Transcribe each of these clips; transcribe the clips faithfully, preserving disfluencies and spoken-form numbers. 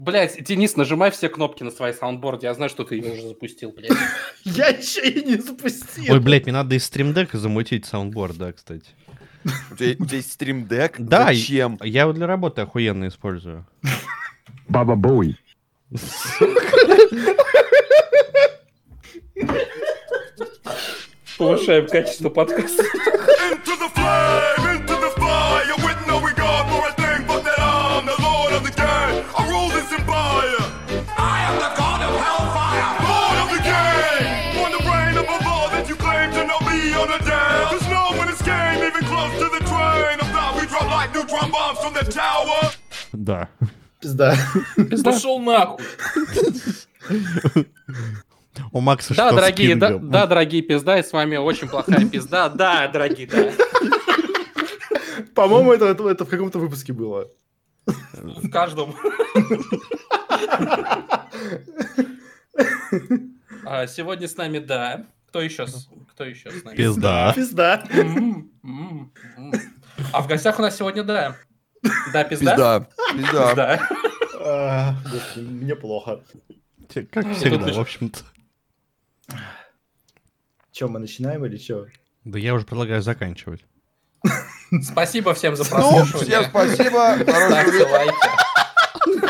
Блять, Денис, нажимай все кнопки на своей саундборде. Я знаю, что ты ее уже запустил, блядь. Я еще и не запустил. Ой, блядь, мне надо из стримдека замутить саундборд, да, кстати. У тебя, у тебя есть стримдек? Да, Зачем? я его для работы охуенно использую. Баба Буй. Повышаем качество подкаста. Into the flame, into the fire, with no regard for a thing but that I'm the lord of the game. I rule this empire. I am the god of hellfire, lord of the game. On the reign of a law that you claim to know me on a down. There's no one escape, even close to the train. Of thought we drop like neutron bombs from the tower. Да. Пизда. Пошел нахуй. У Макса Да, что с дорогие, да, пингом? да, дорогие пизда, и с вами очень плохая пизда. Да, дорогие, да. По-моему, это, это, это в каком-то выпуске было. В каждом. А, сегодня с нами, да. Кто еще с, кто еще с нами? Пизда. Пизда. М, м, м. А в гостях у нас сегодня, да. Да, пизда? Пизда. Пизда. Пизда. А, господи, мне плохо. Те- Как всегда, тут в общем-то. Че, мы начинаем или что? Да я уже предлагаю заканчивать. Спасибо всем за Ну, прослушивание. всем спасибо. Хорошего Ставьте вечера. лайки.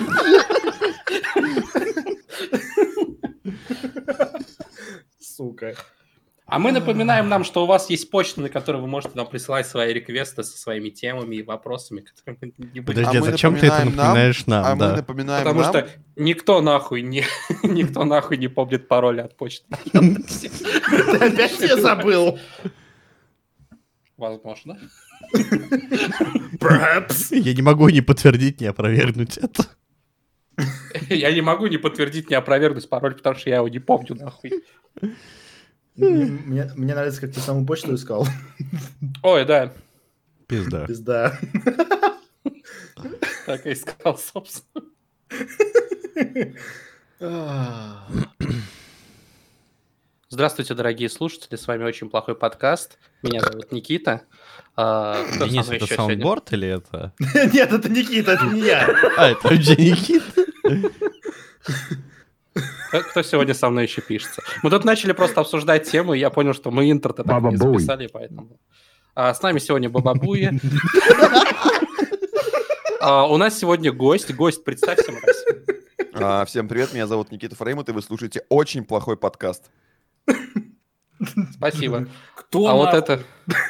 Сука. А мы напоминаем нам, что у вас есть почта, на которой вы можете нам присылать свои реквесты со своими темами и вопросами, которые мы не будем. Подожди, А мы зачем ты это напоминаем нам, напоминаешь нам? А мы да. напоминаем Потому нам... что никто нахуй не, никто нахуй не помнит пароля от почты. Ты опять я забыл. Возможно. Perhaps. Я не могу ни подтвердить, ни опровергнуть это. Я не могу ни подтвердить, ни опровергнуть пароль, потому что я его не помню нахуй. Мне, мне- мне нравится, как ты саму почту искал. Ой, да, Пизда. Пизда. так и искал, собственно. А, Здравствуйте, дорогие слушатели, с вами очень плохой подкаст. Меня зовут Никита. А, кто Денис, со мной это еще сегодня? саундборд или это... Нет, это Никита, это не я. А, это вообще Никита. Кто- Кто сегодня со мной еще пишется? Мы тут начали просто обсуждать тему, и я понял, что мы интро-то так и не Баба-буй. записали, поэтому... А, с нами сегодня Бабабуя. А, у нас сегодня гость. Гость, представься, мразь. А, всем привет, меня зовут Никита Фреймут, и вы слушаете очень плохой подкаст. Спасибо. Кто А вот нахуй? это...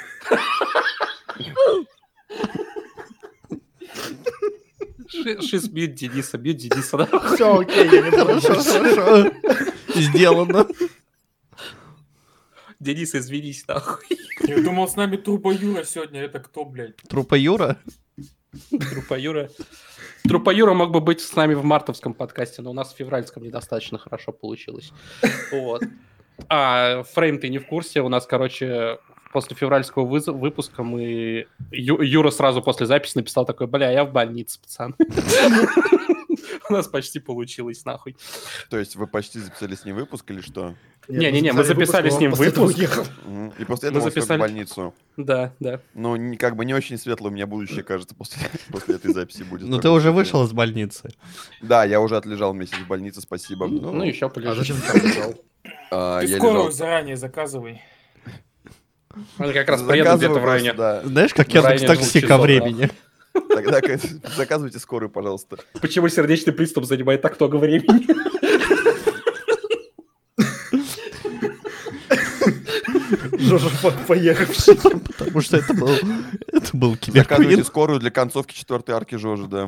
Ши- Шиз бьет Дениса, бьет Дениса. да? Все, окей, я не буду больше. Хорошо. Сделано. Денис, извинись, нахуй. Я думал, с нами Трупа Юра сегодня. Это кто, блядь? Трупа Юра? Трупа Юра. Трупа Юра мог бы быть с нами в мартовском подкасте, но у нас в февральском недостаточно хорошо получилось. Вот. А Фрейм, ты не в курсе? У нас, короче, после февральского выз- выпуска мы... Ю- Юра сразу после записи написал такой: бля, я в больнице, пацаны. У нас почти получилось, нахуй. То есть вы почти записали с ним выпуск или что? Не-не-не, мы записали с ним после этого выпуск. уехал. Мгм. И после Мы этого он ушел в записали- больницу. Да, да. Ну, не- как бы не очень светлое у меня будущее, кажется, после, после этой записи будет. Ну ты уже вышел из больницы. Да, я уже отлежал месяц в больнице, спасибо. Ну, еще А полежи. зачем ты там лежал? А, Ты я скорую лежал- заранее заказывай. Он как раз приеду Заказывай где-то в районе. просто, да. Знаешь, как В я районе в такси двух ко часов, времени. Тогда к- заказывайте скорую, пожалуйста. Почему сердечный приступ занимает так много времени? Жожа по- поехавший. Потому что это был... Это был Заказывайте киберквин. скорую для концовки четвертой арки Жожи, да.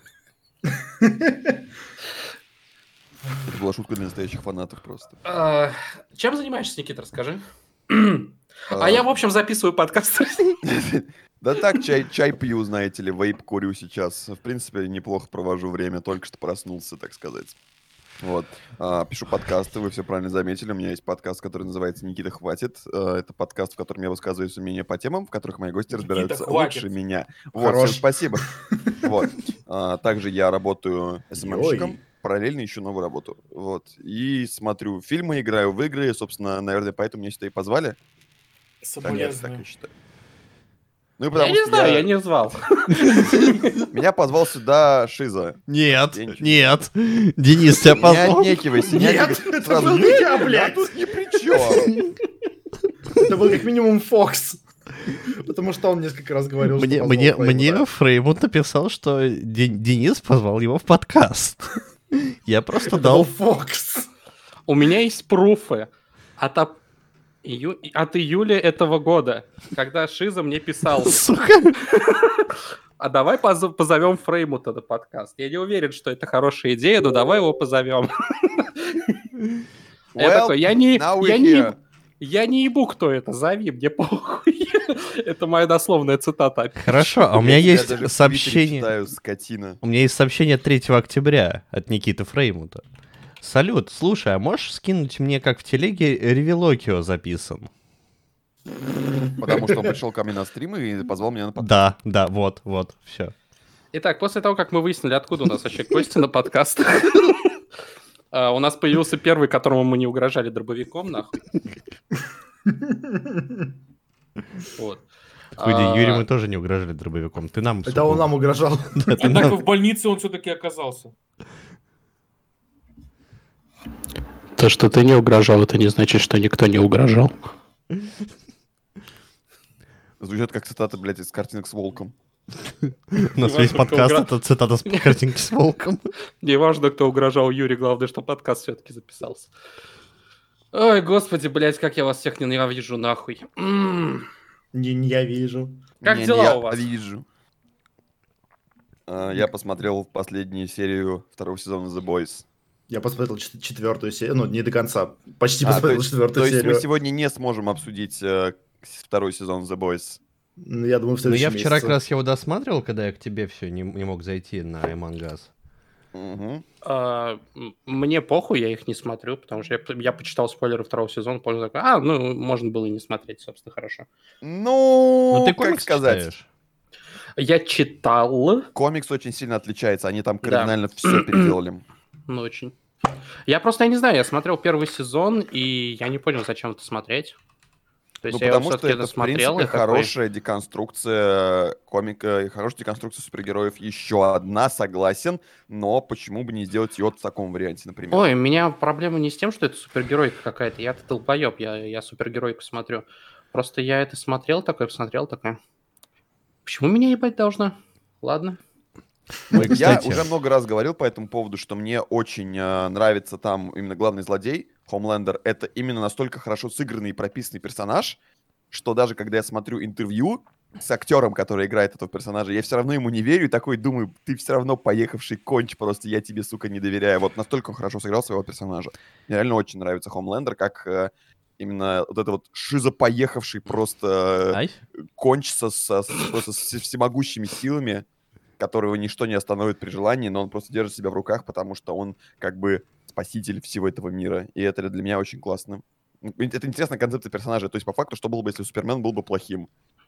Это была шутка для настоящих фанатов просто. А, Чем занимаешься, Никита, расскажи? А я, в общем, записываю подкаст. Да так, чай, чай пью, знаете ли, вейп курю сейчас. В принципе, неплохо провожу время, только что проснулся, так сказать. Вот. А, пишу подкасты, вы все правильно заметили. У меня есть подкаст, который называется «Никита, хватит». А, это подкаст, в котором я высказываю свое мнение по темам, в которых мои гости Никита, разбираются хватит. лучше меня. Вот, Хорош. всем спасибо. Вот. А, также я работаю эс эм эм-щиком, Ой. параллельно ищу новую работу. Вот. И смотрю фильмы, играю в игры. Собственно, наверное, поэтому меня сюда и позвали. Так, я так Соболезную. и считаю. Ну и Я потому не что знаю, я не звал. Меня позвал сюда Шиза. Нет, Я ничего- нет. Денис тебя Не позвал. отнекивайся, не Нет, отнекивайся. это Сразу, был «Нет, я, я блядь!» тут ни при чем. Это был как минимум Фокс. Потому что он несколько раз говорил, что Мне, позвал мне, Фрейма, мне да. Фреймут написал, что Де- Денис позвал его в подкаст. Я просто Это был дал... Фокс. У меня есть пруфы от, ап- ию- от июля этого года, когда Шиза мне писал, Сука. а давай поз- позовем Фреймута на подкаст. Я не уверен, что это хорошая идея, но давай его позовем. Я Well, такой, я не, now we're я не, here. я не ебу, кто это, зови, мне похуй. Это моя дословная цитата. Хорошо, а у меня Я тебя есть даже в Твиттере сообщение... читаю, скотина. У меня есть сообщение третьего октября от Никиты Фреймута. Салют, слушай, а можешь скинуть мне, как в телеге, Ревелокио записан? Потому что он пришел ко мне на стрим и позвал меня на подкаст. Да, да, вот, вот, все. Итак, после того, как мы выяснили, откуда у нас вообще гости на подкаст, а, у нас появился первый, которому мы не угрожали дробовиком, нахуй. Вот. Худи, А, Юрий, мы тоже не угрожали дробовиком. Ты нам... Это он нам угрожал. Да, ты Однако нам- в больнице он все-таки оказался. То, что ты не угрожал, это не значит, что никто не угрожал. Звучит как цитата, блядь, из картинок с волком. У нас весь Иван, подкаст — угра- это цитата с картинки с волком. Неважно, кто угрожал Юре, главное, что подкаст все-таки записался. Ой, господи, блядь, как я вас всех ненавижу, нахуй. М. Не, не я вижу. Как Не, дела я у вас? вижу. А, Я посмотрел последнюю серию второго сезона The Boys. Я посмотрел чет- четвертую серию, ну, не до конца. Почти А, то посмотрел есть- четвертую То есть серию. мы сегодня не сможем обсудить э, с- второй сезон The Boys. Ну, я думаю, в Ну, следующем я вчера месяце. как раз его досматривал, когда я к тебе все не, не мог зайти на Among Us. Мгм. А, м, Мне похуй, я их не смотрю, потому что я, п- я почитал спойлеры второго сезона, понял такой, а, ну, можно было и не смотреть, собственно, хорошо. Ну, Ну, ты как комикс сказать, читаешь? Я читал, комикс очень сильно отличается. Они там Да. кардинально все переделали. ну, очень. Я просто, я не знаю, я смотрел первый сезон, и я не понял, зачем это смотреть. То есть Ну, я его потому что все-таки это, в досмотрел. принципе, и такой, хорошая деконструкция комика и хорошая деконструкция супергероев. Еще одна, согласен, но почему бы не сделать ее в таком варианте, например? Ой, у меня проблема не с тем, что это супергеройка какая-то. Я-то долбоеб, я, я супергеройку смотрю. Просто я это смотрел такой, посмотрел такой. Почему меня ебать должна? Ладно. Ой, Ну, Я кстати. уже много раз говорил по этому поводу, что мне очень э, нравится там именно главный злодей, Хомлендер. Это именно настолько хорошо сыгранный и прописанный персонаж, что даже когда я смотрю интервью с актером, который играет этого персонажа, я все равно ему не верю и такой думаю, ты все равно поехавший конч, просто я тебе, сука, не доверяю. Вот настолько он хорошо сыграл своего персонажа. Мне реально очень нравится Хомлендер, как э, именно вот это вот шизопоехавший просто Ай? конч со, со- с- просто с всемогущими силами, которого ничто не остановит при желании, но он просто держит себя в руках, потому что он как бы спаситель всего этого мира. И это для меня очень классно. Ну, это интересная концепция персонажа. То есть, по факту, что было бы, если Супермен был бы плохим?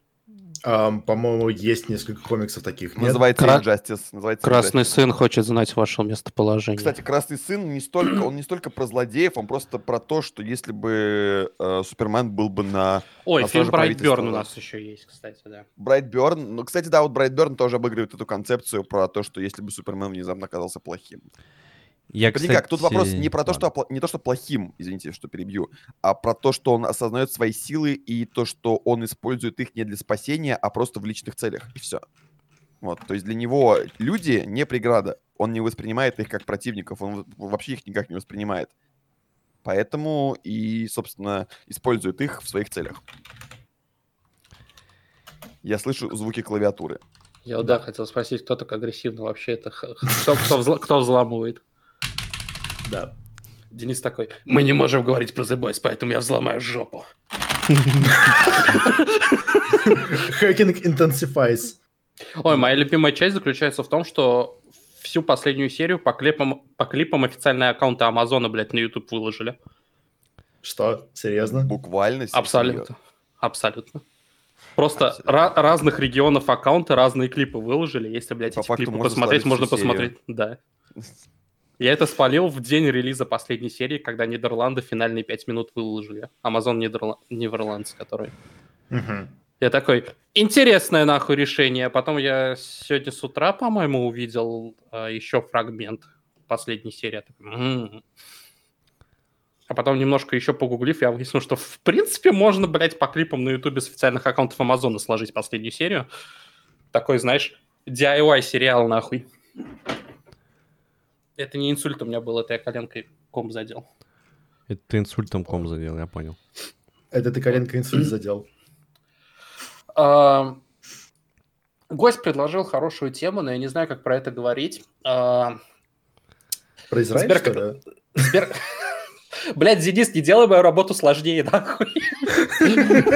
Ам, по-моему, есть несколько комиксов таких. Нет? Называется Кра- Injustice. Называется Красный Injustice. сын хочет знать ваше местоположение. Кстати, Красный сын не столько, он не столько про злодеев, он просто про то, что если бы э, Супермен был бы на Ой, на фильм страже правительства, Брайтберн у да. нас еще есть, кстати, да. Брайтберн. Ну, кстати, да, вот Брайтберн тоже обыгрывает эту концепцию про то, что если бы Супермен внезапно оказался плохим. Я, Это кстати... никак, тут вопрос не про то, что ладно. опла- не то, что плохим, извините, что перебью, а про то, что он осознает свои силы и то, что он использует их не для спасения, а просто в личных целях, и все. Вот, то есть для него люди не преграда, он не воспринимает их как противников, он в- вообще их никак не воспринимает. Поэтому и, собственно, использует их в своих целях. Я слышу звуки клавиатуры. Я да, хотел спросить, кто так агрессивно вообще это... х- х- Кто, кто, взла- кто взламывает? Да. Денис такой, мы не можем говорить про The Boys, поэтому я взломаю жопу. Hacking intensifies. Ой, моя любимая часть заключается в том, что всю последнюю серию по клипам, по клипам официальные аккаунты Амазона, блядь, на YouTube выложили. Что? Серьезно? Буквально. серьезно. Абсолютно. Абсолютно. Просто Абсолютно. ра- разных регионов аккаунты разные клипы выложили. Если, блядь, По эти факту клипы можно посмотреть, сложить можно всю серию. посмотреть. Да. Я это спалил в день релиза последней серии, когда Нидерланды финальные пять минут выложили. Амазон Нидерла... Нидерландс, который. Мгм. Я такой, интересное нахуй решение. Потом я сегодня с утра, по-моему, увидел а, еще фрагмент последней серии. Я такой, «М-м-м». А потом немножко еще погуглив, я выяснил, что в принципе можно, блядь, по клипам на ютубе с официальных аккаунтов Амазона сложить последнюю серию. Такой, знаешь, ди ай вай сериал нахуй. Это не инсульт у меня был, это я коленкой ком задел. Это ты инсультом ком задел, я понял. Это ты коленкой инсульт задел. А, гость предложил хорошую тему, но я не знаю, как про это говорить. А, Про Израиль, Сбер- что ли? Сбер... Блядь, Зенис, не делай мою работу сложнее, нахуй. Ты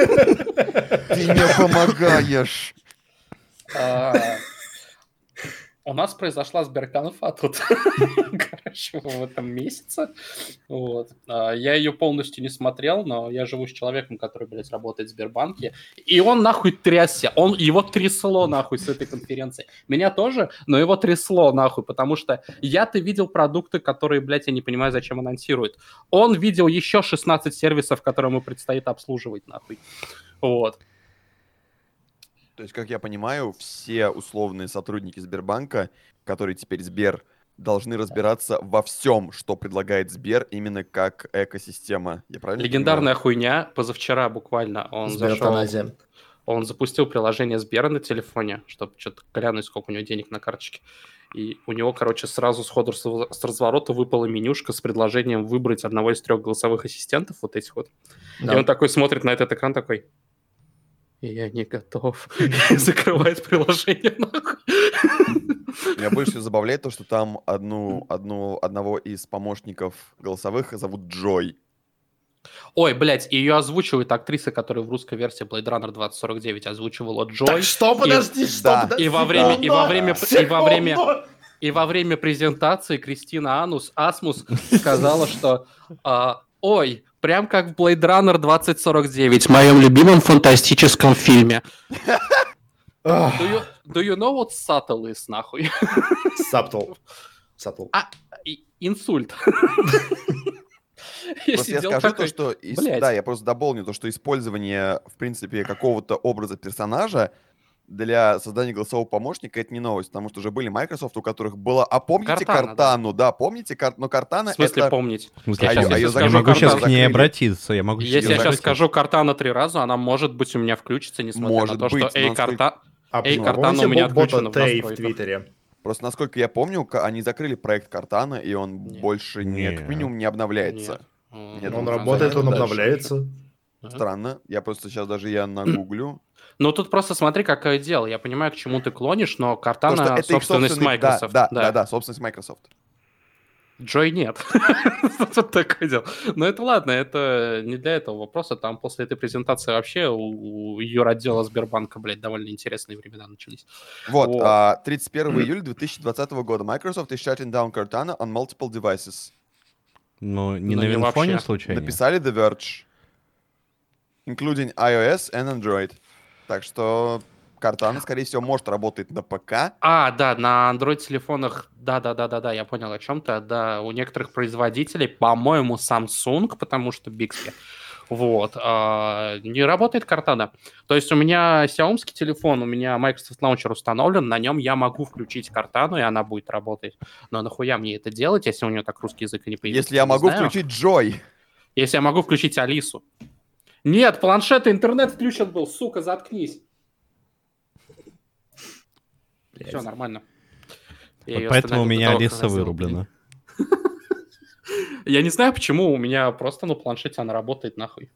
не помогаешь. А, У нас произошла Сберконфа тут, короче, в этом месяце. Вот. А, Я ее полностью не смотрел, но я живу с человеком, который, блядь, работает в Сбербанке. И он нахуй трясся. Он, его трясло нахуй с этой конференции. Меня тоже, но его трясло нахуй, потому что я-то видел продукты, которые, блядь, я не понимаю, зачем анонсируют. Он видел еще шестнадцать сервисов, которые ему предстоит обслуживать нахуй. Вот. То есть, как я понимаю, все условные сотрудники Сбербанка, которые теперь Сбер, должны разбираться во всем, что предлагает Сбер, именно как экосистема. Я правильно Легендарная хуйня. Позавчера буквально он зашел... Сбертоназия. Он запустил приложение Сбера на телефоне, чтобы что-то глянуть, сколько у него денег на карточке. И у него, короче, сразу сходу с с разворота выпала менюшка с предложением выбрать одного из трех голосовых ассистентов, вот этих вот. Да. И он такой смотрит на этот экран, такой... Я не готов. И закрывает приложение, нахуй. Меня больше всего забавляет то, что там одну, одну, одного из помощников голосовых зовут Джой. Ой, блядь, и ее озвучивает актриса, которая в русской версии Blade Runner двадцать сорок девять озвучивала Джой. Так что, подожди, что, да, подожди, И во время, и во время, и во время, секунду. и во время презентации Кристина Анус, Асмус сказала, что а, ой, прям как в Blade Runner двадцать сорок девять, в моем любимом фантастическом фильме. Ах, Do you, do you know what subtle is, нахуй? Саптл. Саптл. А, и- инсульт. Я Просто я сидел скажу такой, то, что... ис- блядь. Да, я просто дополню то, что использование, в принципе, какого-то образа персонажа для создания голосового помощника — это не новость, потому что уже были Microsoft, у которых было... А помните Картана, Картану? Да, помните? Кар- Но Картана В смысле это... помнить? В смысле, Я щас- щас- а если её я скажу могу сейчас Картана- к ней закрыли. обратиться. Я могу Если я её сейчас обратиться. скажу Картана три раза, она, может быть, у меня включится, несмотря Может на то, быть, что но эй, насколько- карта... А Эй, ну, Картана помните у меня бота отключена в Тей в настройках. Твиттере? Просто, насколько я помню, ка- они закрыли проект Картана, и он Нет. больше, не, как Нет. минимум, не обновляется. Нет. Нет, Он ну, работает, он дальше. обновляется. Ага. Странно. Я просто сейчас даже я нагуглю. Ну, тут просто смотри, какое дело. Я понимаю, к чему ты клонишь, но То, Картана что это их собственность собственный- да, Microsoft. Да, да, да, собственность Microsoft. Джой нет. Тут такое дело. Но это ладно, это не для этого вопроса. Там после этой презентации вообще у, у юротдела Сбербанка, блядь, довольно интересные времена начались. Вот, Вот. а, тридцать первого июля две тысячи двадцатого года Microsoft is shutting down Cortana on multiple devices. Ну, не Ну, на не Винфоне вообще. случайно? Написали The Verge. Including iOS and Android. Так что Cortana, скорее всего, может работать на ПК. А, да, на Android-телефонах, да-да-да-да-да, я понял о чем-то. Да, у некоторых производителей, по-моему, Samsung, потому что Bixby, вот, а, не работает Cortana. То есть у меня Xiaomi-ский телефон, у меня Microsoft Launcher установлен, на нем я могу включить Cortana, и она будет работать. Но нахуя мне это делать, если у нее так русский язык и не появится? Если я Не могу знаю. включить Joy. Если я могу включить Алису. Нет, планшет и интернет включен был, сука, заткнись. Все, нормально. Я Вот её поэтому у остановил до меня того, как Алиса она сделала вырублена. Я не знаю, почему у меня просто на планшете она работает нахуй.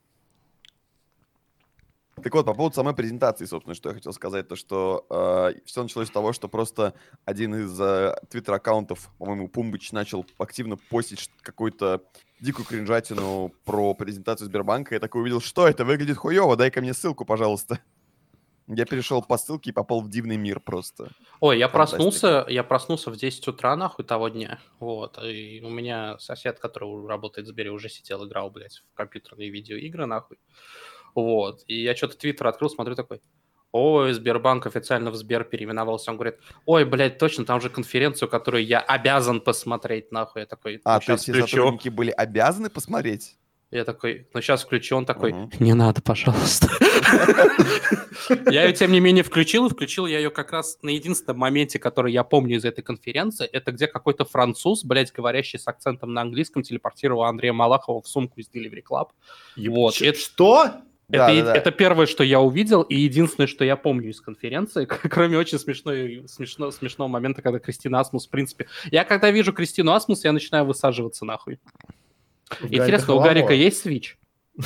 Так вот, по поводу самой презентации, собственно, что я хотел сказать, то что э, все началось с того, что просто один из э, твиттер-аккаунтов, по-моему, Пумбыч, начал активно постить ш- какую-то дикую кринжатину про презентацию Сбербанка. Я такой увидел, что это выглядит хуево, дай-ка мне ссылку, пожалуйста. Я перешел по ссылке и попал в дивный мир просто. Ой, я Фантастика. проснулся, я проснулся в десять утра нахуй того дня. Вот. И у меня сосед, который работает в Сбере, уже сидел, играл, блядь, в компьютерные видеоигры нахуй. Вот. И я что-то Твиттер открыл, смотрю такой. Ой, Сбербанк официально в Сбер переименовался. Он говорит, ой, блядь, точно, там же конференцию, которую я обязан посмотреть, нахуй. Я такой, А, ну, то щас есть все включу. сотрудники были обязаны посмотреть? Я такой, ну сейчас включу, он такой, Мгм. не надо, пожалуйста. Я ее, тем не менее, включил, и включил я ее как раз на единственном моменте, который я помню из этой конференции, это где какой-то француз, блядь, говорящий с акцентом на английском, телепортировал Андрея Малахова в сумку из Delivery Club. Вот. Ч- Это- Что? Да, Это, да, да. это первое, что я увидел, и единственное, что я помню из конференции, кроме очень смешной, смешно, смешного момента, когда Кристина Асмус, в принципе... Я когда вижу Кристину Асмус, я начинаю высаживаться нахуй. В Интересно, у Гарика Гарика Харламова? есть Switch?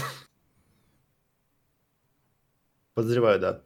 Подозреваю, да.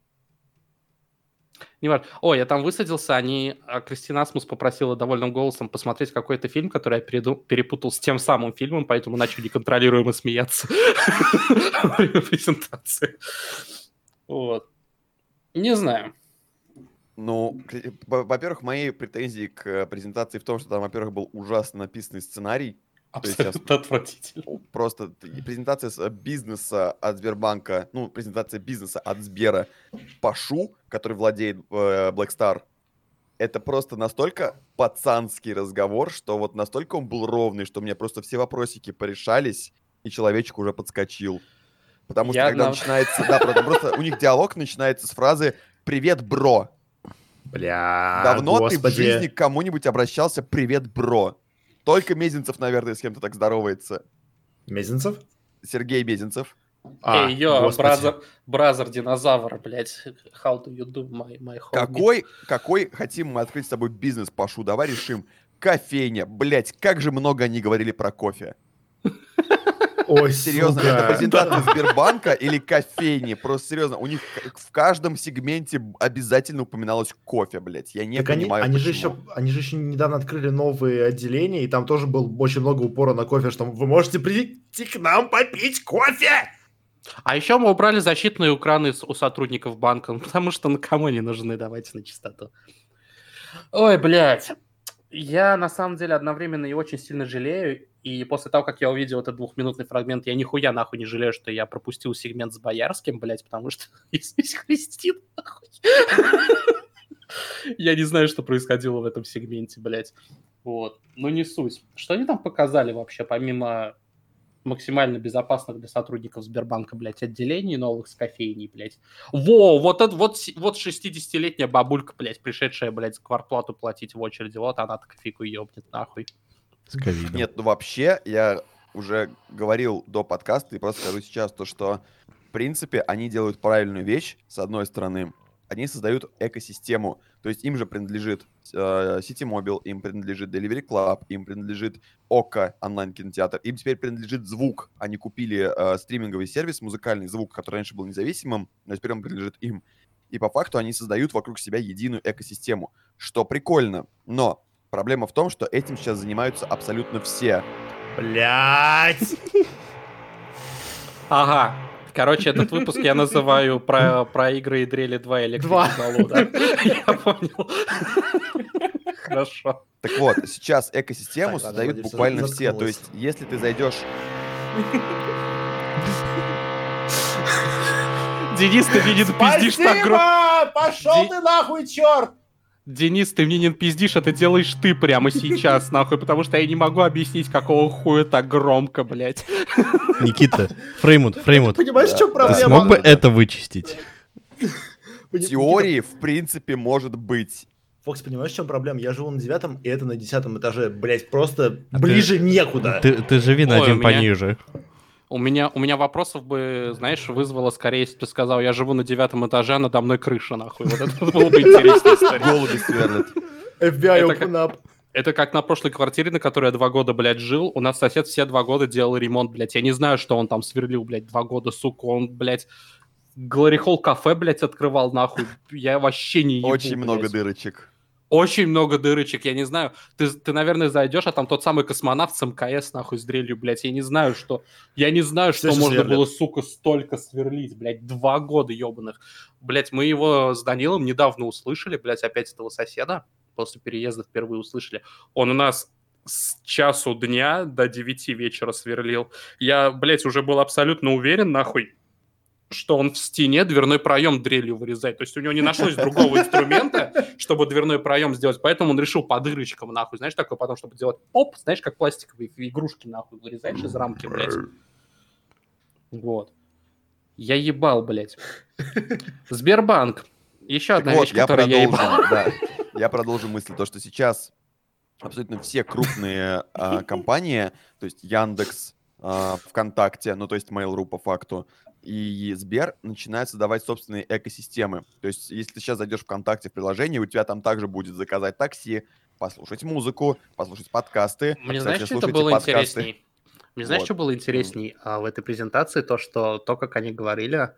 Не важно. О, я там высадился, они... а Кристина Асмус попросила довольным голосом посмотреть какой-то фильм, который я переду- перепутал с тем самым фильмом, поэтому начал неконтролируемо смеяться во время презентации. Вот. Не знаю. Ну, к- во- во-первых, мои претензии к э, презентации в том, что там, во-первых, был ужасно написанный сценарий. То есть сейчас Абсолютно отвратительно. просто т- и презентация с, э, бизнеса от Сбербанка, ну, презентация бизнеса от Сбера Пашу, который владеет э, Black Star, это просто настолько пацанский разговор, что вот настолько он был ровный, что мне просто все вопросики порешались, и человечек уже подскочил. Потому что Я когда на- начинается... Да, просто, просто у них диалог начинается с фразы «Привет, бро». Бля, Давно ты в господи. жизни к кому-нибудь обращался «Привет, бро»? Только Мезенцев, наверное, с кем-то так здоровается. Мезенцев? Сергей Мезенцев. А, Эй, йо, господи. бразер, бразер динозавр, блядь. How do you do, my, my homie? Какой, какой хотим мы открыть с тобой бизнес, Пашу? Давай решим. Кофейня. Блять, как же много они говорили про кофе. Ой, Серьезно, сука. это презентация Сбербанка или кофейни? Просто серьезно, у них к- в каждом сегменте обязательно упоминалось кофе, блять. Я не Так они, понимаю, они, же почему. еще, они же еще недавно открыли новые отделения, и там тоже был очень много упора на кофе, что вы можете прийти к нам попить кофе! А еще мы убрали защитные экраны с- у сотрудников банка, ну, потому что на кому они нужны, давайте на чистоту. Ой, блядь. Я, на самом деле, одновременно и очень сильно жалею, и после того, как я увидел этот двухминутный фрагмент, я нихуя нахуй не жалею, что я пропустил сегмент с Боярским, блядь, потому что Иисус Христин, нахуй. Я не знаю, что происходило в этом сегменте, блядь. Вот. Ну, не суть. Что они там показали вообще, помимо максимально безопасных для сотрудников Сбербанка, блядь, отделений новых с кофейней, блядь. Во, вот, это, вот, с- вот шестидесятилетняя бабулька, блядь, пришедшая, блядь, квартплату платить в очереди, вот она-то кофейку ёбнет, нахуй. С ковидом. Нет, ну вообще, я уже говорил до подкаста и просто скажу сейчас то, что в принципе они делают правильную вещь, с одной стороны. Они создают экосистему, то есть им же принадлежит э, Ситимобил, им принадлежит Delivery Club, им принадлежит Ока онлайн-кинотеатр, им теперь принадлежит Звук. Они купили э, стриминговый сервис, музыкальный Звук, который раньше был независимым, но теперь он принадлежит им. И по факту они создают вокруг себя единую экосистему, что прикольно. Но проблема в том, что этим сейчас занимаются абсолютно все. Блять! Ага. Короче, этот выпуск я называю про, про игры и дрели два Два. электрик да? Я понял. Хорошо. Так вот, сейчас экосистему Так, ладно, создают Владимир, буквально всё, все. То заткнулась. есть, если ты зайдешь... Денис, ты мне не пиздишь так громко. Пошел Ди- ты нахуй, черт! Денис, ты мне не пиздишь, это делаешь ты прямо сейчас, нахуй, потому что я не могу объяснить, какого хуя так громко, блядь. Никита, Фреймут, Фреймут, Понимаешь, в чем ты проблема? смог бы это вычистить? В теории, в принципе, может быть. Фокс, понимаешь, в чем проблема? Я живу на девятом, и это на десятом этаже. Блять, просто А ближе некуда. Ты, ты живи на Ой, один у меня- пониже. У меня, у меня вопросов бы, знаешь, вызвало скорее, если бы ты сказал, я живу на девятом этаже, а надо мной крыша, нахуй. Вот это было бы интересная история. Голуби сверлят. эф би ай Это open up. Это как на прошлой квартире, на которой я два года, блядь, жил. У нас сосед все два года делал ремонт, блядь. Я не знаю, что он там сверлил, блядь, два года, сука. Он, блядь, Glory Hall кафе, блядь, открывал, нахуй. Я вообще не ебу, Очень много блядь. дырочек. Очень много дырочек, я не знаю. Ты, ты, наверное, зайдешь, а там тот самый космонавт с МКС, нахуй, с дрелью, блядь. Я не знаю, что... Я не знаю, Всё что же можно сверлят. было, сука, столько сверлить, блядь. Два года ебаных. Блядь, мы его с Данилом недавно услышали, блядь, опять этого соседа. После переезда впервые услышали. Он у нас с часу дня до девяти вечера сверлил. Я, блядь, уже был абсолютно уверен, нахуй, что он в стене дверной проем дрелью вырезает. То есть у него не нашлось другого инструмента, чтобы дверной проем сделать, поэтому он решил по дырочкам, нахуй, знаешь, такой потом, чтобы делать поп, знаешь, как пластиковые игрушки, нахуй, вырезаешь из рамки, блядь. Вот. Я ебал, блядь. Сбербанк. Еще Так одна вот, вещь, я которую я продолжу, ебал. да, я продолжу мысль, то, что сейчас абсолютно все крупные а, компании, то есть Яндекс, а, ВКонтакте, ну, то есть Mail.ru по факту, и Сбер начинают создавать собственные экосистемы. То есть если ты сейчас зайдешь в ВКонтакте в приложение, у тебя там также будет заказать такси, послушать музыку, послушать подкасты. Мне Кстати, знаешь, что это слушайте было подкасты. интересней? Мне знаешь, Вот. что было интересней а, в этой презентации? То, что то, как они говорили...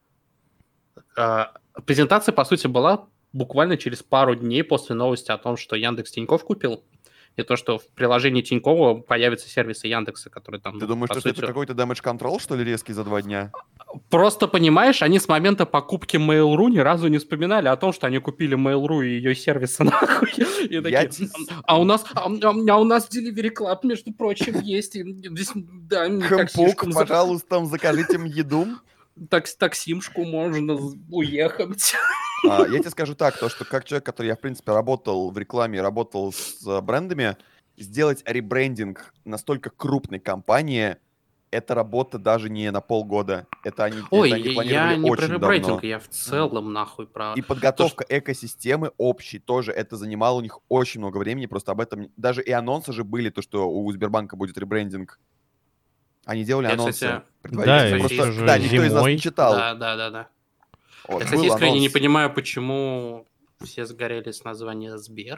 а, презентация, по сути, была буквально через пару дней после новости о том, что Яндекс Тинькофф купил, и то, что в приложении Тинькова появятся сервисы Яндекса, которые там... Ты ну, думаешь, по что сути... это какой-то damage control, что ли, резкий за два дня? Просто, понимаешь, они с момента покупки Mail.ru ни разу не вспоминали о том, что они купили Mail.ru и ее сервисы нахуй. И Я такие, те- а у нас, а, а- а у нас Delivery Club, между прочим, есть. И здесь, да, Хэмпук, таксишкам за- пожалуйста, закажите мне еду. такс- таксимшку можно з- уехать. А, я тебе скажу так, то, что как человек, который я, в принципе, работал в рекламе, работал с э, брендами, сделать ребрендинг настолько крупной компании, это работа даже не на полгода. Это они, Ой, это они я планировали не про очень ребрендинг, давно. я в целом нахуй про... И подготовка экосистемы общей тоже, это занимало у них очень много времени, просто об этом... Даже и анонсы же были, то, что у Сбербанка будет ребрендинг. Они делали Я, анонсы кстати, предварительно. Да, и Просто, еще же да, никто из нас зимой. не читал. Да, да, да, да. Вот, Я, кстати, был искренне не анонс. понимаю, почему все сгорели с названия Сбер.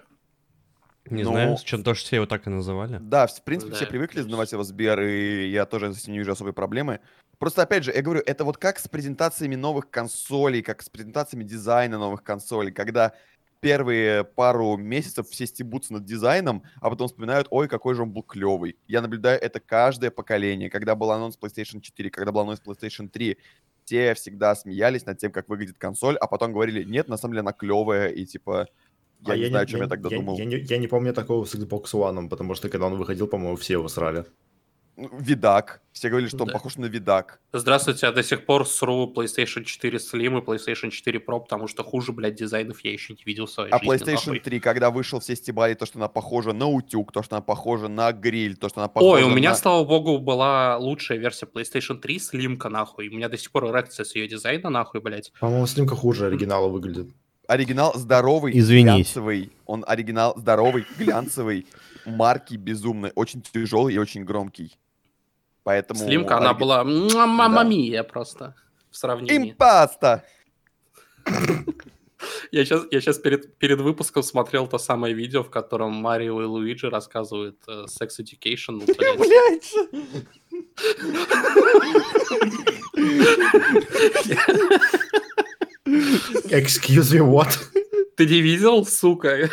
Не Ну, знаю, с чем то, что все его так и называли. Да, в принципе, все Да, привыкли плюс. называть его Сбер, и я тоже с этим не вижу особой проблемы. Просто, опять же, я говорю, это вот как с презентациями новых консолей, как с презентациями дизайна новых консолей, когда первые пару месяцев все стебутся над дизайном, а потом вспоминают, ой, какой же он был клевый. Я наблюдаю это каждое поколение. Когда был анонс PlayStation четыре, когда был анонс PlayStation три, все всегда смеялись над тем, как выглядит консоль, а потом говорили, нет, на самом деле она клевая, и типа... Я А не знаю, о чем я, тогда я, думал. Я, не, я не помню такого с Xbox One, потому что когда он выходил, по-моему, все его срали. Видак. Все говорили, что он Да. похож на видак. Здравствуйте, я до сих пор сру PlayStation четыре Slim и PlayStation четыре Pro, потому что хуже, блядь, дизайнов я еще не видел в своей А жизни. PlayStation нахуй. три, когда вышел, все стебали то, что она похожа на утюг, то, что она похожа на гриль, то, что она похожа Ой, у меня, на... слава богу, была лучшая версия PlayStation три, слимка, нахуй. У меня до сих пор эрекция с ее дизайна, нахуй, блядь. По-моему, снимка хуже оригинала выглядит. Оригинал здоровый, Извинись. глянцевый. Он оригинал здоровый, глянцевый, марки безумный, очень тяжелый и очень громкий. Поэтому... Слимка, она ориги- была мамма Да. мия просто в сравнении. Импаста! Я сейчас, я сейчас перед, перед выпуском смотрел то самое видео, в котором Марио и Луиджи рассказывают э, Sex Education. ну, блядь. Excuse me, what? Ты не видел, сука?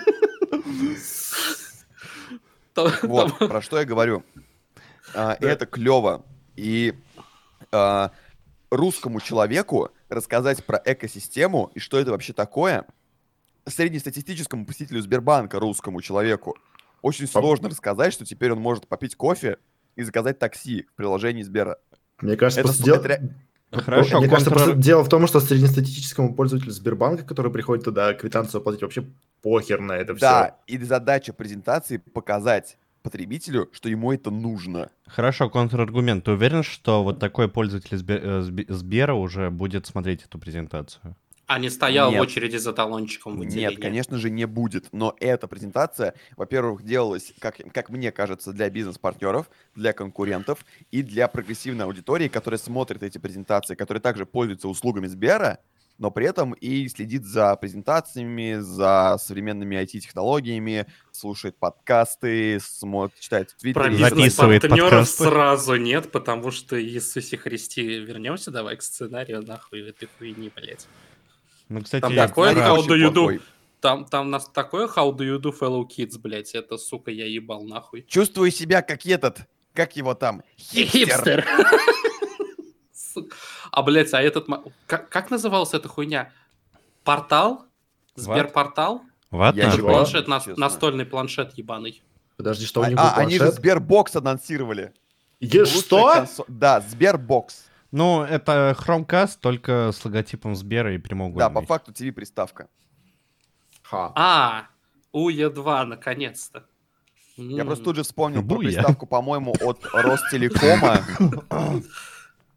Там- Вот, там- про что я говорю. А, Это клево. И а, русскому человеку рассказать про экосистему и что это вообще такое, среднестатистическому посетителю Сбербанка, русскому человеку, очень сложно рассказать, что теперь он может попить кофе и заказать такси в приложении Сбера. Мне кажется, Это просто с- дел- это ре- Хорошо, Мне кажется, контр- просто дело в том, что среднестатистическому пользователю Сбербанка, который приходит туда квитанцию оплатить, вообще похер на это все. Да, и задача презентации показать потребителю, что ему это нужно. Хорошо, контраргумент. Ты уверен, что вот такой пользователь Сбе- э, Сбе- Сбера уже будет смотреть эту презентацию? А не стоял Нет. в очереди за талончиком в отделении. Нет, конечно же, не будет. Но эта презентация, во-первых, делалась, как, как мне кажется, для бизнес-партнеров, для конкурентов и для прогрессивной аудитории, которая смотрит эти презентации, которая также пользуется услугами Сбера, но при этом и следит за презентациями, за современными ай ти-технологиями, слушает подкасты, смотрит, читает в Про Твиттере. Записывает бизнес-партнеров подкасты. сразу нет, потому что Иисусе Христе вернемся давай к сценарию, нахуй, этой хуйни, блядь. Ну, кстати, Там я- такое сценарий how очень do you do? плохой. Там, там нас такое how do you do, fellow kids, блядь, это, сука, я ебал нахуй. Чувствую себя как этот, как его там, хипстер. Сука. А, блядь, а этот... ма- Как, как называлась эта хуйня? Портал? Сберпортал? Вот Я так. не Чего? Планшет, нас- честно. настольный планшет ебаный. Подожди, что у А, них а, был они же планшет? Сбербокс анонсировали. Е- Лучшая Что? консоль- Да, Сбербокс. Ну, это Chromecast, только с логотипом Сбера и Да, прямоугольный. по факту ти ви-приставка. Ха. А, у е два, наконец-то. Я М. просто тут же вспомнил про Буя. приставку, по-моему, от Ростелекома.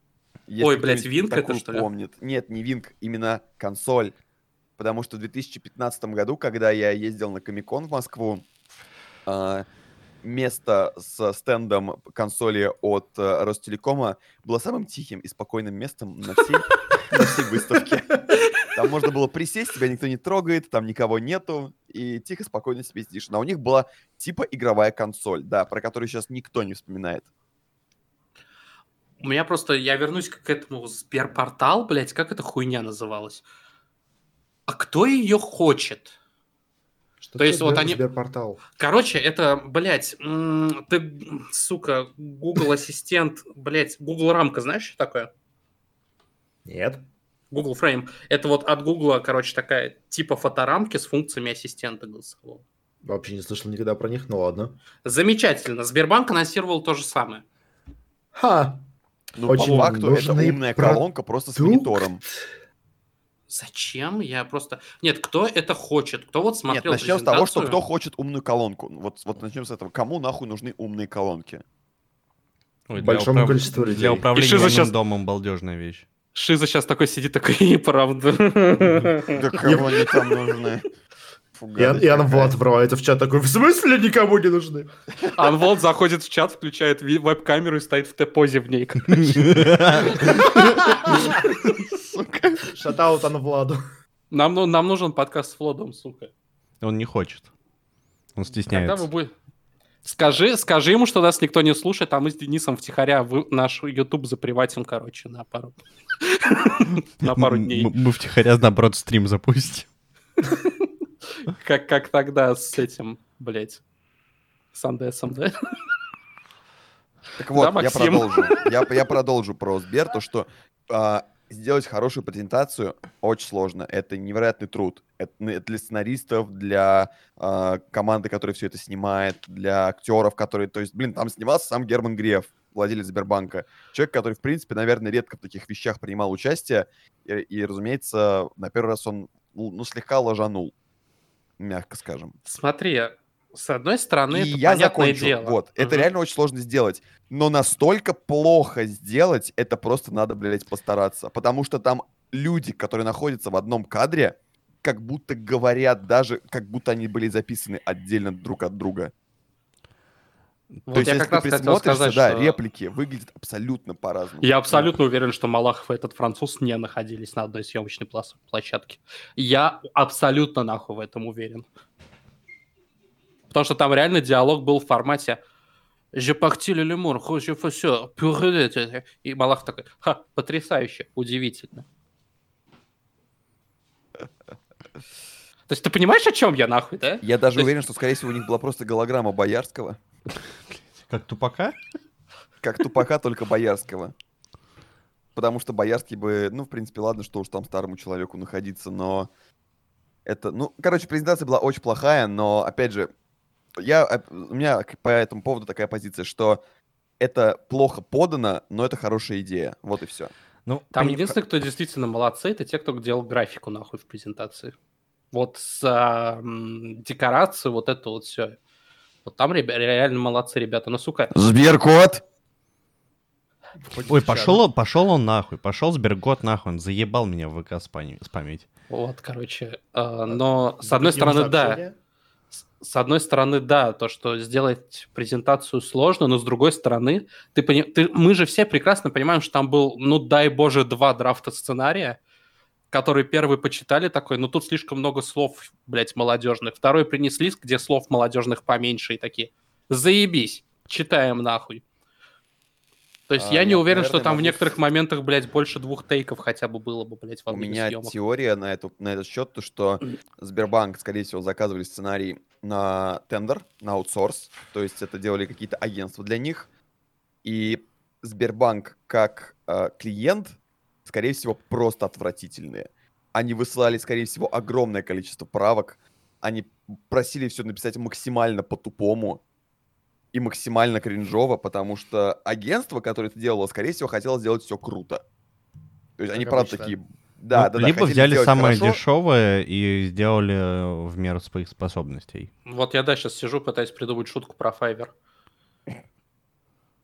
Если Ой, блядь, кто-нибудь Wing это, такую что ли? помнит. Нет, не Wing, именно консоль. Потому что в две тысячи пятнадцатом году, когда я ездил на Комик-кон в Москву, а, место с стендом консоли от э, Ростелекома было самым тихим и спокойным местом на всей, на всей выставке. Там можно было присесть, тебя никто не трогает, там никого нету, и тихо, спокойно себе сидишь. Но у них была типа игровая консоль, да, про которую сейчас никто не вспоминает. У меня просто, я вернусь к этому Сберпортал, блядь, как эта хуйня называлась? А кто ее хочет? Что То есть такое вот они- Сберпортал? Короче, это, блядь, м, ты, сука, Google Ассистент, блядь, Google Рамка, знаешь, что такое? Нет. Google Frame. Это вот от Google, короче, такая типа фоторамки с функциями ассистента голосового. Вообще не слышал никогда про них, ну ладно. Замечательно. Сбербанк анонсировал то же самое. Ха! Ну, Очень по факту, это нужный умная продукт. колонка просто с монитором. Зачем? Я просто... Нет, кто это хочет? Кто вот Нет, смотрел начнем с того, что презентацию? кто хочет умную колонку. Вот, вот начнем с этого. Кому нахуй нужны умные колонки? Ой, для Большому управ- количеству людей. Для управления Шиза умным щас- домом балдежная вещь. Шиза сейчас такой сидит, такой, и правда. Да кому они там нужны? Фу, И, гадость и какая. Анвлад врывается в чат такой, в смысле никому не нужны? Анволд заходит в чат, включает ви- веб-камеру и стоит в Т-позе в ней. Шатаут Анвладу. Нам, ну- нам нужен подкаст с Флодом, сука. Он не хочет. Он Когда стесняется. вы будете... Скажи, скажи ему, что нас никто не слушает, а мы с Денисом втихаря вы- наш YouTube заприватим, короче, на пару... на пару М- дней. м- Мы втихаря, наоборот, стрим запустим. Как, как тогда с этим, блядь, с Андесом, да? Так вот, Да, я Максим? продолжу. Я, я продолжу про Сбер, то что а, сделать хорошую презентацию очень сложно. Это невероятный труд. Это, ну, это для сценаристов, для а, команды, которая все это снимает, для актеров, которые... То есть, блин, там снимался сам Герман Греф, владелец Сбербанка. Человек, который, в принципе, наверное, редко в таких вещах принимал участие. И, и, разумеется, на первый раз он, ну, ну, слегка ложанул, мягко скажем. Смотри, с одной стороны, И это я понятное закончу. дело. Вот. Это Мгм. реально очень сложно сделать. Но настолько плохо сделать, это просто надо, блядь, постараться. Потому что там люди, которые находятся в одном кадре, как будто говорят даже, как будто они были записаны отдельно друг от друга. Вот То есть, я если как ты раз хотел присмотришься, сказать, да, что реплики выглядят абсолютно по-разному. я абсолютно уверен, что Малахов и этот француз не находились на одной съемочной плас- площадке. Я абсолютно нахуй в этом уверен. Потому что там реально диалог был в формате «Je parti le l'humour, je fais ça, purée». И Малахов такой «Ха, потрясающе, удивительно». То есть ты понимаешь, о чем я нахуй, да? Я даже То есть- уверен, что, скорее всего, у них была просто голограмма Боярского. Как тупака? Как Тупака, только Боярского. Потому что Боярский бы... Ну, в принципе, ладно, что уж там старому человеку находиться, но... Это, ну, короче, презентация была очень плохая, но, опять же, я, оп- у меня к- по этому поводу такая позиция, что это плохо подано, но это хорошая идея. Вот и все. Ну, Там пони- единственное, кто действительно молодцы, это те, кто делал графику нахуй в презентации. Вот с а, м, декорацией, вот это вот все. Вот там ребя- реально молодцы ребята. Ну, сука, Сберкот! Ой, пошел, он- пошел он нахуй, пошел Сбергот нахуй, он заебал меня в ВК спами- спамить. вот, короче. а, но, с одной стороны, да. С- С одной стороны, да, то, что сделать презентацию сложно, но с другой стороны, ты, пони- ты, мы же все прекрасно понимаем, что там был, ну, дай боже, два драфта сценария, который первый почитали такой, ну, тут слишком много слов, блядь, молодежных. Второй принесли, где слов молодежных поменьше, и такие, заебись, читаем нахуй. То есть А, я не я, уверен, что наверное, там в могу некоторых с- моментах, блядь, больше двух тейков хотя бы было бы, блядь, во У время меня съемок. теория на, эту, на этот счет, то что Сбербанк, скорее всего, заказывали сценарий на тендер, на аутсорс, то есть это делали какие-то агентства для них, и Сбербанк как э, клиент, скорее всего, просто отвратительные. Они высылали, скорее всего, огромное количество правок, они просили все написать максимально по-тупому и максимально кринжово, потому что агентство, которое это делало, скорее всего, хотело сделать все круто. То есть они, Как правда, обычно. такие... Да, Ну, да, да, либо хотели взяли сделать самое хорошо. дешевое и сделали э, в меру своих способностей. Вот я, да, сейчас сижу, пытаюсь придумать шутку про Fiverr.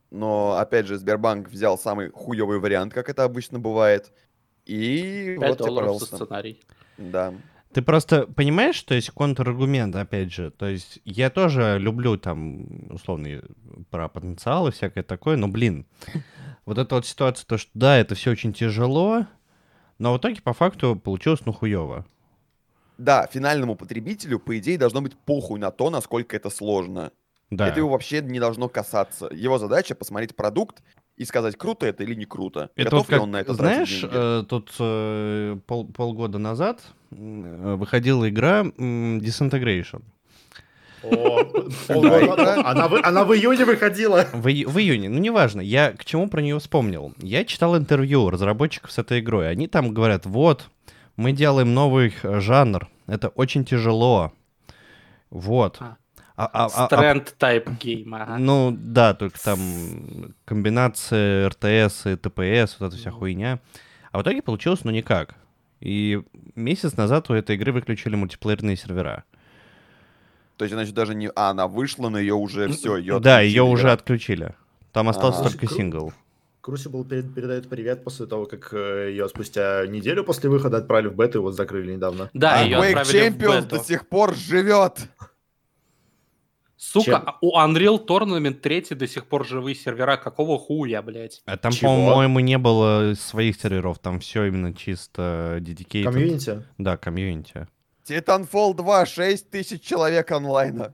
но, опять же, Сбербанк взял самый хуёвый вариант, как это обычно бывает, и пять вот тебе, долларов за пожалуйста. сценарий. Да. Ты просто понимаешь, что есть контраргумент, опять же. То есть я тоже люблю там, условно, про потенциал и всякое такое, но, блин, вот эта вот ситуация, то, что да, это все очень тяжело, но в итоге по факту получилось ну хуёво. Да, финальному потребителю, по идее, должно быть похуй на то, насколько это сложно. Да. Это его вообще не должно касаться. Его задача посмотреть продукт и сказать, круто это или не круто. Это Готов вот ли как, он на это знаешь, тратить деньги? э, тут э, пол, полгода назад э, выходила игра м, Disintegration. О, Да, полгода. игра. Она в она в июне выходила. В, ию- в июне, ну неважно, я к чему про нее вспомнил. Я читал интервью разработчиков с этой игрой. Они там говорят, вот, мы делаем новый э, жанр, это очень тяжело. Вот. А. А, а- а- а- Strand type game, ага. ну да, только там комбинация эр тэ эс и тэ пэ эс, вот эта вся хуйня. А в итоге получилось ну никак. И месяц назад у этой игры выключили мультиплеерные сервера. То есть, значит, даже не... А, она вышла, но ее уже все, ее Да, ее уже отключили. Там остался Ага. только Кру- сингл. Crucible перед- передает привет после того, как э, ее спустя неделю после выхода отправили в бету и вот закрыли недавно. Да, А ее Quake отправили в Champions бету. до сих пор живет. Сука, Чем? а у Unreal Tournament три до сих пор живые сервера. Какого хуя, блядь? А там, Чего? по-моему, не было своих серверов. Там все именно чисто dedicated. Комьюнити. Да, комьюнити. Titanfall два, шесть тысяч человек онлайна.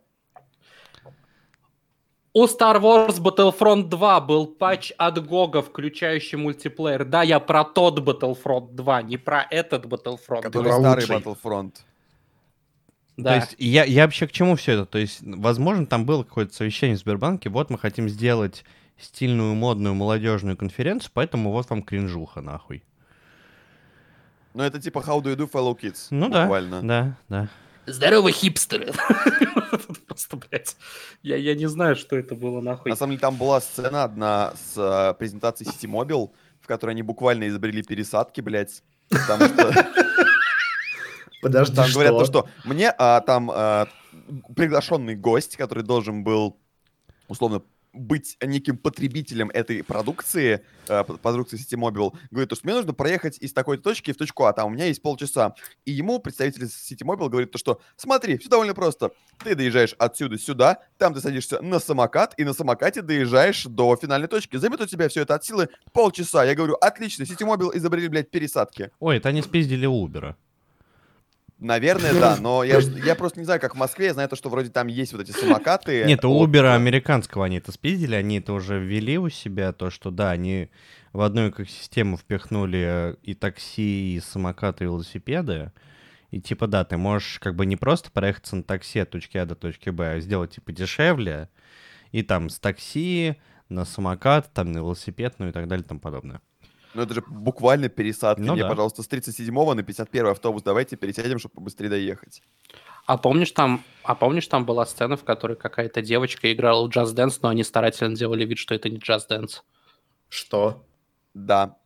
У Star Wars Battlefront два был патч от Гога, включающий мультиплеер. Да, я про тот Battlefront два, не про этот Battlefront. Который Про старый лучший. Battlefront. Да. То есть я, я вообще к чему все это? То есть, возможно, там было какое-то совещание в Сбербанке, вот мы хотим сделать стильную, модную, молодежную конференцию, поэтому вот вам кринжуха, нахуй. Ну, это типа How do you do, fellow kids? Ну да, Буквально. да, да. Здорово, хипстеры. Просто, блядь, я, я не знаю, что это было нахуй. На самом деле, там была сцена одна с э, презентацией City Mobile, в которой они буквально изобрели пересадки, блядь. Потому что Подожди, там что? говорят, то, что мне а, там а, приглашенный гость, который должен был, условно, быть неким потребителем этой продукции, э, п- продукции City Mobile, говорит, то, что мне нужно проехать из такой точки в точку А, там у меня есть полчаса. И ему представитель City Mobile говорит то, что смотри, все довольно просто. Ты доезжаешь отсюда сюда, там ты садишься на самокат, и на самокате доезжаешь до финальной точки. Займет у тебя все это от силы полчаса. Я говорю, отлично, City Mobile изобрели, блядь, пересадки. Ой, это они спиздили у Uber. Наверное, да, но я, ж- я просто не знаю, как в Москве, я знаю то, что вроде там есть вот эти самокаты. Нет, у от, Uber э, американского они это спиздили, они это уже ввели у себя, то, что да, они в одну экосистему впихнули э, и такси, и самокаты, и велосипеды. И типа да, ты можешь как бы не просто проехаться на такси от точки А до точки Б, а сделать типа дешевле. И там с такси, на самокат, там на велосипед, ну и так далее и тому подобное. Ну это же буквально пересадки. Ну Мне, да. пожалуйста, с тридцать седьмого на пятьдесят первый автобус давайте пересядем, чтобы побыстрее доехать. А помнишь там, а помнишь там была сцена, в которой какая-то девочка играла в Just Dance, но они старательно делали вид, что это не Just Dance. Что? Да.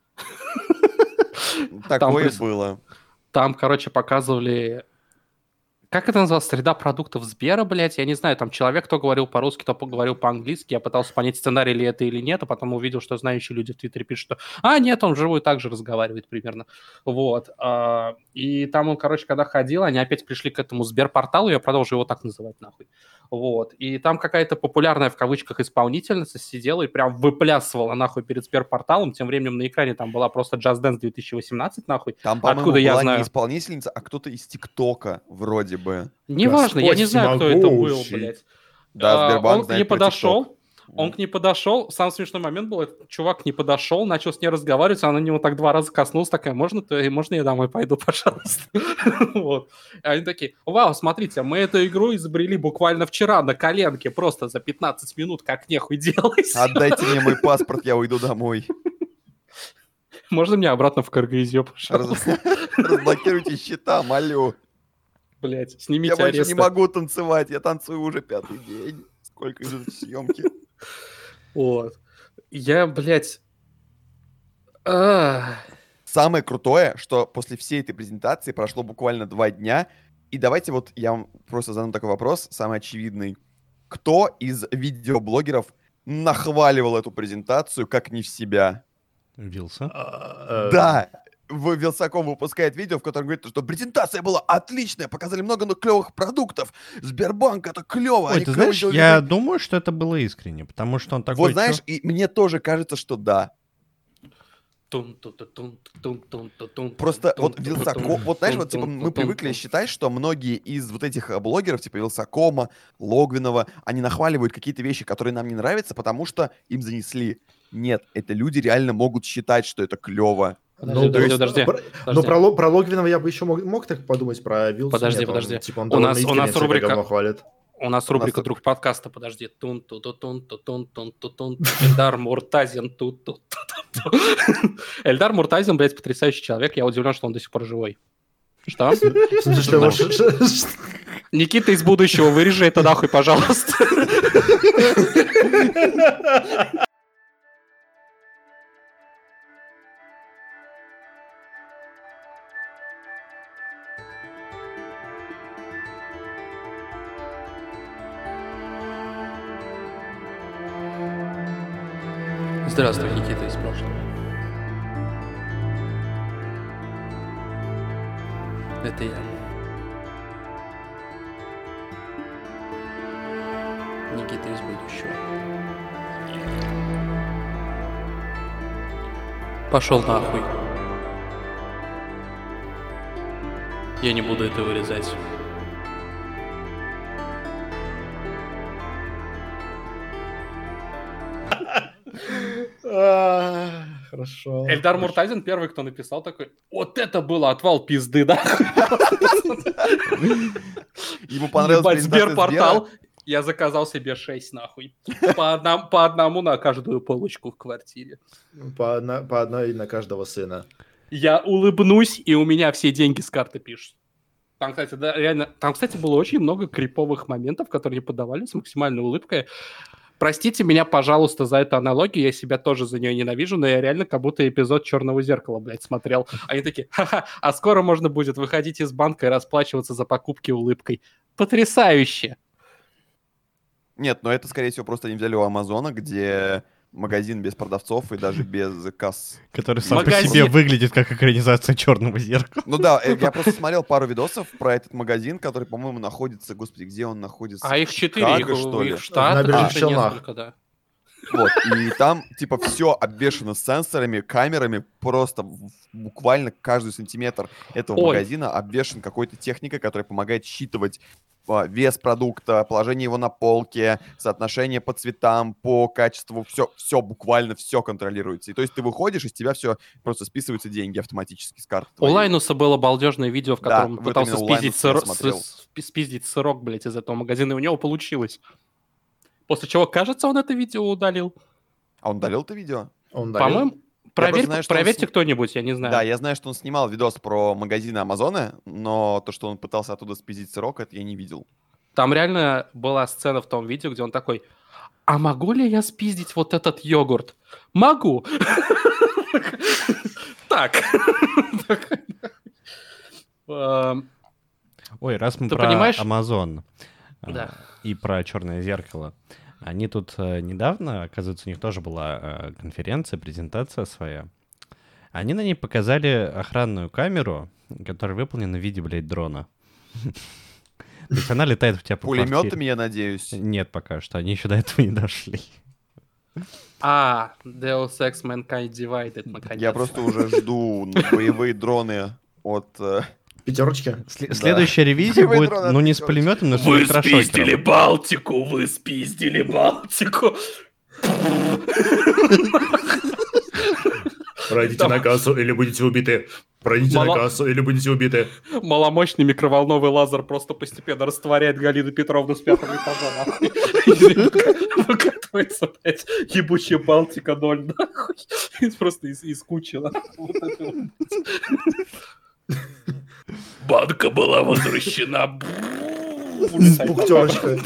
Такое прис- было. Там, короче, показывали... Как это называлось? Среда продуктов Сбера, блядь? Я не знаю, там человек то говорил по-русски, то говорил по-английски. Я пытался понять, сценарий ли это или нет, а потом увидел, что знающие люди в Твиттере пишут, что «А, нет, он вживую так же разговаривает примерно». Вот. а, И там он, короче, когда ходил, они опять пришли к этому Сберпорталу, я продолжу его так называть, нахуй. Вот. И там какая-то популярная, в кавычках, исполнительница сидела и прям выплясывала, нахуй, перед Сберпорталом. Тем временем на экране там была просто Just Dance две тысячи восемнадцать, нахуй. Там, по-моему, Откуда я была знаю? не исполнительница, а кто-то из ТикТока вроде бы. Неважно, я не Господь знаю, кто это был, всемогущий. блядь. Да, А, Сбербанк он к знает ней про подошел, ТикТок. он к ней подошел, самый смешной момент был, этот чувак к ней подошел, начал с ней разговаривать, она на него так два раза коснулась, такая, можно, ты, можно я домой пойду, пожалуйста? Вот. И они такие, вау, смотрите, мы эту игру изобрели буквально вчера на коленке, просто за пятнадцать минут, как нехуй делать. Отдайте мне мой паспорт, я уйду домой. Можно мне обратно в Кыргызию, Раз- пожалуйста? Разблокируйте счета, молю. Блять, Я снимите больше аресты. не могу танцевать, я танцую уже пятый день. Сколько идут съемки. Вот. Я, блядь... Ах. Самое крутое, что после всей этой презентации прошло буквально два дня. И давайте вот я вам просто задам такой вопрос, самый очевидный. Кто из видеоблогеров нахваливал эту презентацию как не в себя. Вилса? А, э, Да, В- Вилсаком выпускает видео, в котором говорит, что презентация была отличная, показали много ну, клевых продуктов. Сбербанк это клево. Ой, ты знаешь, я думаю, что это было искренне, потому что он такой... Вот знаешь, «Чё?» и мне тоже кажется, что да. Просто вот Вилсаком, вот знаешь, вот типа мы привыкли считать, что многие из вот этих э, блогеров, типа Вилсакома, Логвинова, они нахваливают какие-то вещи, которые нам не нравятся, потому что им занесли. Нет, это люди реально могут считать, что это клево. Подожди, Ну, подожди, то есть, подожди, про- подожди. Но про, Ло- про Логвинова я бы еще мог, мог так подумать, про Вилсу Подожди, нет, он, подожди. типа, он У довольно нас- у искренне нас всякое рубрика- говно хвалит. У нас У рубрика нас- «Друг подкаста», подожди. тун ту ту тун ту тун тун ту тун Эльдар Муртазин. тут тут Эльдар Муртазин, блядь, потрясающий человек. Я удивлен, что он до сих пор живой. Что? В смысле, что его ш- ш- ш- Никита из будущего, вырежи это нахуй, пожалуйста. Здравствуй, Никита из прошлого. Это я. Никита из будущего. Пошел нахуй. Я не буду это вырезать. А, Хорошо. Эльдар Муртазин первый, кто написал такой: вот это было отвал пизды, да? Ему понравилась Ебать, презентация Сберпортал. Я заказал себе шесть, нахуй. По, одному, по одному на каждую полочку в квартире. По, одна- по одной на каждого сына. Я улыбнусь, и у меня все деньги с карты пишут. Там, кстати, да, реально, там, кстати, было очень много криповых моментов, которые подавали с максимальной улыбкой. Простите меня, пожалуйста, за эту аналогию, я себя тоже за нее ненавижу, но я реально как будто эпизод «Черного зеркала», блядь, смотрел. Они такие: ха-ха, а скоро можно будет выходить из банка и расплачиваться за покупки улыбкой. Потрясающе! Нет, но это, скорее всего, просто они взяли у Амазона, где магазин без продавцов и даже без касс. Который сам Магазин. по себе выглядит как экранизация «Черного зеркала». Ну да, э, я просто смотрел пару видосов про этот магазин, который, по-моему, находится... Господи, где он находится? А их четыре, их, Чикаго, что ли? их штат, В Набережных а, Челнах. несколько, да. Вот, и там, типа, все обвешано сенсорами, камерами, просто в- буквально каждый сантиметр этого Ой. магазина обвешан какой-то техникой, которая помогает считывать а, вес продукта, положение его на полке, соотношение по цветам, по качеству, все, все, буквально все контролируется. И то есть ты выходишь, из тебя все просто списываются деньги автоматически с карты. У твоей. Лайнуса было балдежное видео, в Да, котором вот пытался именно у спиздить, Лайнуса я сыро- смотрел. с- спи- спиздить сырок, блядь, из этого магазина, и у него получилось. После чего, кажется, он это видео удалил. А он удалил это видео? Он удалил? По-моему, проверь, знаю, что он проверьте с- кто-нибудь, я не знаю. Да, я знаю, что он снимал видос про магазины Амазона, но то, что он пытался оттуда спиздить сырок, это я не видел. Там реально была сцена в том видео, где он такой: а могу ли я спиздить вот этот йогурт? Могу. Так. Эм, Ой, раз мы Ты про понимаешь? Amazon а, Да. и про «Черное зеркало», они тут э, недавно, оказывается, у них тоже была э, конференция, презентация своя. Они на ней показали охранную камеру, которая выполнена в виде, блядь, дрона. То есть она летает у тебя по Пулеметами, квартире. я надеюсь. Нет, пока что. Они еще до этого не дошли. А, Deus Ex Mankind Divided, наконец. Я просто уже жду боевые дроны от... э, Пятерочки? Сле- Да. Следующая ревизия Боевые будет, дроны ну, от не с пятерочки. пулеметом, но с Вы спиздили электрошокером. Балтику, вы спиздили Балтику. Пройдите на кассу или будете убиты. Пройдите Мало- на кассу или будете убиты. Маломощный микроволновый лазер просто постепенно растворяет Галину Петровну с пятого этажа, нахуй. Выкатывается, блядь, ебучая Балтика ноль, нахуй. Просто из, из кучи, нахуй. Вот это вот. Банка была возвращена. С бухтерочкой.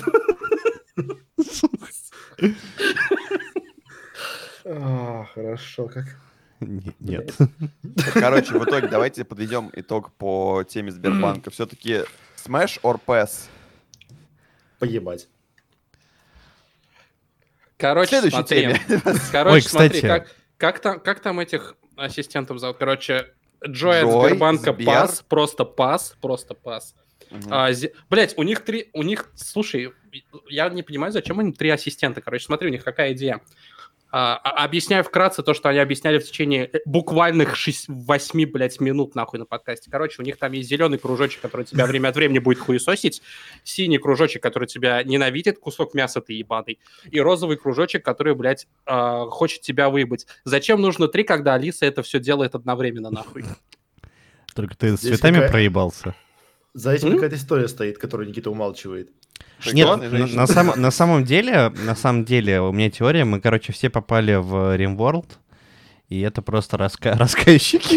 А, Хорошо, как... Не- Нет. Короче, в итоге давайте подведем итог по теме Сбербанка. Все-таки Smash or Pass? Поебать. Короче, Следующей смотри. теме. Короче, Ой, смотри, кстати. как, как, там, как там этих ассистентов зовут? Короче, Джой от Джой, Сбербанка Сбер. пас, просто пас, просто пас. Мгм. А, зе- блять, у них три, у них, слушай, я не понимаю, зачем им три ассистента. Короче, смотри, у них какая идея. А, а- объясняю вкратце то, что они объясняли в течение э, буквальных шесть, восемь, блядь, минут нахуй на подкасте. Короче, у них там есть зеленый кружочек, который тебя время от времени будет хуесосить, синий кружочек, который тебя ненавидит, кусок мяса ты ебаный, и розовый кружочек, который, блядь, а, хочет тебя выебать. Зачем нужно три, когда Алиса это все делает одновременно нахуй? Только ты с Здесь цветами какая- проебался. За этим М? какая-то история стоит, которую Никита умалчивает. Нет, Прекрасная на, женщина. на сам- на самом деле, на самом деле, у меня теория, мы, короче, все попали в RimWorld, и это просто раска- рассказчики.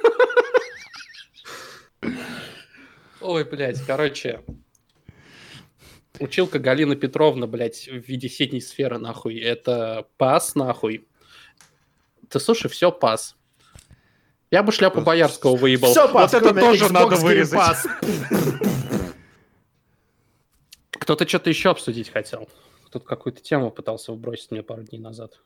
Ой, блядь, короче, училка Галина Петровна, блядь, в виде синей сферы, нахуй, это пас, нахуй. Ты слушай, все пас. Я бы шляпу Боярского выебал. Все, Вот пас, это кроме тоже Xbox надо Game вырезать. Pass. Кто-то что-то еще обсудить хотел. Тут какую-то тему пытался вбросить мне пару дней назад.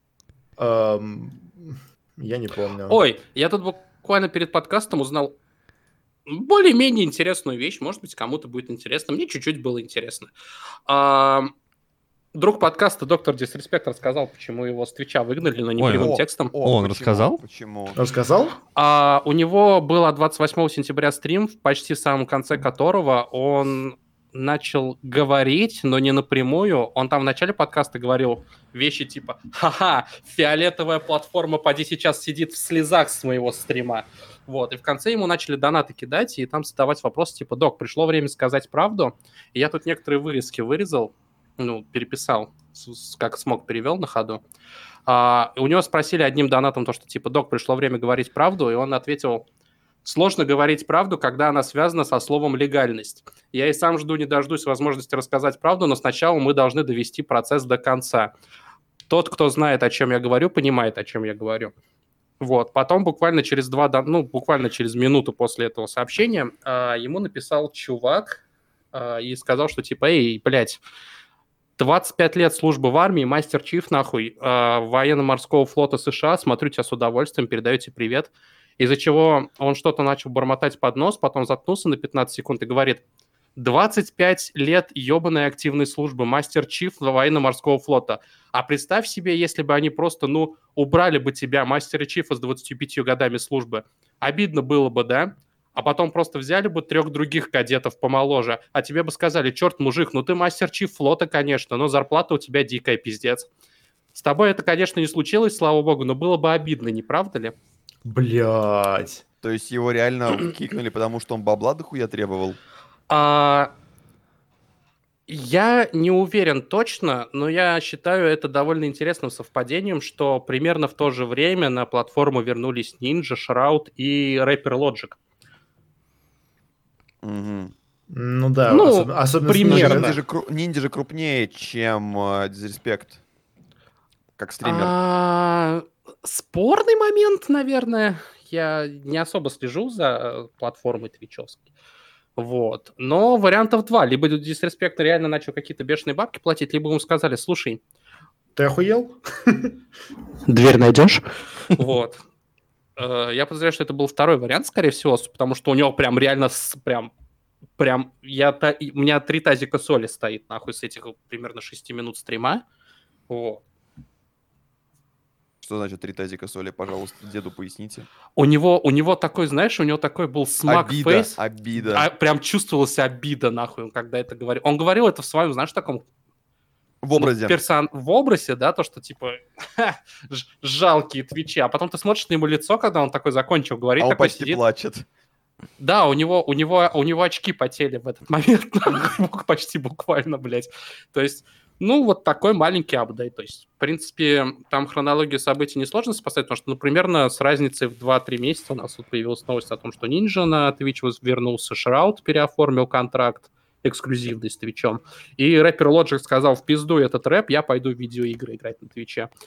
Эм, Я не помню. Ой, я тут буквально перед подкастом узнал более-менее интересную вещь. Может быть, кому-то будет интересно. Мне чуть-чуть было интересно. А, друг подкаста доктор Дисреспект рассказал, почему его с Твича выгнали, но не Ой, прямым О, текстом. о, Он почему? рассказал? Почему? Рассказал? А, у него было двадцать восьмого сентября стрим, в почти самом конце которого он начал говорить, но не напрямую. Он там в начале подкаста говорил вещи типа «Ха-ха, фиолетовая платформа поди сейчас сидит в слезах с моего стрима». Вот, и в конце ему начали донаты кидать, и там задавать вопросы типа «Док, пришло время сказать правду». И я тут некоторые вырезки вырезал, ну, переписал, с- с- как смог, перевел на ходу. А, и у него спросили одним донатом то, что типа «Док, пришло время говорить правду», и он ответил «Сложно говорить правду, когда она связана со словом «легальность». Я и сам жду не дождусь возможности рассказать правду, но сначала мы должны довести процесс до конца. Тот, кто знает, о чем я говорю, понимает, о чем я говорю». Вот. Потом буквально через два, дон- ну, буквально через минуту после этого сообщения а, ему написал чувак а, и сказал, что типа «Эй, блядь, двадцать пять лет службы в армии, мастер Чиф, нахуй, а, военно-морского флота США, смотрю тебя с удовольствием, передаю тебе привет». Из-за чего он что-то начал бормотать под нос, потом заткнулся на пятнадцать секунд и говорит: двадцать пять лет ебаной активной службы, мастер Чиф военно-морского флота. А представь себе, если бы они просто, ну, убрали бы тебя, мастера Чифа с двадцатью пятью годами службы. Обидно было бы, да? А потом просто взяли бы трех других кадетов помоложе, а тебе бы сказали: черт, мужик, ну ты мастер Чиф флота, конечно, но зарплата у тебя дикая, пиздец. С тобой это, конечно, не случилось, слава богу, но было бы обидно, не правда ли? Блять. То есть его реально кикнули, потому что он бабла дохуя требовал? А, я не уверен точно, но я считаю это довольно интересным совпадением, что примерно в то же время на платформу вернулись Ninja, Shroud и Rapper Logic. Мгм. Ну да, Ну, особенно, особенно с примерно. Но нулями. Ниндзя же, кру- Ниндзя же крупнее, чем э, Дизреспект. Как стример. А, спорный момент, наверное. Я не особо слежу за э, платформой твичевской. Вот. Но вариантов два. Либо Disrespect реально начал какие-то бешеные бабки платить, либо ему сказали: слушай, Ты охуел? дверь найдешь? Вот. Э, Я подозреваю, что это был второй вариант, скорее всего, с- потому что у него прям реально с- прям прям я та- и- у меня три тазика соли стоит нахуй с этих примерно шести минут стрима. Вот. Что значит три тазика соли? Пожалуйста, деду поясните. У него у него такой, знаешь, у него такой был смак Обида, фейс. обида. А, прям чувствовалась обида, нахуй, он когда это говорил. Он говорил это в своем, знаешь, таком В образе. ну, персон... в образе, да, то, что типа «Ха, ж- жалкие твичи, а потом ты смотришь на его лицо, когда он такой закончил говорить, А он такой почти сидит. плачет. Да, у него, у него, у него очки потели в этот момент, почти буквально, блядь. То есть, ну, вот такой маленький апдейт. То есть, в принципе, там хронологию событий несложно сопоставить, потому что, ну, примерно с разницей в два-три месяца у нас вот появилась новость о том, что Ninja на Twitch вернулся, Shroud переоформил контракт эксклюзивный с Твичом, и рэпер Logic сказал: в пизду этот рэп, я пойду в видеоигры играть на Твиче.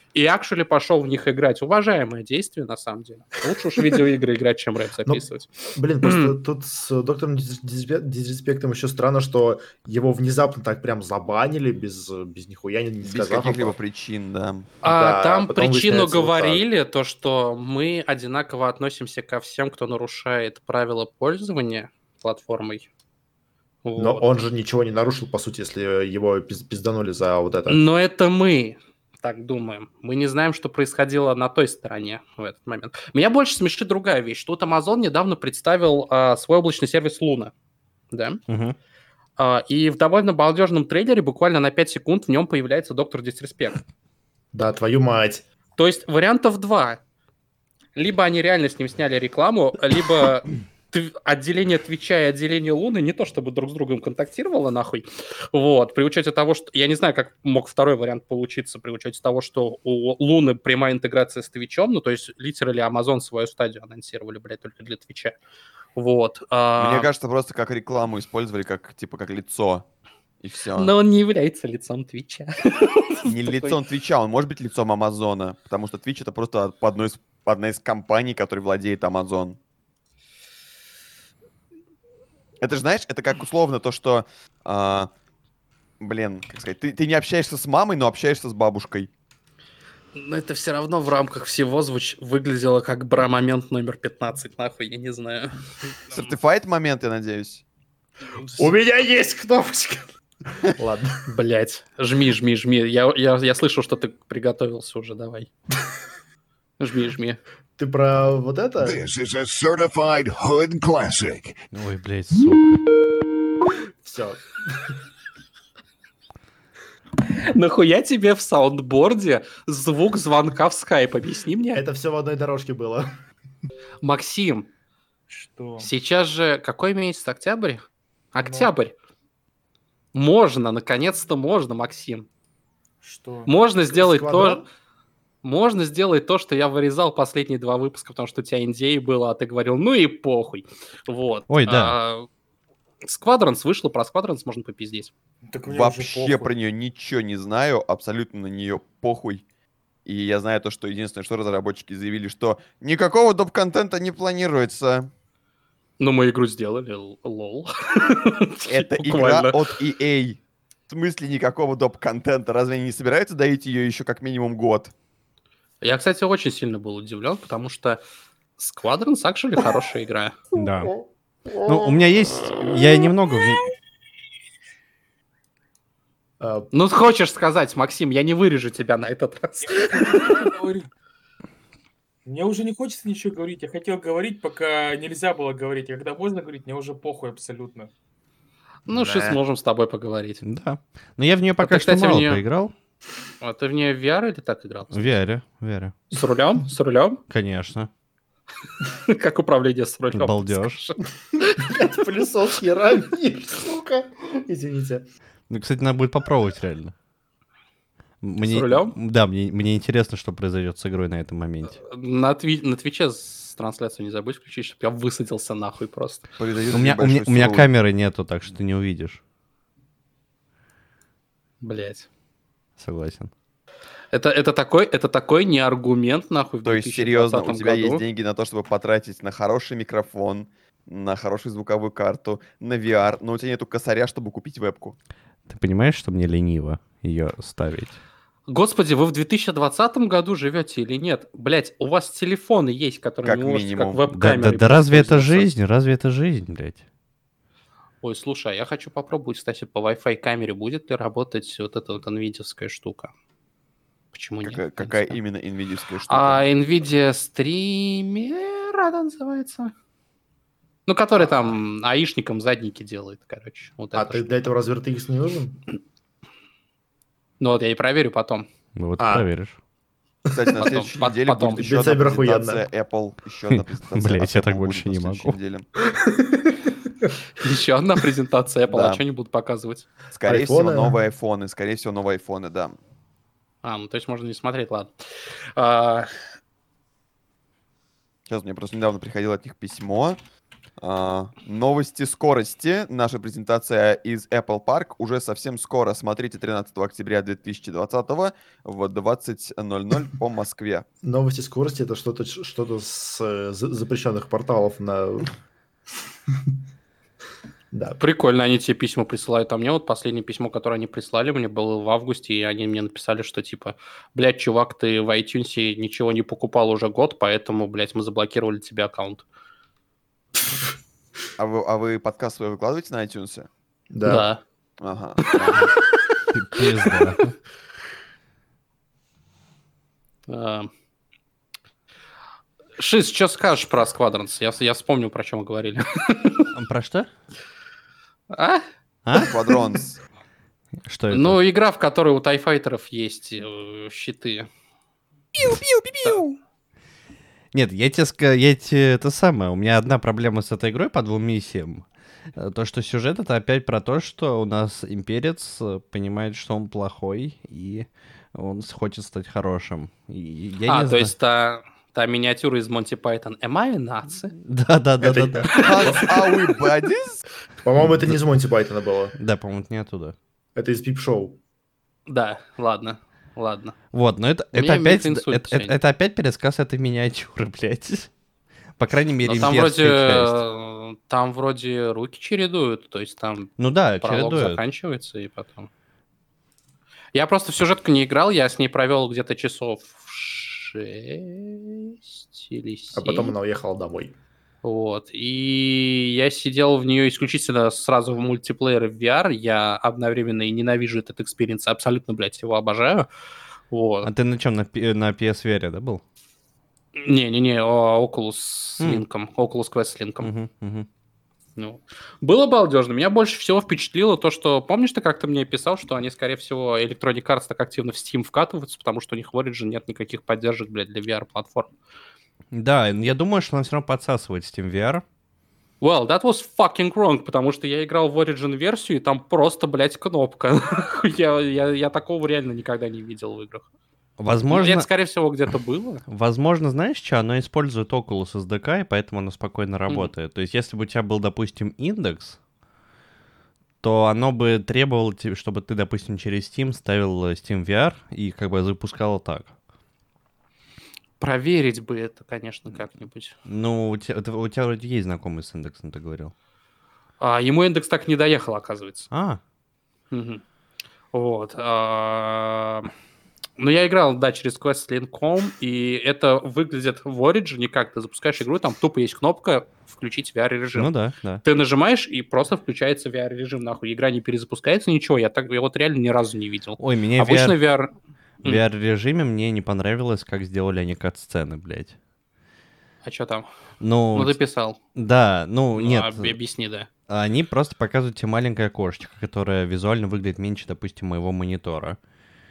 и actually пошел в них играть. Уважаемое действие, на самом деле. Лучше уж в видеоигры играть, чем рэп записывать. Блин, просто тут с доктором Дизреспектом еще странно, что его внезапно так прям забанили без, без нихуя не Без сказав. каких-либо причин, да. А Да, там потом причину выясняется вот так. говорили, то, что мы одинаково относимся ко всем, кто нарушает правила пользования платформой. Но Вот. он же ничего не нарушил, по сути, если его пиз- пизданули за вот это. Но это мы так думаем. Мы не знаем, что происходило на той стороне в этот момент. Меня больше смешит другая вещь. Тут Amazon недавно представил а, свой облачный сервис Luna. Да? Мгм. А, и в довольно балдежном трейлере буквально на пять секунд в нем появляется доктор Disrespect. Да, твою мать. То есть вариантов два. Либо они реально с ним сняли рекламу, либо тв- отделение Твича и отделение Луны не то чтобы друг с другом контактировало нахуй. Вот. При учете того, что... Я не знаю, как мог второй вариант получиться, при учете того, что у Луны прямая интеграция с Твичом, ну то есть литерали Amazon свою стадию анонсировали, блядь, только для Твича. Вот. а, Мне кажется, просто как рекламу использовали, как типа как лицо. И все. Но он не является лицом Твича. Не Такой- лицом Твича, он может быть лицом Амазона. Потому что Твич это просто по одной из, одна из компаний, которой владеет Амазон. Это же, знаешь, это как условно то, что... а, блин, как сказать, ты, ты не общаешься с мамой, но общаешься с бабушкой. Но это все равно в рамках всего звуч... выглядело как бра-момент номер пятнадцать, нахуй, я не знаю. Certified момент, я надеюсь. У меня есть кнопочка. Ладно. Блять, жми, жми, жми. Я, я, я слышу, что ты приготовился уже, давай. Жми, жми. Ты про вот это? This is a certified hood classic. Ой, блядь, сука. Все. Нахуя тебе в саундборде звук звонка в скайп? Объясни мне. Это все в одной дорожке было. Максим, Что? сейчас же какой месяц? Октябрь? Октябрь. Можно, наконец-то можно, Максим. Что? Можно сделать то, Сквадрон? можно сделать то, что я вырезал последние два выпуска, потому что у тебя эн ди эй было, а ты говорил, ну и похуй. Вот. Ой, да. А, Squadrons вышло, про Squadrons можно попиздеть. Так мне уже Вообще похуй. про нее ничего не знаю, абсолютно на нее похуй. И я знаю то, что единственное, что разработчики заявили, что никакого доп-контента не планируется. Ну, мы игру сделали, л- лол. Это Буквально. игра от и эй. В смысле никакого доп-контента? Разве они не собираются доить ее еще как минимум год? Я, кстати, очень сильно был удивлен, потому что Squadrons actually хорошая игра. Да. Ну, у меня есть... Я немного в ней... А, Ну, хочешь сказать, Максим, я не вырежу тебя на этот раз. Говори. Мне уже не хочется ничего говорить. Я хотел говорить, пока нельзя было говорить. А когда можно говорить, мне уже похуй абсолютно. Ну, сейчас Да. сможем с тобой поговорить. Да. Но я в нее пока ты, что кстати, в мало неё- поиграл. А ты в нее в ви ар или так играл? В ви ар, в ви ар. С рулем? С рулем? Конечно. Как управление с рулем? Балдеж. Пылесос Яромир, сука. Извините. Ну, кстати, надо будет попробовать реально. Мне... рулем? Да, мне, мне интересно, что произойдет с игрой на этом моменте. На, тви... на Твиче с трансляцию не забудь включить, чтобы я высадился нахуй просто. Произойдет У меня, у, небольшой меня, у меня срыв. камеры нету, так что ты не увидишь. Блять. Согласен. Это, это, такой, это такой не аргумент, нахуй, в То есть, две тысячи серьезно, у двадцатом тебя году. есть деньги на то, чтобы потратить на хороший микрофон, на хорошую звуковую карту, на ви ар, но у тебя нету косаря, чтобы купить вебку. Ты понимаешь, что мне лениво ее ставить? Господи, вы в две тысячи двадцатом году живете или нет? Блять, у вас телефоны есть, которые Как не можете минимум. как Да, веб-камерой да, да разве это пользоваться. жизнь? Разве это жизнь, блядь? Ой, слушай, а я хочу попробовать, кстати, по Wi-Fi камере будет ли работать вот эта вот NVIDIA-ская штука? Почему нет? Какая, в какая принципе? именно NVIDIA-ская штука? А NVIDIA стример она называется? Ну, который там аишникам задники делает, короче. Вот А эта ты штука. для этого разве эр ти экс не нужен? Ну вот я и проверю потом. Ну вот А. проверишь. Кстати, на Потом, следующей пот- неделе потом. будет еще Для одна Cyber охуенно. презентация Apple. Еще одна презентация Блядь, от я так Apple больше будет не на следующей могу. неделе. Еще одна презентация Apple. Да. А что они будут показывать? Скорее всего, Айфоны. новые айфоны. Скорее всего, новые айфоны, да. А, ну то есть можно не смотреть, ладно. А, Сейчас мне просто недавно приходило от них письмо. А, новости скорости. Наша презентация из Apple Park уже совсем скоро. Смотрите тринадцатого октября две тысячи двадцатого в двадцать ноль ноль по Москве. Новости скорости — это что-то что-то с э, за- запрещенных порталов на... Да. Прикольно, они тебе письма присылают. А мне вот последнее письмо, которое они прислали, мне было в августе, и они мне написали, что типа, блядь, чувак, ты в iTunes ничего не покупал уже год, поэтому, блядь, мы заблокировали тебе аккаунт. А вы, а вы подкаст свой выкладываете на iTunes? Да. Ага. Пи- Пизда. А. Шиз, что скажешь про Squadrons? Я, я вспомнил, про чем мы говорили. А Про что? А? А? Quadrons. Что это? Ну, игра, в которой у тайфайтеров есть э, щиты. Нет, я тебе скажу, я тебе это самое. У меня одна проблема с этой игрой по двум миссиям. Э, То, что сюжет это опять про то, что у нас имперец э, понимает, что он плохой, и он хочет стать хорошим. И я а, не то знаю. есть та, та миниатюра из Монти Пайтон. Am I a Nazi? Да, да, да, Это- да, да. Hans, are we buddies? По-моему, это не из Монти Пайтона было. Да, по-моему, это не оттуда. Это из Пип-шоу. Да, ладно, ладно. Вот, но это, У это меня опять, микроинсульт это, это- сегодня. это опять пересказ этой миниатюры, блядь. По крайней мере, Но там имперская вроде, часть. э, там вроде руки чередуют, то есть там Ну да, пролог чередует. заканчивается и потом. Я просто в сюжетку не играл, я с ней провел где-то часов шесть или семь. А потом она уехала домой. Вот. И я сидел в нее исключительно сразу в мультиплеере в ви ар. Я одновременно и ненавижу этот экспириенс, абсолютно, блядь, его обожаю. Вот. А ты на чем, на, пи- на пи эс ви ар, да, был? Не-не-не, о, Oculus с М. линком, Oculus Quest с линком. Мгм, мгм. Ну, было балдежно. Меня больше всего впечатлило то, что... Помнишь, ты как-то мне писал, что они, скорее всего, Electronic Arts так активно в Steam вкатываются, потому что у них в Origin нет никаких поддержек, блядь, для ви ар-платформ. Да, я думаю, что он все равно подсасывает Steam ви ар. Well, that was fucking wrong, потому что я играл в Origin-версию, и там просто, блядь, кнопка. я, я, я такого реально никогда не видел в играх. Ну, Возможно, это, скорее всего, где-то было. возможно, знаешь что, оно использует Oculus эс ди кей, и поэтому оно спокойно работает. То есть, если бы у тебя был, допустим, индекс, то оно бы требовало, те- чтобы ты, допустим, через Steam ставил э, Steam ви ар и как бы запускало так. Проверить бы это, конечно, как-нибудь. Ну, у тебя, это- у тебя вроде есть знакомый с индексом, ты говорил. А, ему индекс так не доехал, оказывается. А, Мгм. Вот. а, Ну, я играл, да, через questlink точка ком, и это выглядит в Origin как ты запускаешь игру, там тупо есть кнопка «Включить ви ар-режим». ну да, да. Ты нажимаешь, и просто включается ви ар-режим, нахуй. Игра не перезапускается, ничего. Я, так, я вот реально ни разу не видел. Ой, мне в Обычно ви ар, ви ар... в ви ар-режиме мне не понравилось, как сделали они кат-сцены, блядь. А что там? Ну, Ну, ты писал. да, ну, Ну, нет. об- объясни, да. Они просто показывают тебе маленькое окошечко, которое визуально выглядит меньше, допустим, моего монитора,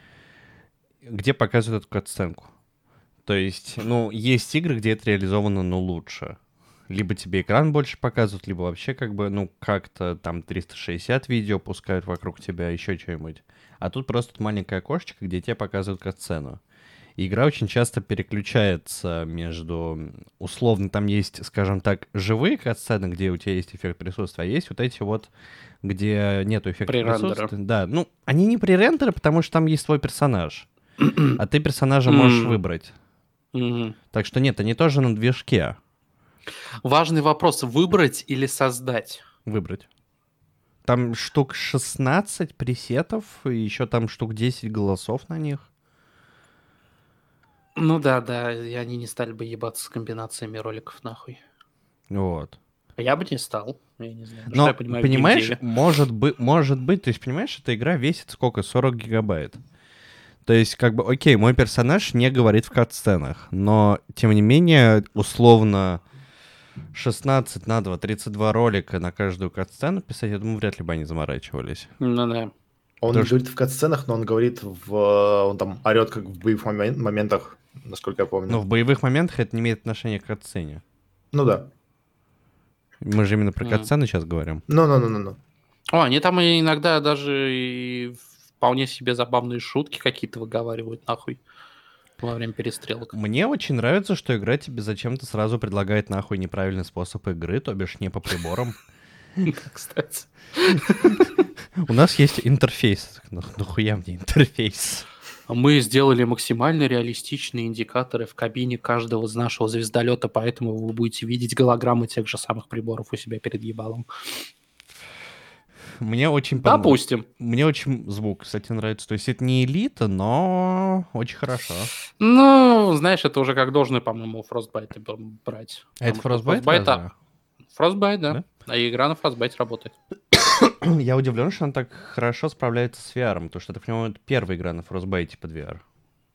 где показывают эту кат-сценку. То есть, ну, есть игры, где это реализовано, ну, лучше. Либо тебе экран больше показывают, либо вообще как бы, ну, как-то там триста шестьдесят видео пускают вокруг тебя, еще что-нибудь. А тут просто маленькое окошечко, где тебе показывают кат-сцену. И игра очень часто переключается между... Условно, там есть, скажем так, живые кат-сцены, где у тебя есть эффект присутствия, а есть вот эти вот, где нету эффекта Пререндеры. присутствия. Да, ну, они не пререндеры, потому что там есть твой персонаж. А ты персонажа можешь М. выбрать. Мгм. Так что нет, они тоже на движке Важный вопрос. Выбрать или создать? выбрать. Там штук шестнадцать пресетов, и еще там штук десять голосов на них. Ну да, да, и они не стали бы ебаться с комбинациями роликов, нахуй. Вот. Я бы не стал. Я не знаю. Ну, что Но, я понимаю в понимаешь, геймдеве. может быть, может быть, то есть, понимаешь, эта игра весит сколько? сорок гигабайт. То есть, как бы, окей, мой персонаж не говорит в кат-сценах, но, тем не менее, условно, шестнадцать на два, тридцать два ролика на каждую кат-сцену писать, я думаю, вряд ли бы они заморачивались. Ну да. Он Тоже- не говорит в кат-сценах, но он говорит в... Он там орет как в боевых момен- моментах, насколько я помню. Но в боевых моментах это не имеет отношения к кат-сцене. Ну да. Мы же именно про Мгм. кат-сцены сейчас говорим. Ну-ну-ну-ну. О, они там и иногда даже и вполне себе забавные шутки какие-то выговаривают, нахуй. во время перестрелок. Мне очень нравится, что игра тебе зачем-то сразу предлагает нахуй неправильный способ игры, то бишь не по приборам. Кстати. У нас есть интерфейс. Ну, нахуя мне интерфейс? Мы сделали максимально реалистичные индикаторы в кабине каждого из нашего звездолета, поэтому вы будете видеть голограммы тех же самых приборов у себя перед ебалом. Мне очень понравилось. Допустим. Мне очень звук, кстати, нравится. То есть это не элита, но очень хорошо. Ну, знаешь, это уже как должны, по-моему, Frostbite брать. А это Потому что Frostbite? Frostbite, разве? Frostbite, да. Да? А игра на Frostbite работает. Я удивлен, что он так хорошо справляется с ви ар, потому что, я так понимаю, это первая игра на Frostbite под ви ар.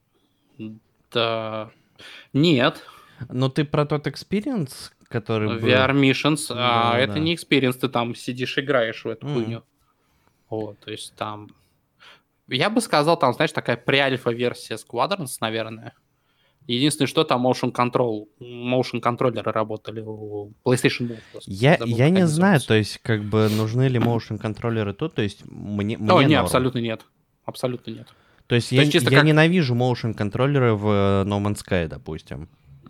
Да. Нет. Но ты про тот experience, который был... ви ар Missions, а Да, это да. не experience, ты там сидишь, играешь в эту Мгм. хуйню. Вот, то есть там... Я бы сказал, там, знаешь, такая pre-альфа-версия Squadrons, наверное. Единственное, что там motion control, motion контроллеры работали у PlayStation Move. господи, Я, забыл, я как не они знаю, называются. то есть, как бы, нужны ли motion контроллеры тут, то есть, мне, мне О, не, норм. абсолютно нет. Абсолютно нет. То есть, То я, есть чисто я как- ненавижу motion контроллеры в э, No Man's Sky, допустим.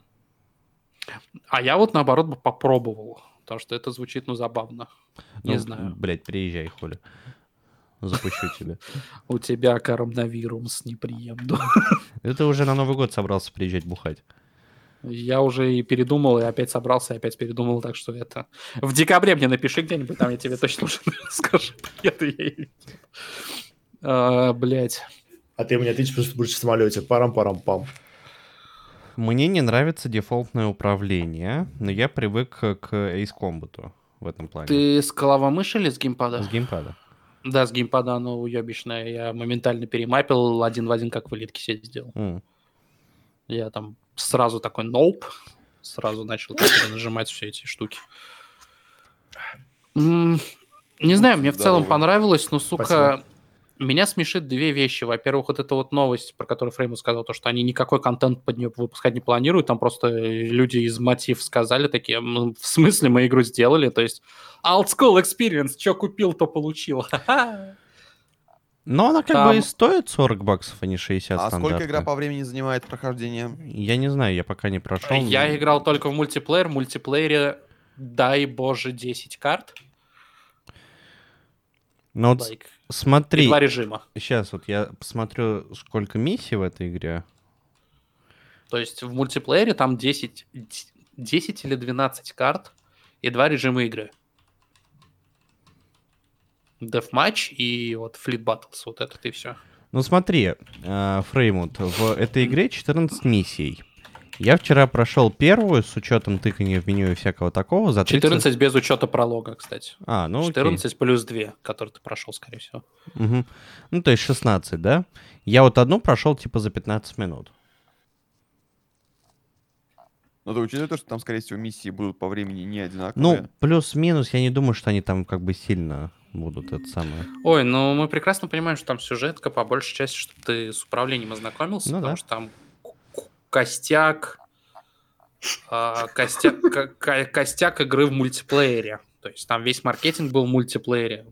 А я вот, наоборот, бы попробовал. Потому что это звучит, ну, забавно. Не Ну, знаю. Блядь, приезжай, хули. Запущу тебя. У тебя коронавирус, не приеду. Это уже на Новый год собрался приезжать бухать. Я уже и передумал, и опять собрался, и опять передумал, так что это... В декабре мне напиши где-нибудь, там я тебе точно уже скажу, приеду я или нет. А, блядь. А ты мне ответишь, потому что будешь в самолете. Парам-парам-пам. Мне не нравится дефолтное управление, но я привык к Ace Combat в этом плане. Ты с головомыши или с геймпада? С геймпада. Да, с геймпада оно уебищное. Я моментально перемапил один в один, как в элитке себе сделал. М. Я там сразу такой ноуп, сразу начал нажимать все эти штуки. М, Не знаю, мне в целом Здорово. понравилось, но, сука, Спасибо. меня смешит две вещи. Во-первых, вот эта вот новость, про которую Фрейму сказал, то, что они никакой контент под нее выпускать не планируют. Там просто люди из Мотив сказали такие, «М, в смысле мы игру сделали? То есть old school experience, что купил, то получил. Ха-ха». Но она как Там- бы и стоит сорок баксов, а не шестьдесят А сколько стандартно. игра по времени занимает прохождение? Я не знаю, я пока не прошел. Я играл только в мультиплеер. В мультиплеере, дай боже, десять карт. Ну вот Like, и смотри, два режима. сейчас вот я посмотрю, сколько миссий в этой игре. То есть в мультиплеере там десять, десять или двенадцать карт и два режима игры. Deathmatch и вот Fleet Battles, вот это и все. Ну смотри, э, Фреймут, в этой игре четырнадцать миссий. Я вчера прошел первую с учетом тыкания в меню и всякого такого за тридцать... четырнадцать без учета пролога, кстати. А, ну окей. четырнадцать плюс два, которые ты прошел, скорее всего. Мгм. Ну то есть шестнадцать, да? Я вот одну прошел типа за пятнадцать минут. Ну, ты учитывая то, что там, скорее всего, миссии будут по времени не одинаковые. Ну, плюс-минус, я не думаю, что они там как бы сильно будут это самое. Ой, ну мы прекрасно понимаем, что там сюжетка по большей части, чтобы ты с управлением ознакомился, Ну потому да. что там к- к- костяк, а, костяк, ко- ко- костяк игры в мультиплеере. То есть там весь маркетинг был в мультиплеере.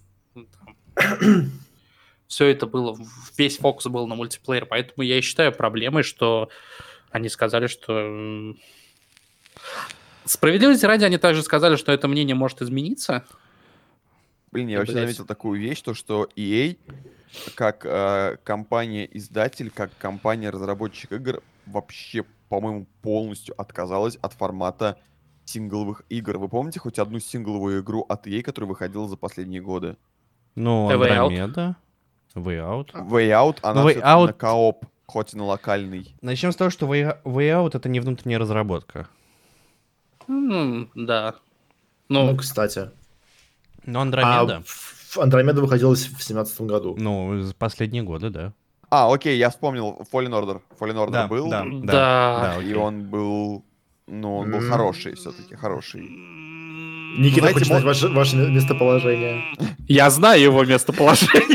Все это было, в- весь фокус был на мультиплеере. Поэтому я и считаю проблемой, что они сказали, что... м, Справедливости ради, они также сказали, что это мнение может измениться. Блин, я Да, вообще блядь. заметил такую вещь, то что и эй, как э, компания-издатель, как компания-разработчик игр, вообще, по-моему, полностью отказалась от формата сингловых игр. Вы помните хоть одну сингловую игру от и эй, которая выходила за последние годы? Ну, A Way Out. Андромеда, Way Out. Way Out, она Way всё-таки Out- на кооп, хоть и на локальный. Начнем с того, что Way, Way Out это не внутренняя разработка. Ну, да. Ну, Ну, кстати. Но А Андромеда, в- Андромеда выходила в семнадцатом году. ну, за последние годы, да. А, окей, я вспомнил, Fallen Order. Fallen Order Да, был, да, Да. да, и окей. он был, ну, он был М. хороший все-таки, хороший. Никита знаете, хочет знать мо- ваше, ваше местоположение. я знаю его местоположение.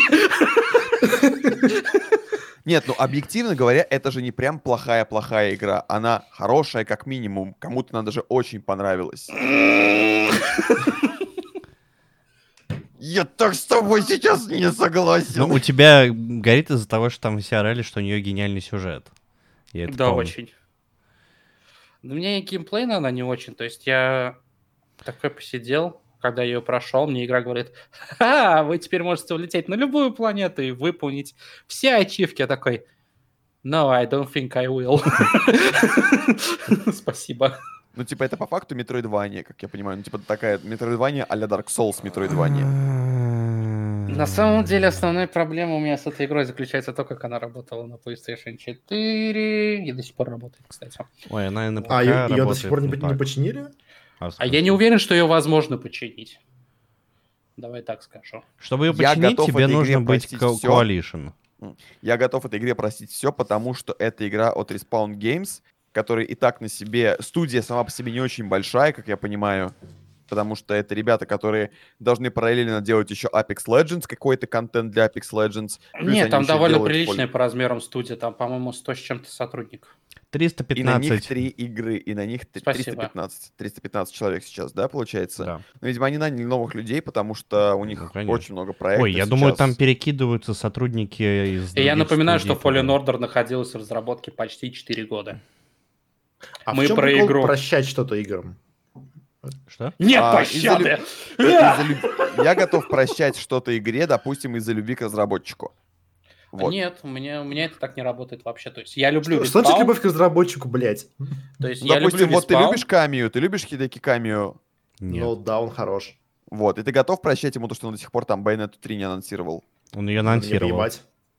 Нет, ну объективно говоря, это же не прям плохая-плохая игра. Она хорошая как минимум. Кому-то она даже очень понравилась. Я так с тобой сейчас не Ну, согласен. у тебя горит из-за того, что там все орали, что у нее гениальный сюжет. Я это Да, помню. очень. Но мне геймплейно она не очень. То есть я такой посидел, когда я ее прошел, мне игра говорит: ха, вы теперь можете улететь на любую планету и выполнить все ачивки. Я такой: no, I don't think I will. Спасибо. Ну, типа, это по факту Metroidvania, как я понимаю. Ну, типа, такая Metroidvania а-ля Dark Souls Metroidvania. На самом деле, основная проблема у меня с этой игрой заключается в том, как она работала на PlayStation четыре и до сих пор работает, кстати. Ой, она и на ПК А ее до работает, сих пор не, ну по- не так. починили? А, в А я не смысле? уверен, что ее возможно починить. Давай так скажу. Чтобы ее Я починить, готов тебе этой игре нужно быть простить ко- всё. Coalition. Я готов этой игре простить все, потому что это игра от Respawn Games, которая и так на себе... Студия сама по себе не очень большая, как я понимаю. Потому что это ребята, которые должны параллельно делать еще Apex Legends, какой-то контент для Apex Legends. Плюс Нет, они там еще довольно делают приличная фоль- по размерам студия. Там, по-моему, сто с чем-то сотрудников. триста И на них пятнадцать. три игры, и на них т- Спасибо. триста пятнадцать. триста пятнадцать человек сейчас, да, получается? Да. Но, видимо, они наняли новых людей, потому что у них Ну, конечно. очень много проектов Ой, я думаю, сейчас. там перекидываются сотрудники из И я других напоминаю, студий что и так Fallen далее. Order находилась в разработке почти четыре года. А Мы в чем про прикол игру. прощать что-то играм? Что? Нет А, пощады! из-за Из-за люб- Я готов прощать что-то игре, допустим, из-за любви к разработчику. Вот. Нет, у меня, у меня это так не работает вообще. То есть я люблю Что, что значит Respawn, любовь к разработчику, блядь? то есть Ну, я допустим, люблю вот ты Respawn. любишь Камию, ты любишь Хидеки Камию, Нет. Ну да, он хорош. вот, и ты готов прощать ему то, что он до сих пор там Bayonetta три не анонсировал? Он ее Мне анонсировал. поебать.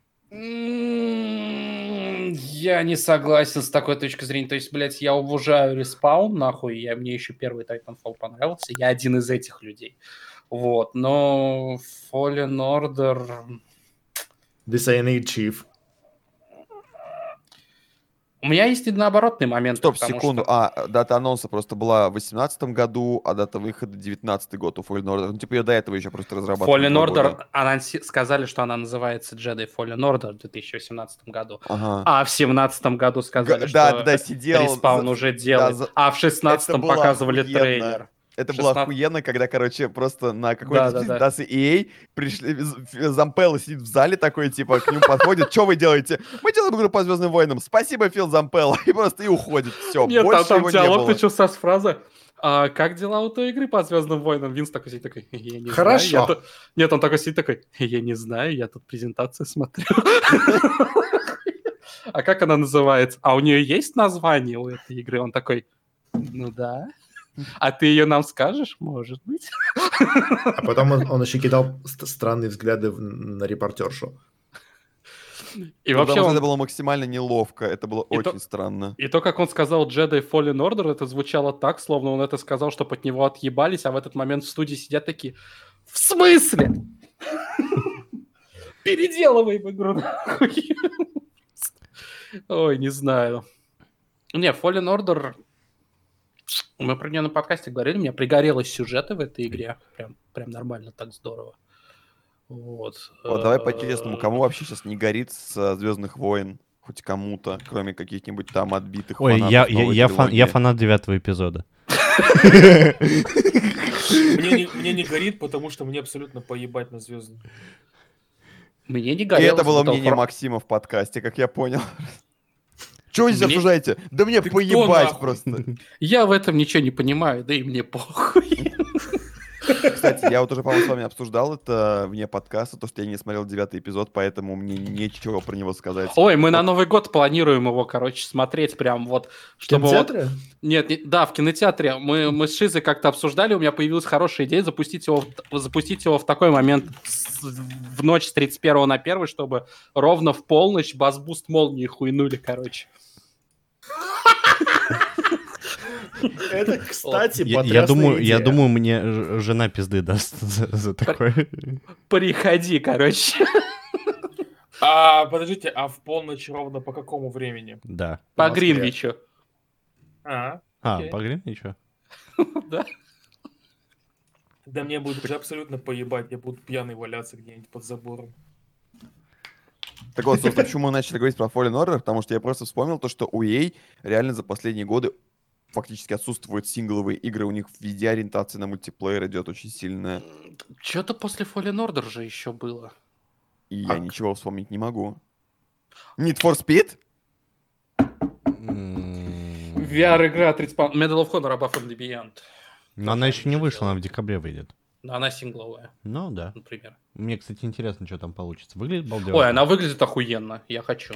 М, Я не согласен с такой точки зрения. То есть, блядь, я уважаю Respawn, нахуй, я, мне еще первый Titanfall понравился. Я один из этих людей. Вот, но Fallen Order... This ain't chief. У меня есть и наоборотный момент. Стоп, потому секунду. что- А, дата анонса просто была в восемнадцатом году, а дата выхода девятнадцатый год у Fallen Order. Ну, типа, ее до этого еще просто разрабатывали. Fallen два Order года. анонси- сказали, что она называется Jedi Fallen Order в две тысячи восемнадцатом году. Ага. А в семнадцатом году сказали, Г- что да, да, да, сидел. Respawn за- уже делает. за- А в шестнадцатом Это было показывали охуенно. трейлер. Это было шестнадцать охуенно, когда, короче, просто на какой-то Да-да-да. презентации и эй пришли, з- Зампелло сидит в зале такой, типа, к нему подходит, что вы делаете? Мы делаем игру по Звездным войнам, спасибо, Фил Зампелло, и просто и уходит, все, Нет, больше там, там его не диалог было. начался с фразы: «А как дела у той игры по Звездным войнам?» Винс такой сидит, такой: я не Хорошо. знаю. я тут-» Нет, он такой сидит, такой: я не знаю, я тут презентацию смотрю. А как она называется? А у нее есть название у этой игры? Он такой: ну да. А ты ее нам скажешь? Может быть. А потом он, он еще кидал ст- странные взгляды в- на репортершу. И Ну, вообще потому что он... это было максимально неловко, это было И очень то- странно. И то, как он сказал Jedi Fallen Order, это звучало так, словно он это сказал, чтобы от него отъебались, а в этот момент в студии сидят такие: в смысле? Переделываем игру, нахуй. Ой, не знаю. Не, Fallen Order... Мы про нее на подкасте говорили, мне пригорелось сюжеты в этой игре. Прям, прям нормально, так здорово. Вот. Вот, давай Э, по-честному, кому вообще сейчас не горит с Звездных войн? Хоть кому-то, кроме каких-нибудь там отбитых Ой, фанатов я, я, новой я, фан- я трилогии. фанат девятого эпизода. Мне не, мне не горит, потому что мне абсолютно поебать на звезды. Мне не И горелось. это было Battlefront. мнение Максима в подкасте, как я понял. Чего вы здесь Мне- обсуждаете? Да мне Ты кто, поебать нахуй? просто. Я в этом ничего не понимаю, да и мне похуй. Кстати, я вот уже, по-моему, с вами обсуждал это вне подкаста, то, что я не смотрел девятый эпизод, поэтому мне нечего про него сказать. Ой, мы на Новый год планируем его, короче, смотреть прям вот, В чтобы вот... кинотеатре? Нет, не- да, в кинотеатре. Мы, мы с Шизой как-то обсуждали, у меня появилась хорошая идея запустить его, в- запустить его в такой момент с- в ночь с тридцать первого на первый, чтобы ровно в полночь бас-буст молнии хуйнули, короче. Это, кстати, Я, я потрясная думаю, я идея. думаю, мне ж- жена пизды даст за, за такое. Приходи, короче. А, подождите, а в полночь ровно по какому времени? Да. По Москве. Гринвичу. А, А, Окей. поглядим, ничего. Да? да мне будет уже абсолютно поебать, я буду пьяный валяться где-нибудь под забором. Так вот, собственно, почему мы начали говорить про Fallen Order, потому что я просто вспомнил то, что у и эй реально за последние годы фактически отсутствуют сингловые игры, у них в виде ориентации на мультиплеер идет очень сильная, Что-то после Fallen Order же еще было. и А я ничего вспомнить не могу. Need for Speed? М, ви ар-игра тридцать... пау- Medal of Honor Above and Beyond. Но она еще не Тоже вышла, она в делают. декабре выйдет. Но она сингловая, Ну да. например. Мне, кстати, интересно, что там получится. Выглядит балдеж. Ой, она выглядит охуенно. Я хочу.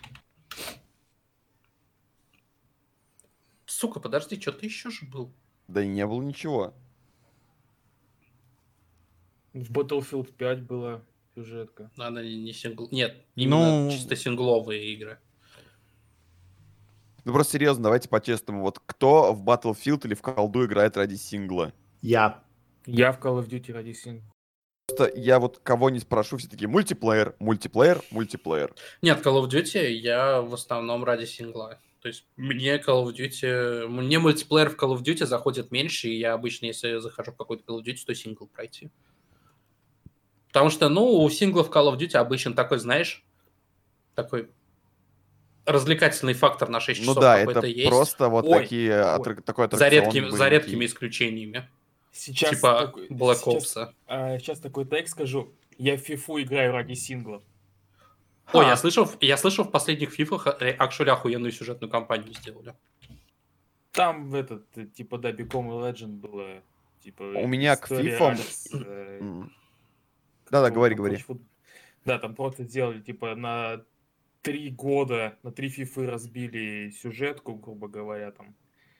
Сука, подожди, что-то еще же был. Да и не было ничего. В Battlefield пять была сюжетка. Но она не сингл... Нет, именно Ну- чисто сингловые игры. Ну просто серьезно, давайте по-честному. Вот кто в Battlefield или в колду играет ради сингла? Я. Я в Call of Duty ради сингла. Просто я вот кого не спрошу, все такие мультиплеер, мультиплеер, мультиплеер. Нет, Call of Duty я в основном ради сингла. То есть мне Call of Duty... Мне мультиплеер в Call of Duty заходит меньше, и я обычно, если я захожу в какой-то Call of Duty, то сингл пройти. Потому что, ну, у синглов Call of Duty обычно такой, знаешь, такой развлекательный фактор на шесть Ну часов да, это какой-то есть. просто вот Ой, такие, ой. атра- такой За аттракцион редкими, за боевики. редкими исключениями. Сейчас типа такой- Black сейчас- Ops. а, сейчас такой текст скажу. Я в фифу играю ради синглов. Ой, Ха. я слышал, я слышал, в последних фифах actually охуенную сюжетную кампанию сделали. Там в этот, э, типа, да, Become a Legend было, типа... У меня к история фифам- Алекс, э, М. Да-да, какого говори, там, говори. короче, фут- Да, там просто сделали, типа, на три года, на три фифы разбили сюжетку, грубо говоря, там,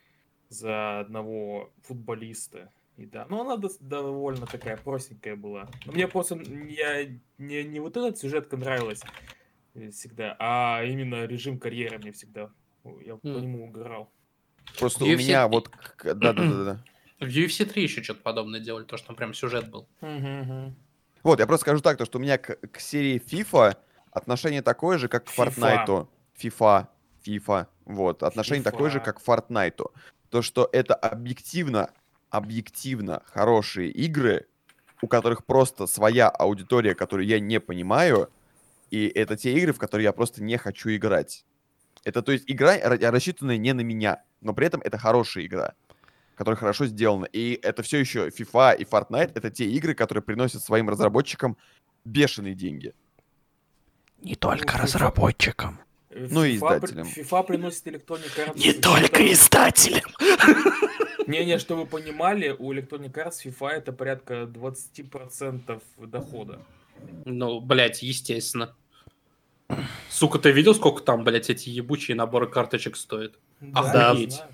за одного футболиста. И да, ну она дос- довольно такая простенькая была. Но мне просто я, не, не вот эта сюжетка нравилась э, всегда, а именно режим карьеры мне всегда. О, Я по М. нему угорал. Просто у ю эф си меня вот... к- Да-да-да-да. В ю эф си три еще что-то подобное делали, то, что там прям сюжет был. Вот, я просто скажу так, то, что у меня к, к серии FIFA отношение такое же, как к FIFA. Fortnite. FIFA. FIFA. Вот. Отношение такое же, FIFA. как к Fortnite. То, что это объективно, объективно хорошие игры, у которых просто своя аудитория, которую я не понимаю, и это те игры, в которые я просто не хочу играть. Это, то есть, игра, ра- рассчитанная не на меня, но при этом это хорошая игра, которая хорошо сделана. И это все еще FIFA и Fortnite — это те игры, которые приносят своим разработчикам бешеные деньги. Не только FIFA. разработчикам. Ну и FIFA при- издателям. FIFA приносит Electronic Arts... Не с только учетом- издателям. Не-не, чтобы вы понимали, у Electronic Arts FIFA это порядка двадцать процентов дохода. Ну, блядь, естественно. Сука, ты видел, сколько там, блядь, эти ебучие наборы карточек стоят? Да. Охуеть. знаю.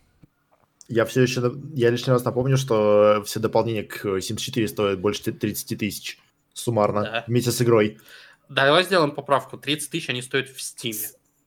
Я все еще... Я лишний раз напомню, что все дополнения к Sims четыре стоят больше тридцать тысяч суммарно Да. вместе с игрой. Давай сделаем поправку. тридцать тысяч они стоят в Стиме.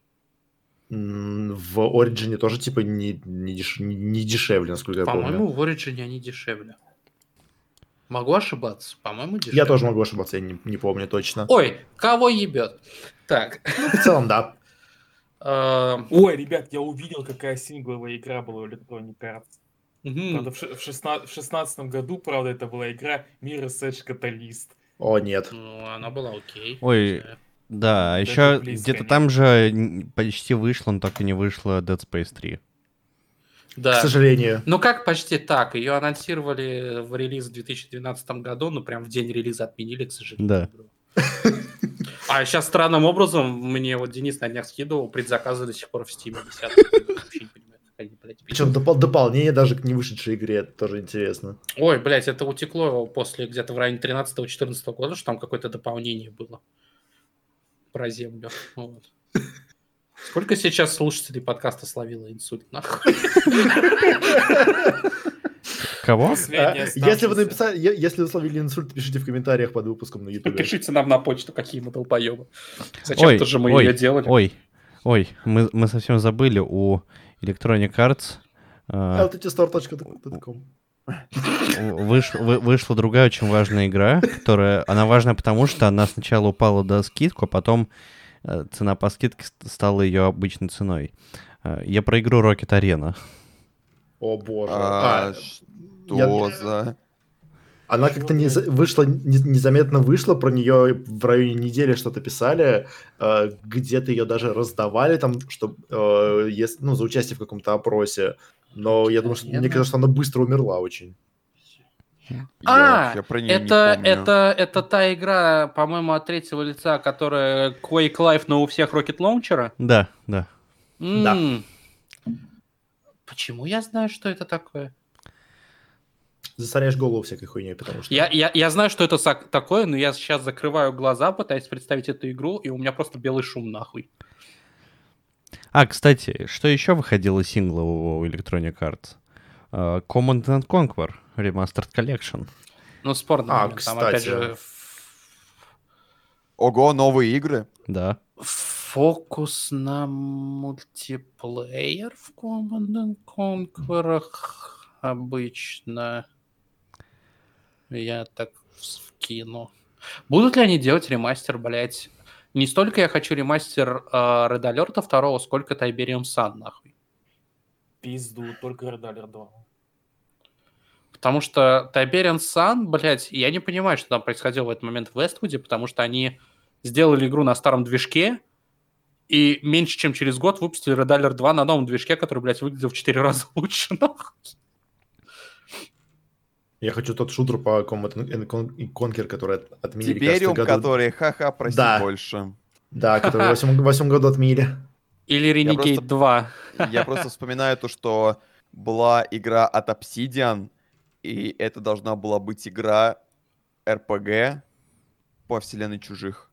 М, В Origin тоже типа не, не, деш- не- не дешевле, насколько я По-моему, помню. в Origin они дешевле. Могу ошибаться. По-моему, дешевле. Я тоже могу ошибаться, я не, не помню точно. Ой, кого ебет? Так. В целом, да. эм, Ой, ребят, я увидел, какая сингловая игра была у Electronic Arts. мгм. Правда, в ше- в шестна- в шестнадцатом году, правда, это была игра Mirror's Edge Catalyst. О, нет. Ну, она была окей. Ой, Не знаю. Да, а Даже еще близко где-то не. там же н- почти вышло, но так и не вышло Dead Space три. К Да. сожалению. Ну как почти так? Ее анонсировали в релиз в две тысячи двенадцатом году, но прям в день релиза отменили, к сожалению. Да. игру. А сейчас странным образом, мне вот Денис на днях скидывал, предзаказы до сих пор в Steam висят. Я вообще не понимаю, как они, блядь, Причем допол- дополнение даже к не вышедшей игре, это тоже интересно. Ой, блядь, это утекло после где-то в районе тринадцатого-четырнадцатого года, что там какое-то дополнение было про землю. Вот. Сколько сейчас слушателей подкаста словило инсульт, нахуй? Кого? Последний А, если вы оставшийся. написали, е- если вы словили инсульт, пишите в комментариях под выпуском на YouTube. Пишите нам на почту, какие мы долбоебы. Зачем Ой, то же мы ой, ее делали? Ой, ой, мы, мы совсем забыли у Electronic Arts э, altitestore точка ком. выш- вы- вышла другая очень важная игра, которая, она важна потому, что она сначала упала до скидку, а потом э, цена по скидке ст- стала ее обычной ценой. Э, Я про игру Rocket Arena. О боже. А, А, что я- за... Она как-то не за- вышла, не- незаметно вышла, про нее в районе недели что-то писали, э, где-то ее даже раздавали там, чтобы, ну, за участие в каком-то опросе. Но я думаю, что мне Наверное. кажется, что она быстро умерла очень. Я А, вообще про неё не это, помню. это, это та игра, по-моему, от третьего лица, которая Quake Life, но у всех Rocket Launcher. Да, да. Да. М. Почему я знаю, что это такое? Засоряешь голову всякой хуйней, потому что... Я, я, я знаю, что это сак- такое, но я сейчас закрываю глаза, пытаюсь представить эту игру, и у меня просто белый шум нахуй. А, кстати, что еще выходило сингла у Electronic Arts? Uh, Command and Conquer Remastered Collection. Ну, спорный А, момент. Там, опять кстати. же, Ого, новые игры. Да. фокус на мультиплеер в Command and Conquer обычно. Я так вкину. Будут ли они делать ремастер, блять? Не столько я хочу ремастер э, Red Alert второго, сколько Tiberium Sun, нахуй. Пизду, только Red Alert два. Потому что Tiberium Sun, блять, я не понимаю, что там происходило в этот момент в Westwood, потому что они сделали игру на старом движке, и меньше чем через год выпустили Red Alert два на новом движке, который, блядь, выглядел в четыре раза лучше, нахуй. Я хочу тот шутер по Command and Conquer, который от- отменили, Тибериум, кажется, году... который, ха-ха, прости Да. больше. Да, который в восьмом, в восьмом году отменили. Или Renegade просто- два. Я просто вспоминаю то, что была игра от Obsidian, и это должна была быть игра эр пи джи по вселенной Чужих.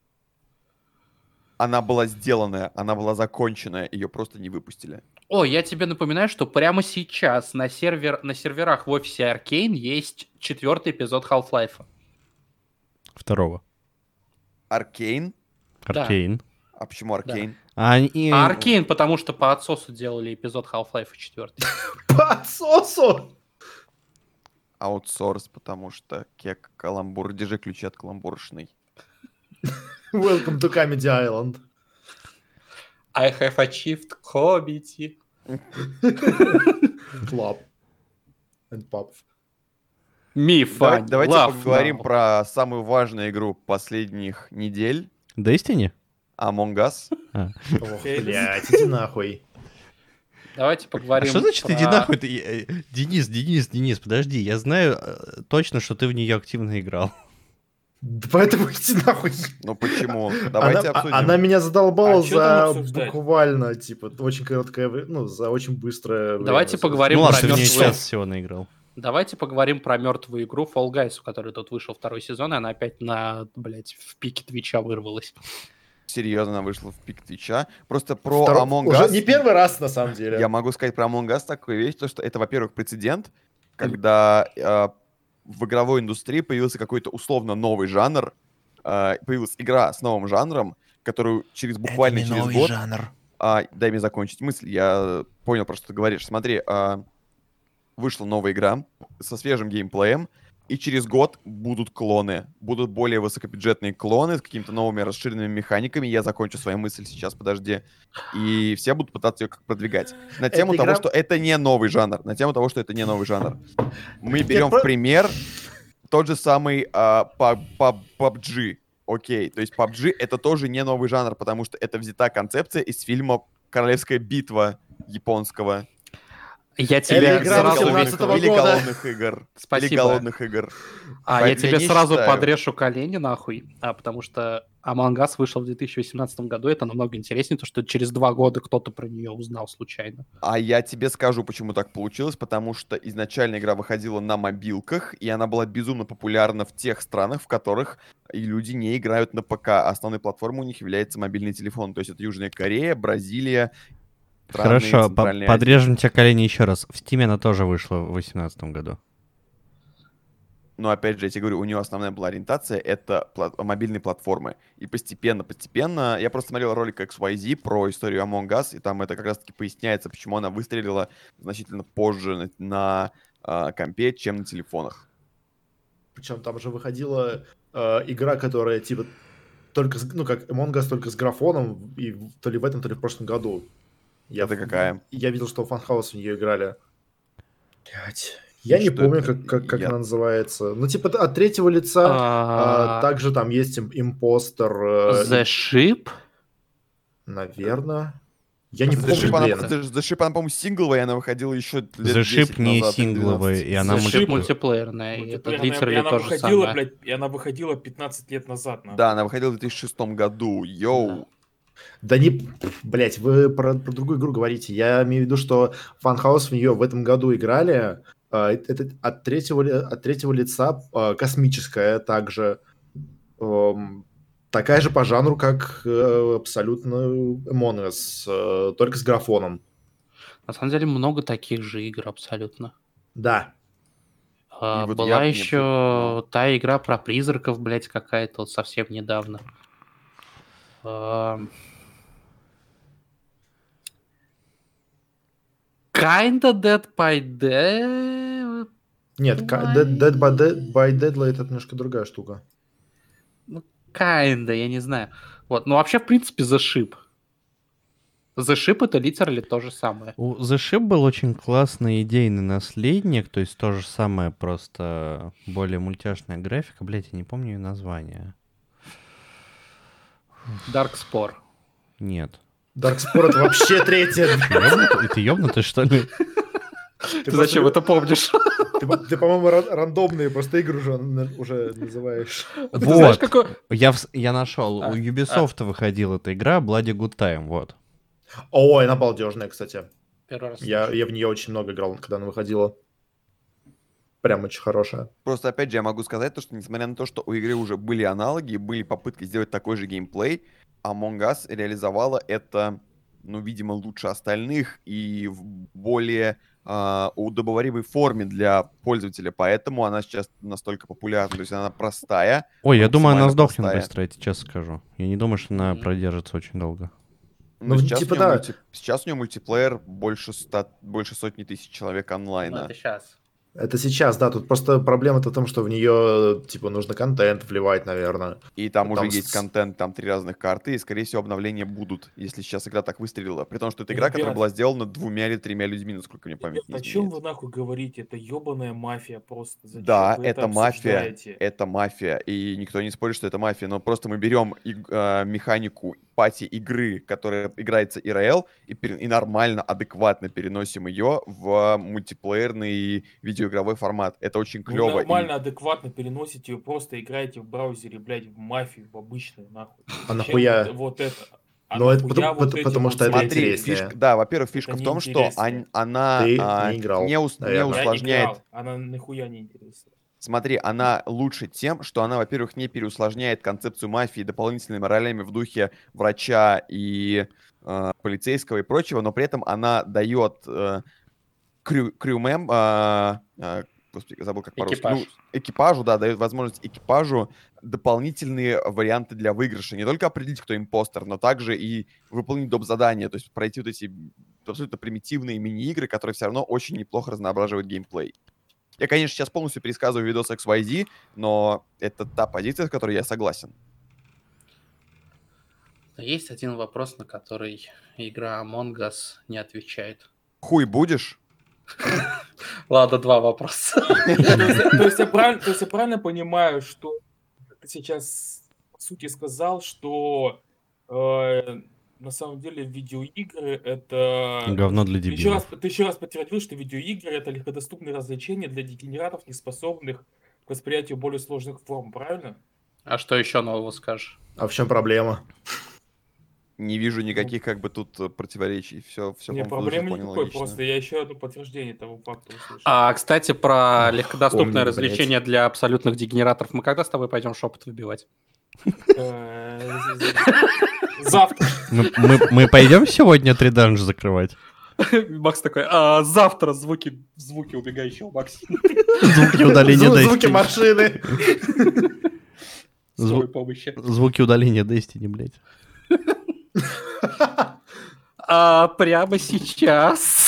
Она была сделанная, она была законченная, ее просто не выпустили. О, я тебе напоминаю, что прямо сейчас на, сервер, на серверах в офисе Arcane есть четвертый эпизод Half-Life. Второго. Аркейн? Да. Аркейн. А почему Аркейн? А они... А Arcane, потому что по отсосу делали эпизод Half-Life четвертый. По отсосу! Аутсорс, потому что кек каламбур. Держи ключи от каламбуршной. Welcome to Comedy Island. I have achieved comedy. Club. And pub. Me Давай- fun. давайте Love поговорим now. про самую важную игру последних недель. Destiny? Among Us. А. Ох, блядь, иди нахуй. Давайте А поговорим что значит про- иди нахуй? Ты, э, Денис, Денис, Денис, подожди. Я знаю э, точно, что ты в нее активно играл. Да поэтому иди нахуй. Ну почему? Давайте она, обсудим. она меня задолбала А чё там за обсуждать? буквально, типа, очень короткое время, ну, за очень быстрое время. Давайте поговорим Ну про ладно, ты в нее мертвую- час всего наиграл. Давайте поговорим про мертвую игру Fall Guys, у которой тут вышел второй сезон, и она опять на, блядь, в пике Твича вырвалась. Серьезно, она вышла в пик Твича. Просто про Второй- Among уже Us... не первый раз, на самом деле. Я могу сказать про Among Us такую вещь, то, что это, во-первых, прецедент, когда э, в игровой индустрии появился какой-то условно новый жанр, э, появилась игра с новым жанром, которую через буквально через год... жанр. А, дай мне закончить мысль, я понял, про что ты говоришь. Смотри, а, вышла новая игра со свежим геймплеем, и через год будут клоны. Будут более высокобюджетные клоны с какими-то новыми расширенными механиками. Я закончу свою мысль сейчас, подожди. И все будут пытаться ее как продвигать. На тему Эта того, игра- что это не новый жанр. На тему того, что это не новый жанр. Мы Я берем про- в пример тот же самый а, паб- паб- пабг. Окей, то есть пабг это тоже не новый жанр, потому что это взята концепция из фильма «Королевская битва» японского. Я тебе игра сразу... восемнадцатого или года. голодных игр. Или Спасибо. голодных игр. А, я Поэтому тебе не сразу считаю. подрешу колени нахуй, а, потому что Among Us вышел в две тысячи восемнадцатом году, это намного интереснее, то что через два года кто-то про нее узнал случайно. А я тебе скажу, почему так получилось, потому что изначально игра выходила на мобилках, и она была безумно популярна в тех странах, в которых и люди не играют на ПК. Основной платформой у них является мобильный телефон. То есть это Южная Корея, Бразилия, страны Хорошо, по- Центральной Азии. подрежем тебе колени еще раз. В Steam она тоже вышла в восемнадцатом году. Но опять же, я тебе говорю, у нее основная была ориентация — это пла- мобильные платформы. И постепенно-постепенно... Я просто смотрел ролик икс уай зет про историю Among Us, и там это как раз-таки поясняется, почему она выстрелила значительно позже на, на а, компе, чем на телефонах. Причем там же выходила э, игра, которая, типа, только, с- ну, как Among Us, только с графоном, и в- то ли в этом, то ли в прошлом году. Я, Это в- какая? Я видел, что в Funhouse в нее играли. Блять. Я не Что помню, это? как, как, как Я- она называется. Ну, типа, от третьего лица. а, А, также там есть им- импостер. э, The Ship? Наверное. Я не The помню, Ship, она, блин. The- The Ship, она, по-моему, сингловая, она выходила еще лет The Ship десять не назад или сингловая, двенадцать. и она The мульти- Ship мультиплеерная, и это Мультиплеерная, длится и ли она то же выходила, самое. блядь, и она выходила пятнадцать лет назад. нахуй. Да, она выходила в две тысячи шестом году. Йоу. Да не, блять, вы про, про другую игру говорите. Я имею в виду, что Funhouse в нее в этом году играли. а, Это от третьего, ли- от третьего лица а, космическая также. эм, Такая же по жанру, как э, абсолютно Among Us, э, только с графоном. На самом деле много таких же игр абсолютно. Да. А, И вот была я- мне еще абсолютно- та игра про призраков, блядь, какая-то вот совсем недавно. А, Kinda Dead by Day. Нет, ка- Dead, Dead by, Dead by Daylight это немножко другая штука. Ну, kinda, я не знаю. Вот, ну вообще, в принципе, The Ship. The Ship это литерали то же самое. У The Ship был очень классный идейный наследник, то есть то же самое, просто более мультяшная графика. Блять, я не помню ее название. Darkspore. Нет. Darkspore это вообще третья. Ёбнутый? Ты ёбнутый, что ли? Ты зачем это помнишь? Ты, по- ты, по-моему, ра- рандомные просто игры уже, на- уже называешь. Ты знаешь, Вот. какой... Я, вс- я нашел. А, У Ubisoft выходила эта игра Bloody Good Time, вот. Ой, она балдежная, кстати. Первый раз Я, слышу. я в нее очень много играл, когда она выходила. Прям очень хорошая. Просто, опять же, я могу сказать, то, что несмотря на то, что у игры уже были аналоги, были попытки сделать такой же геймплей, Among Us реализовала это, ну, видимо, лучше остальных и в более а, удобоваримой форме для пользователя, поэтому она сейчас настолько популярна. То есть она простая. Ой, я думаю, она максимально сдохнет простая. быстро, я тебе честно скажу. Я не думаю, что она Мгм. продержится очень долго. Но Ну, сейчас, типа у неё да. мульти- сейчас у нее мультиплеер больше, ста... больше сотни тысяч человек Ну, онлайна. это сейчас. Это сейчас, да, тут просто проблема-то в том, что в нее, типа, нужно контент вливать, наверное. И там Там уже есть с- контент, там три разных карты, и, скорее всего, обновления будут, если сейчас игра так выстрелила. При том, что это игра, которая Ребят. была сделана двумя или тремя людьми, насколько мне память не О чем вы изменяет. нахуй говорите? Это ебаная мафия просто. Зачем Да, вы это мафия, обсуждаете? это мафия, и никто не спорит, что это мафия, но просто мы берем иг- а, механику пати игры, которая играется ай ар эл, и, пере- и нормально, адекватно переносим ее в мультиплеерный видеоигровой формат. Это очень Вы клево. нормально, адекватно переносите ее, просто играете в браузере, блядь, в мафию, в обычную, нахуй. А Зачем нахуя? Вот, вот это. А Ну, это нахуя потому- вот потому- эти потому вот что это всякие- Смотри, интереснее. фишка, да, во-первых, фишка в том, что неинтереснее. ан- она Ты а, не играл, не, ус- не наверное. Я усложняет. играл, она нахуя не интересна. Смотри, она лучше тем, что она, во-первых, не переусложняет концепцию мафии дополнительными ролями в духе врача и э, полицейского и прочего, но при этом она дает э, крю, крюмем, э, э, господи, забыл как по-русски, Экипаж. ну, экипажу, да, дает возможность экипажу дополнительные варианты для выигрыша. Не только определить, кто импостер, но также и выполнить доп. Задания, то есть пройти вот эти абсолютно примитивные мини-игры, которые все равно очень неплохо разноображивают геймплей. Я, конечно, сейчас полностью пересказываю видос икс уай зи, но это та позиция, с которой я согласен. Но есть один вопрос, на который игра Among Us не отвечает. Хуй будешь? Ладно, два вопроса. То есть, то есть я правильно, то есть я правильно понимаю, что ты сейчас по сути сказал, что э, на самом деле видеоигры это... Говно для Ты еще, дебилов. раз, ты еще раз подтвердил, что видеоигры это легкодоступные развлечения для дегенератов, не способных к восприятию более сложных форм, правильно? А что еще нового скажешь? А в чем проблема? Не вижу никаких как бы тут э, противоречий. Все, все Не, проблемы никакой, просто я еще одно подтверждение того факта услышал. А, кстати, про легкодоступное помню, развлечение для абсолютных дегенератов мы когда с тобой пойдем шепот выбивать? Э, Завтра. Мы, мы, мы пойдем сегодня три данж закрывать? Макс такой, «А, завтра звуки, звуки убегающего Максима. Звуки удаления Зву- Звуки Destiny. машины. Скорой помощи. Звуки удаления Destiny, блядь. А прямо сейчас.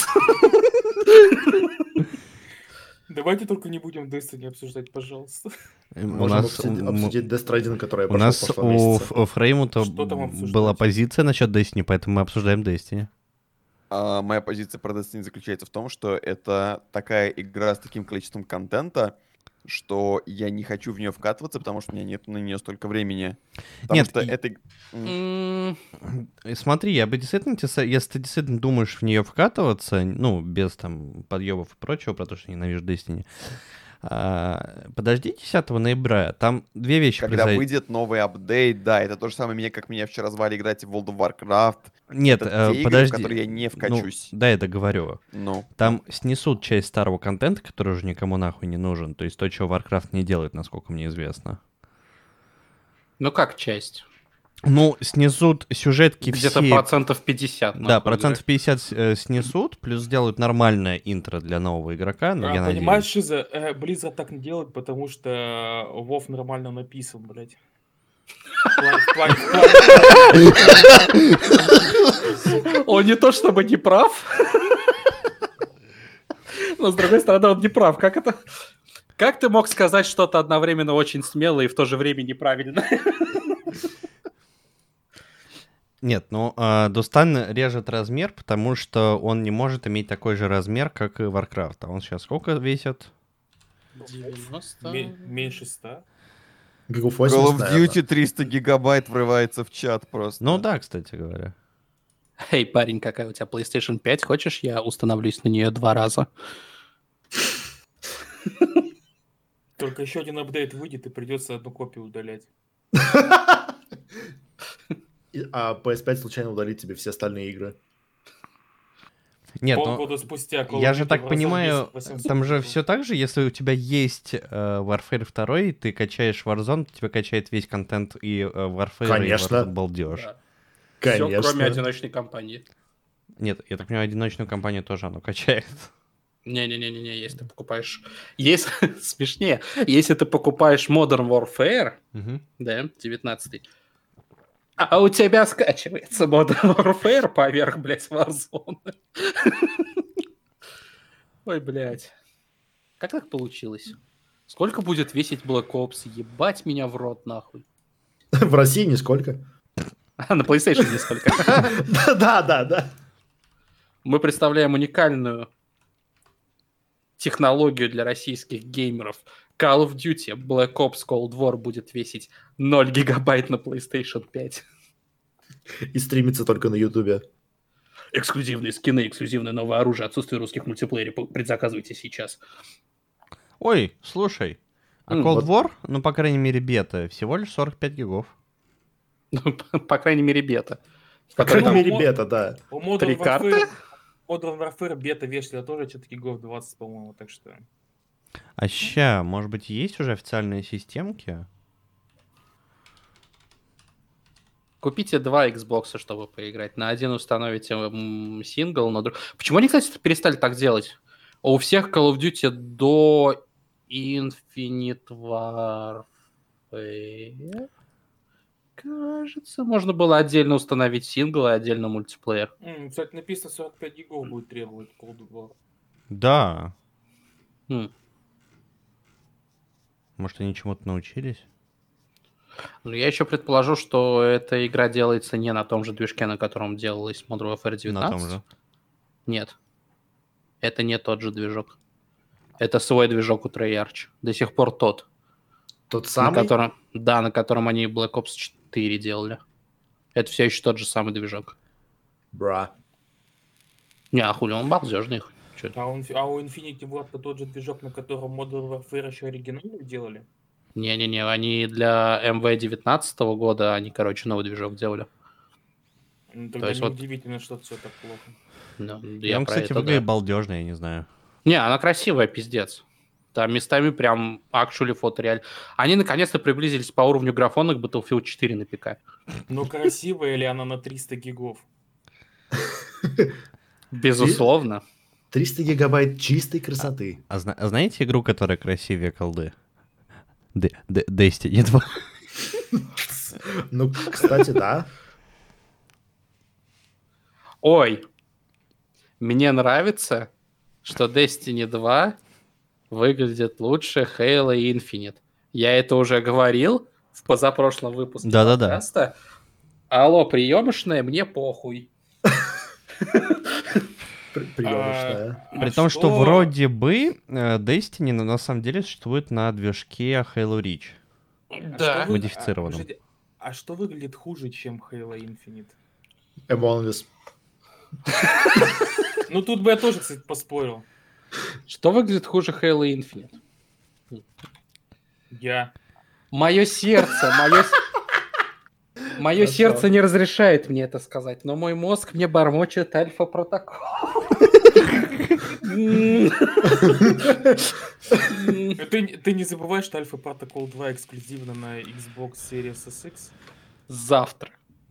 Давайте только не будем Destiny обсуждать, пожалуйста. У Можем нас, обсудить, м- обсудить Death Stranding, который я у прошел нас в прошлом у месяце. Ф- Фреймута Что там обсуждать? была позиция насчет Destiny, поэтому мы обсуждаем Destiny. А, моя позиция про Destiny заключается в том, что это такая игра с таким количеством контента, что я не хочу в нее вкатываться, потому что у меня нет на нее столько времени. Потому Нет, что и- это... М, М, И Смотри, я бы действительно, тебе со- если ты действительно думаешь в нее вкатываться, ну, без там подъемов и прочего, потому что ненавижу Destiny, А, подожди десятого ноября, там две вещи Когда произойдут. выйдет новый апдейт, да, это то же самое, меня, как меня вчера звали играть в World of Warcraft. Нет, Это э, те игры, в подожди. которые я не Ну, вкачусь. да, я договорю. Ну, Там снесут часть старого контента, который уже никому нахуй не нужен. То есть то, чего Warcraft не делает, насколько мне известно. Ну как часть? Ну, снесут сюжетки Где-то все... процентов пятьдесят. Да, нахуй, процентов пятьдесят э, снесут, плюс сделают нормальное интро для нового игрока, но А, я понимаешь, надеюсь. Шиза, э, Blizzard так не делает, потому что Вов нормально написан, блядь. В плане- в плане- в плане- Он не то чтобы не прав, но с другой стороны он не прав. Как это? Как ты мог сказать что-то одновременно очень смело и в то же время неправильно? Нет, ну, э, Дустан режет размер, потому что он не может иметь такой же размер, как и Warcraft. А он сейчас сколько весит? девяносто. ме- Меньше ста. Гигов Call восемьдесят, of наверное. Duty триста гигабайт врывается в чат просто. Ну да, кстати говоря. Эй, парень, какая у тебя PlayStation пять? Хочешь, я установлюсь на нее два раза? Только еще один апдейт выйдет, и придется одну копию удалять. И- А пи эс пять случайно удалит тебе все остальные игры. Нет, ну, Полгода спустя Call я of же Duty так Warzone понимаю, десять восемьсот там же вышел. все так же, если у тебя есть э, Warfare два, ты качаешь Warzone, тебе качает весь контент и э, Warfare, Конечно. и Warzone балдеж. Да. Конечно. Все, кроме одиночной кампании. Нет, я так понимаю, одиночную компанию тоже оно качает. Не-не-не-не, если ты покупаешь... Если... Смешнее. Если ты покупаешь Modern Warfare, Мгм. да, девятнадцатый, а у тебя скачивается Modern Warfare поверх, блядь, Warzone. Ой, блядь. Как так получилось? Сколько будет весить Black Ops? Ебать меня в рот, нахуй. В России нисколько. А, на PlayStation несколько. Да, да, да. Мы представляем уникальную технологию для российских геймеров. Call of Duty Black Ops Cold War будет весить ноль гигабайт на PlayStation пять. И стримится только на Ютубе. Эксклюзивные скины, эксклюзивное новое оружие, отсутствие русских в мультиплеере. П- Предзаказывайте сейчас. Ой, слушай, а М, Cold вот. War, ну, по крайней мере, бета, всего лишь сорок пять гигов. Ну, по, по крайней мере, бета. По Который крайней там- мере, бета, да. У Modern Три карты? Warfare, Modern Warfare бета вешали тоже что-то гигов двадцать, по-моему, так что... А ща, может быть, есть уже официальные системки? Купите два Xbox, чтобы поиграть. На один установите м, сингл, на друг... Почему они, кстати, перестали так делать? У всех Call of Duty до Infinite Warfare, кажется, можно было отдельно установить сингл и отдельно мультиплеер. М, Кстати, написано сорок пять гигов будет требовать Cold War. Да. М. Может, они чему-то научились? Ну, я еще предположу, что эта игра делается не на том же движке, на котором делалась Modern Warfare На девятнадцать. том же. Нет. Это не тот же движок. Это свой движок у Treyarch. До сих пор тот. Тот На самый? котором, да, на котором они Black Ops четыре делали. Это все еще тот же самый движок. Бра. Не, а хули, он балдежный. Чё это? А, он, а у Infinity Ward тот же движок, на котором Modern Warfare еще оригинальный делали? Не-не-не, они для эм ви девятнадцатого года, они, короче, новый движок делали. Ну, тогда есть вот- неудивительно, что все так плохо. Ну, Я, я он, про кстати, это, выглядит да. балдежно, я не знаю. Не, она красивая, пиздец. Там местами прям actually фотореаль. Они наконец-то приблизились по уровню графона к Battlefield четыре на ПК. Но красивая ли она на триста гигов? Безусловно. триста гигабайт чистой красоты. А, зна- а знаете игру, которая красивее колды? Д- Д- Destiny два. Ну, кстати, да. Ой, мне нравится, что Destiny два выглядит лучше Halo Infinite. Я это уже говорил в позапрошлом выпуске Да-да-да. подкаста. Алло, приемышная, мне похуй. Приемочная. А При том, что вроде бы э, Destiny на, на самом деле существует на движке Halo Reach. а Да. что вы- Модифицированном. а, подожди, А что выглядит хуже, чем Halo Infinite? Among Us. Ну тут бы я тоже, кстати, поспорил. Что выглядит хуже Halo Infinite? Я. Мое сердце, мое... Мое Хорошо. сердце не разрешает мне это сказать, но мой мозг мне бормочет альфа-протокол. Ты, ты не забываешь, что Alpha Protocol два эксклюзивно на Xbox Series эс икс? Завтра.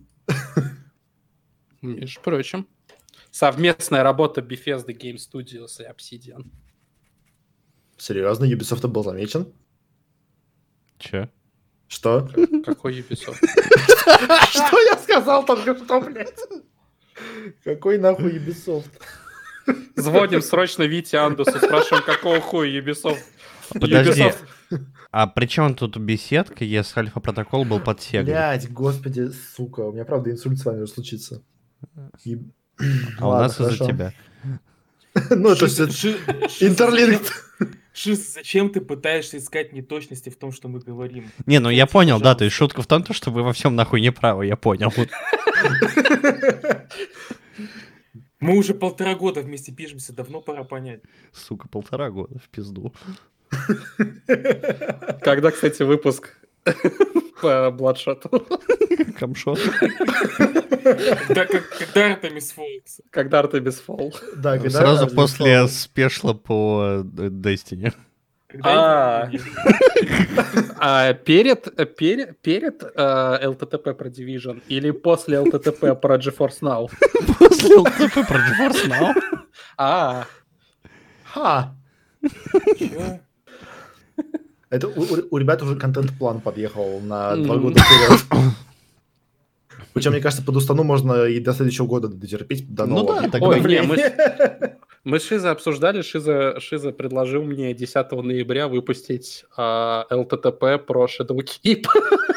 Между прочим. Совместная работа Bethesda Game Studios и Obsidian. Серьезно, Ubisoft был замечен? Че? Что? Какой Ubisoft? Что я сказал только что, блядь? Какой нахуй Ubisoft? Звоним срочно Вите Андусу, спрашиваем, какого хуя Ubisoft. Подожди. Ubisoft. А при чем тут беседка, если альфа-протокол был под Сегой? Блядь, господи, сука, у меня правда инсульт с вами случится. И- А у Ладно, нас из-за хорошо. тебя. Ну, это Шиз- все Ши- Шиз, интерлинкт. Шиз, зачем ты пытаешься искать неточности в том, что мы говорим? Не, ну я Пожалуйста. понял, да, то есть шутка в том, то, что вы во всем нахуй не правы, я понял. Мы уже полтора года вместе пишемся, давно пора понять. Сука, полтора года в пизду. Когда, кстати, выпуск по Бладшоту? Камшот. Когда, как, когда Артемис Фолкс? Когда Артемис Фолл. Да, когда Сразу Артемис после Фолл. спешла по э, Destiny. Когда А. я- А перед, перед, перед э, эл тэ тэ пэ про Division или после эл тэ тэ пэ про GeForce Now? После эл тэ пэ про GeForce Now. А, Ха! Чё? Это у, у- у ребят уже контент-план подъехал на два Мгм. года вперед. Причем, мне кажется, под устану можно и до следующего года дотерпеть, до Ну нового. да, тогда- ой, не, мы, обновления. мы с Шизой обсуждали, Шиза, Шиза предложил мне десятого ноября выпустить э, эл тэ тэ пэ про Shadowkeep.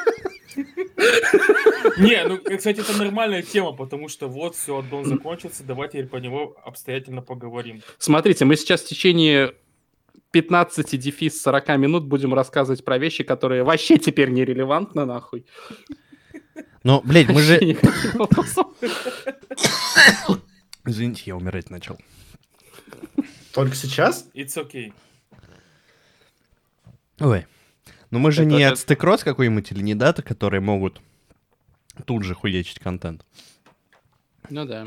Не, ну, кстати, это нормальная тема, потому что вот, все, аддон закончился, давайте теперь по него обстоятельно поговорим. Смотрите, мы сейчас в течение пятнадцати дефис сорока минут будем рассказывать про вещи, которые вообще теперь нерелевантны, нахуй. Ну, блядь, мы Вообще же... никаких вопросов. Извините, я умирать начал. Только сейчас? It's okay. Ой. Ну мы же Это- не это- отстыкрос какой-нибудь или не дата, которые могут тут же хуячить контент. Ну да.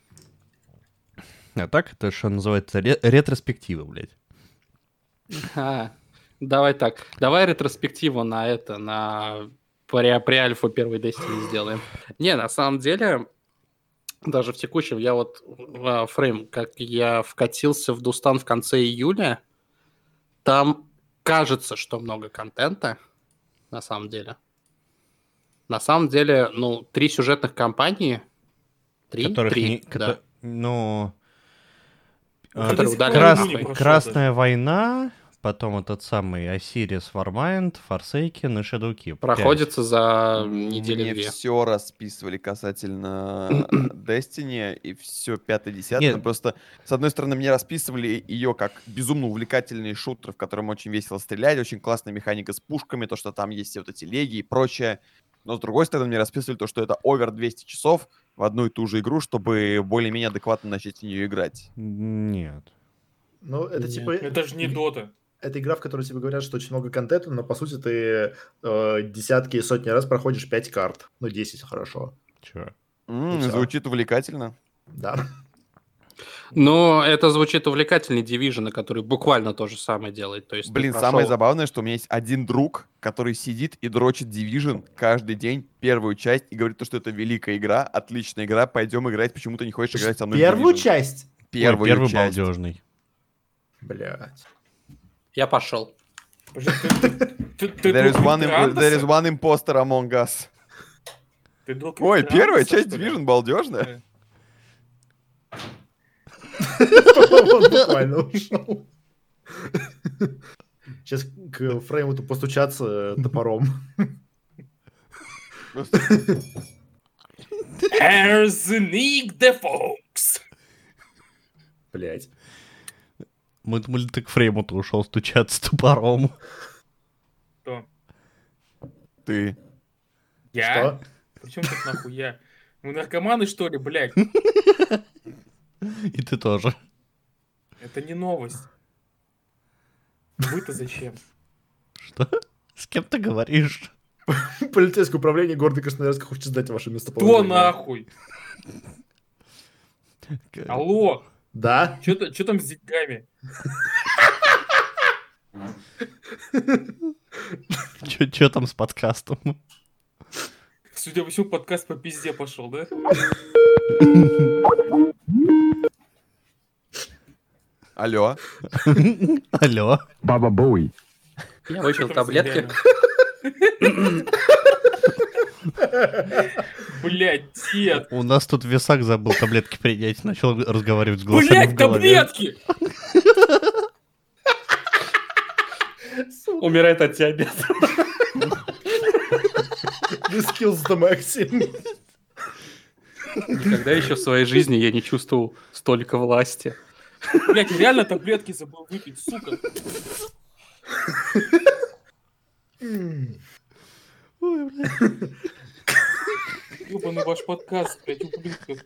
А так это что называется ре- ретроспектива, блядь. А, давай так. Давай ретроспективу на это, на при, при альфа первой Destiny сделаем. Не, на самом деле, даже в текущем, я вот, а, фрейм, как я вкатился в Дустан в конце июля, там кажется, что много контента, на самом деле. На самом деле, ну, три сюжетных кампании, три, Которых три, не- да. кото- Ну... Ну, э, до которые сих удали пор крас- июнь не прошел Красная даже. война, потом этот самый Осирис, Warmind, Forsaken и Shadowkeep. Проходится за неделю Мне две. все расписывали касательно Destiny, и все пятое-десятое. Нет. Ну, просто, с одной стороны, мне расписывали ее как безумно увлекательный шутер, в котором очень весело стрелять, очень классная механика с пушками, то, что там есть все вот эти леги и прочее. Но, с другой стороны, мне расписывали то, что это овер двести часов в одну и ту же игру, чтобы более-менее адекватно начать в нее играть. Нет. Ну, это Нет. типа... Это же не Дота. Это игра, в которой тебе говорят, что очень много контента, но по сути ты э, десятки и сотни раз проходишь пять карт. Ну, десять хорошо. Чё? М, И всё. звучит увлекательно. Да. Но это звучит увлекательней Division, который буквально то же самое делает. То есть ты Блин, прошел- самое забавное, что у меня есть один друг, который сидит и дрочит Division каждый день, первую часть, и говорит, то, что это великая игра, отличная игра, пойдем играть, почему ты не хочешь играть со мной в Первую Division?» часть? Первую Ой, первый часть. балдежный. Блядь. Я пошел. Подожди, ты- ты- ты There is, друг one, im- Виктрандоса? there is one imposter among us. Ты друг Ой, Виктрандоса, первая часть что ли? Division балдежная. Он буквально ушел. Сейчас к Фреймуту постучаться топором. Эрзник де Фокс. Блядь. Мы думали, ты к Фреймуту ушел стучаться топором. Кто? Ты. Я? Что? Причем тут нахуй я? Мы наркоманы, что ли, блядь? И ты тоже. Это не новость. Вы-то зачем? Что? С кем ты говоришь? Полицейское управление города Красноярска хочет сдать ваше Кто местоположение. нахуй? Алло, Да? что там с деньгами? Че там с подкастом? Судя по всему, подкаст по пизде пошел, да? Алло. Алло. Baba Booey. Я выпил Чё там с таблетки. деньгами? Блять, дед! У нас тут Висак забыл таблетки принять, начал разговаривать с голосами в Блять, голове. таблетки! Умирает от диабета. The skills the maxim. Никогда еще в своей жизни я не чувствовал столько власти. Блять, реально таблетки забыл выпить, сука. Ой, бля. Ёбаный ваш подкаст, блять, ублюдков.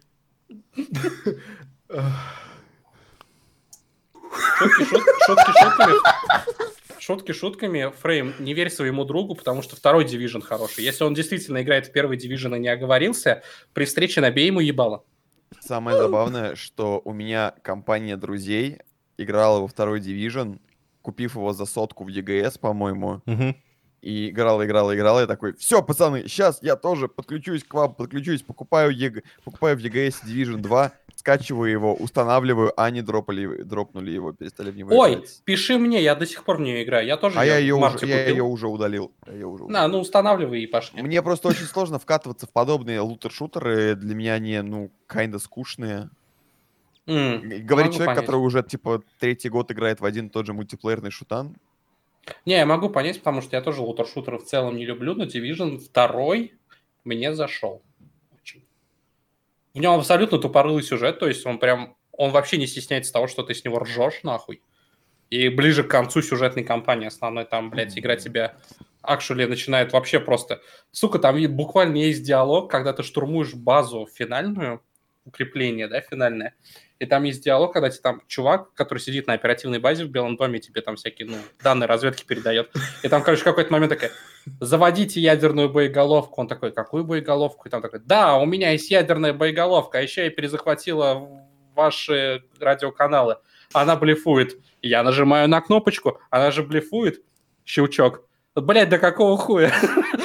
Шутки, шут- шутки шутками. Шутки шутками. Фрейм, не верь своему другу, потому что второй дивижн хороший. Если он действительно играет в первый дивижн и не оговорился, при встрече набей ему ебало. Самое забавное, что у меня компания друзей играла во второй дивижн, купив его за сотку в ЕГС, по-моему. Мгм. И играла, играла, играла, я такой, все, пацаны, сейчас я тоже подключусь к вам, подключусь, покупаю, ЕГ... покупаю в ЕГС Division два, скачиваю его, устанавливаю, а они дропали, дропнули его, перестали в него Ой, играть. пиши мне, я до сих пор в нее играю. Я тоже А я её ее в уже, марте я купил. ее уже удалил. Я её уже На, удалил. ну устанавливай и пошли. Мне просто очень сложно вкатываться в подобные лутер-шутеры, для меня они, ну, kinda скучные. М, Г- Говорит могу человек, понять. который уже, типа, третий год играет в один и тот же мультиплеерный шутан. Не, я могу понять, потому что я тоже лутер-шутеры в целом не люблю, но Division два мне зашел. Очень. В нем абсолютно тупорылый сюжет, то есть он прям, он вообще не стесняется того, что ты с него ржешь, нахуй. И ближе к концу сюжетной кампании основной там, блядь, игра тебя actually начинает вообще просто... Сука, там и буквально есть диалог, когда ты штурмуешь базу финальную, укрепление, да, финальное, и там есть диалог, когда тебе там чувак, который сидит на оперативной базе в Белом доме, тебе там всякие, ну, данные разведки передает. И там, короче, в какой-то момент такая, заводите ядерную боеголовку. Он такой, какую боеголовку? И там такой, да, у меня есть ядерная боеголовка, а еще я перезахватила ваши радиоканалы. Она блефует. Я нажимаю на кнопочку, она же блефует. Щелчок. Блять, да какого хуя?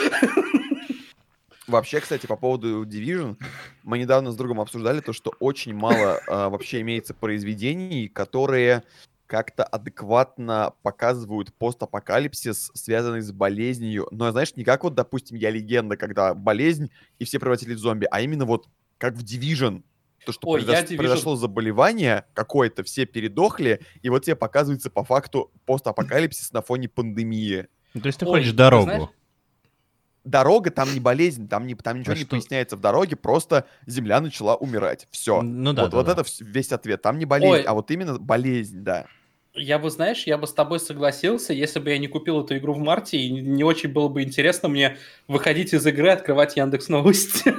Вообще, кстати, по поводу Division, мы недавно с другом обсуждали то, что очень мало а, вообще имеется произведений, которые как-то адекватно показывают постапокалипсис, связанный с болезнью. Но, знаешь, не как вот, допустим, «Я легенда», когда болезнь, и все превратились в зомби, а именно вот как в Division. То, что Ой, произош- я Division- произошло заболевание какое-то, все передохли, и вот тебе показывается по факту постапокалипсис на фоне пандемии. Ну, то есть ты Ой, хочешь ты дорогу. знаешь- Дорога там не болезнь, там, не, там ничего А не что? поясняется в дороге, просто земля начала умирать. Все. Ну да, вот да, вот да. это вс- весь ответ. Там не болезнь, Ой. а вот именно болезнь, да. Я бы, знаешь, я бы с тобой согласился, если бы я не купил эту игру в марте, и не очень было бы интересно мне выходить из игры, открывать Яндекс.Новости.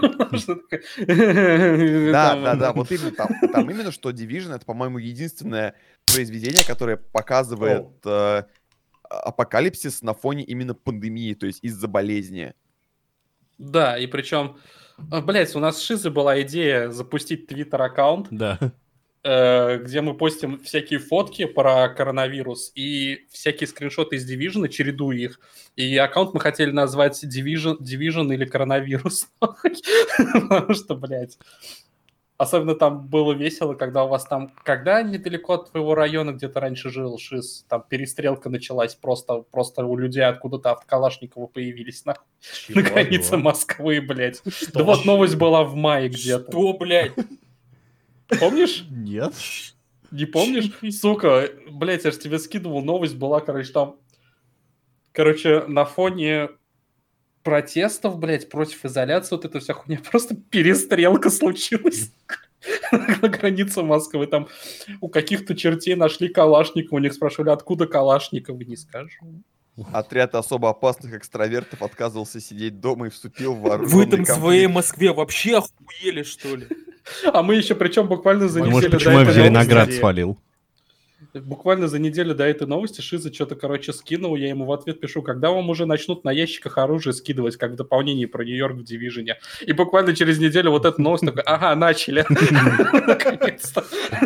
Да, да, да, вот именно там, там именно что Division это, по-моему, единственное произведение, которое показывает э, апокалипсис на фоне именно пандемии, то есть из-за болезни. Да, и причем, блять, у нас с Шизой была идея запустить твиттер-аккаунт, Да. э, где мы постим всякие фотки про коронавирус и всякие скриншоты из Division, чередуя их. И аккаунт мы хотели назвать Division, Division или коронавирус. Потому что, блядь, особенно там было весело, когда у вас там, когда недалеко от твоего района, где ты раньше жил, Шиз, там перестрелка началась, просто, просто у людей откуда-то автокалашниковы появились нахуй, на границе Москвы, блядь. Да вот новость была в мае где-то. Что, блядь? Помнишь? Нет. Не помнишь? Сука, блядь, я же тебе скидывал, новость была, короче, там... Короче, на фоне протестов, блядь, против изоляции, вот эта вся хуйня, просто перестрелка случилась на границе Москвы. Там у каких-то чертей нашли Калашникова, у них спрашивали, откуда Калашниковы, не скажу. Отряд особо опасных экстравертов отказывался сидеть дома и вступил в вооруженный Вы там в конфликт. своей Москве вообще охуели, что ли? А мы еще, причем, буквально за Думаешь, неделю до почему я в этого Зеленоград новости. свалил? Буквально за неделю до этой новости Шиза что-то, короче, скинул, я ему в ответ пишу, когда вам уже начнут на ящиках оружие скидывать, как в дополнении про Нью-Йорк в Division. И буквально через неделю вот эта новость такой, ага, начали. Наконец-то.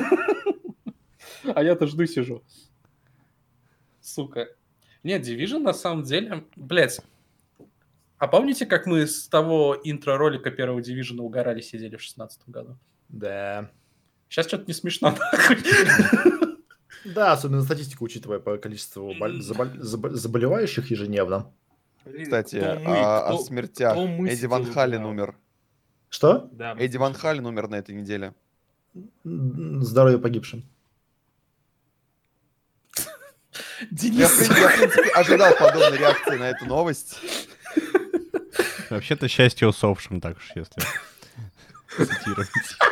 А я-то жду сижу. Сука. Нет, Division на самом деле, блядь. А помните, как мы с того интро-ролика первого Division угорали, сидели в шестнадцатом году? Да. Сейчас что-то не смешно, нахуй. Да, особенно статистику, учитывая по количеству боль- заболь- забо- заболевающих ежедневно. Кстати, Кто мы, о, о кто- смертях. кто мы Эдди Ван сидели, Хален да. умер. Что? Да, мы Эдди Ван слышали. Хален умер на этой неделе. М, Здоровье погибшим. Я, в Денис, принципе, я, в принципе, ожидал подобной реакции на эту новость. Вообще-то счастье усопшим, так уж если цитировать.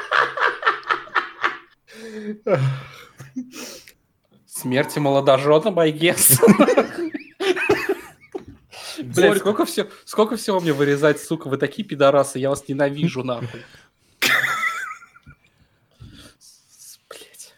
смерти молодоженам, I guess. Блять, сколько, все, сколько всего мне вырезать, сука, вы такие пидорасы, я вас ненавижу, нахуй. Блять.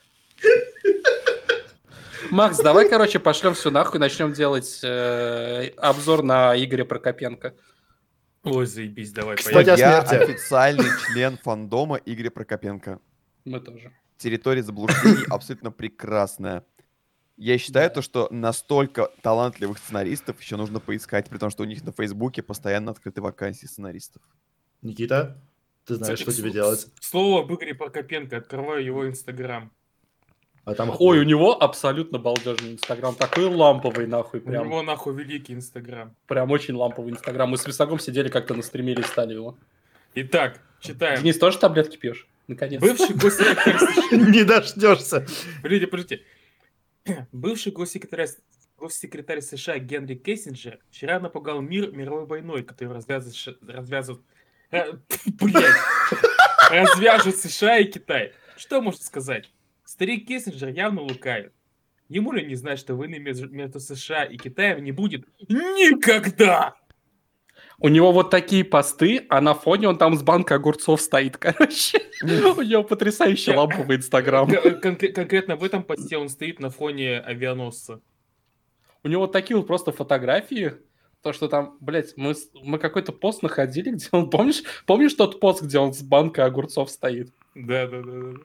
Макс, давай, короче, пошлем все нахуй, начнем делать э, обзор на Игоря Прокопенко. Ой, заебись, давай, Кстати, поехали. о Я смерти. официальный член фандома Игоря Прокопенко. Мы тоже. Территория заблуждений абсолютно прекрасная. Я считаю то, что настолько талантливых сценаристов еще нужно поискать, при том, что у них на Фейсбуке постоянно открыты вакансии сценаристов. Никита, ты знаешь, Кстати, что тебе с- делать. с- Слово об Игоре Прокопенко. Открываю его Инстаграм. А там Ой, у него абсолютно балдежный инстаграм, такой ламповый, нахуй, У прям, него нахуй великий Инстаграм. прям очень ламповый инстаграм. Мы с Висагом сидели как-то на стриме, листали его. Итак, читаем. Денис, тоже таблетки пьешь? Наконец. Бывший госсекретарь США. не дождешься. Подождите, подождите. Бывший госсекретарь, госсекретарь США Генри Киссинджер вчера напугал мир мировой войной, который развязывает, Ш- развязывает, э, блядь, развяжут США и Китай. Что можно сказать? Старик Киссинджер явно лукавит. Ему ли не знать, что войны между, между США и Китаем не будет никогда? У него вот такие посты, а на фоне он там с банкой огурцов стоит, короче. У него потрясающий ламповый инстаграм. Кон- конкре- конкретно в этом посте он стоит на фоне авианосца. У него вот такие вот просто фотографии, то, что там, блядь, мы, с- мы какой-то пост находили, где он, помнишь, помнишь тот пост, где он с банкой огурцов стоит? Да, да, да, да.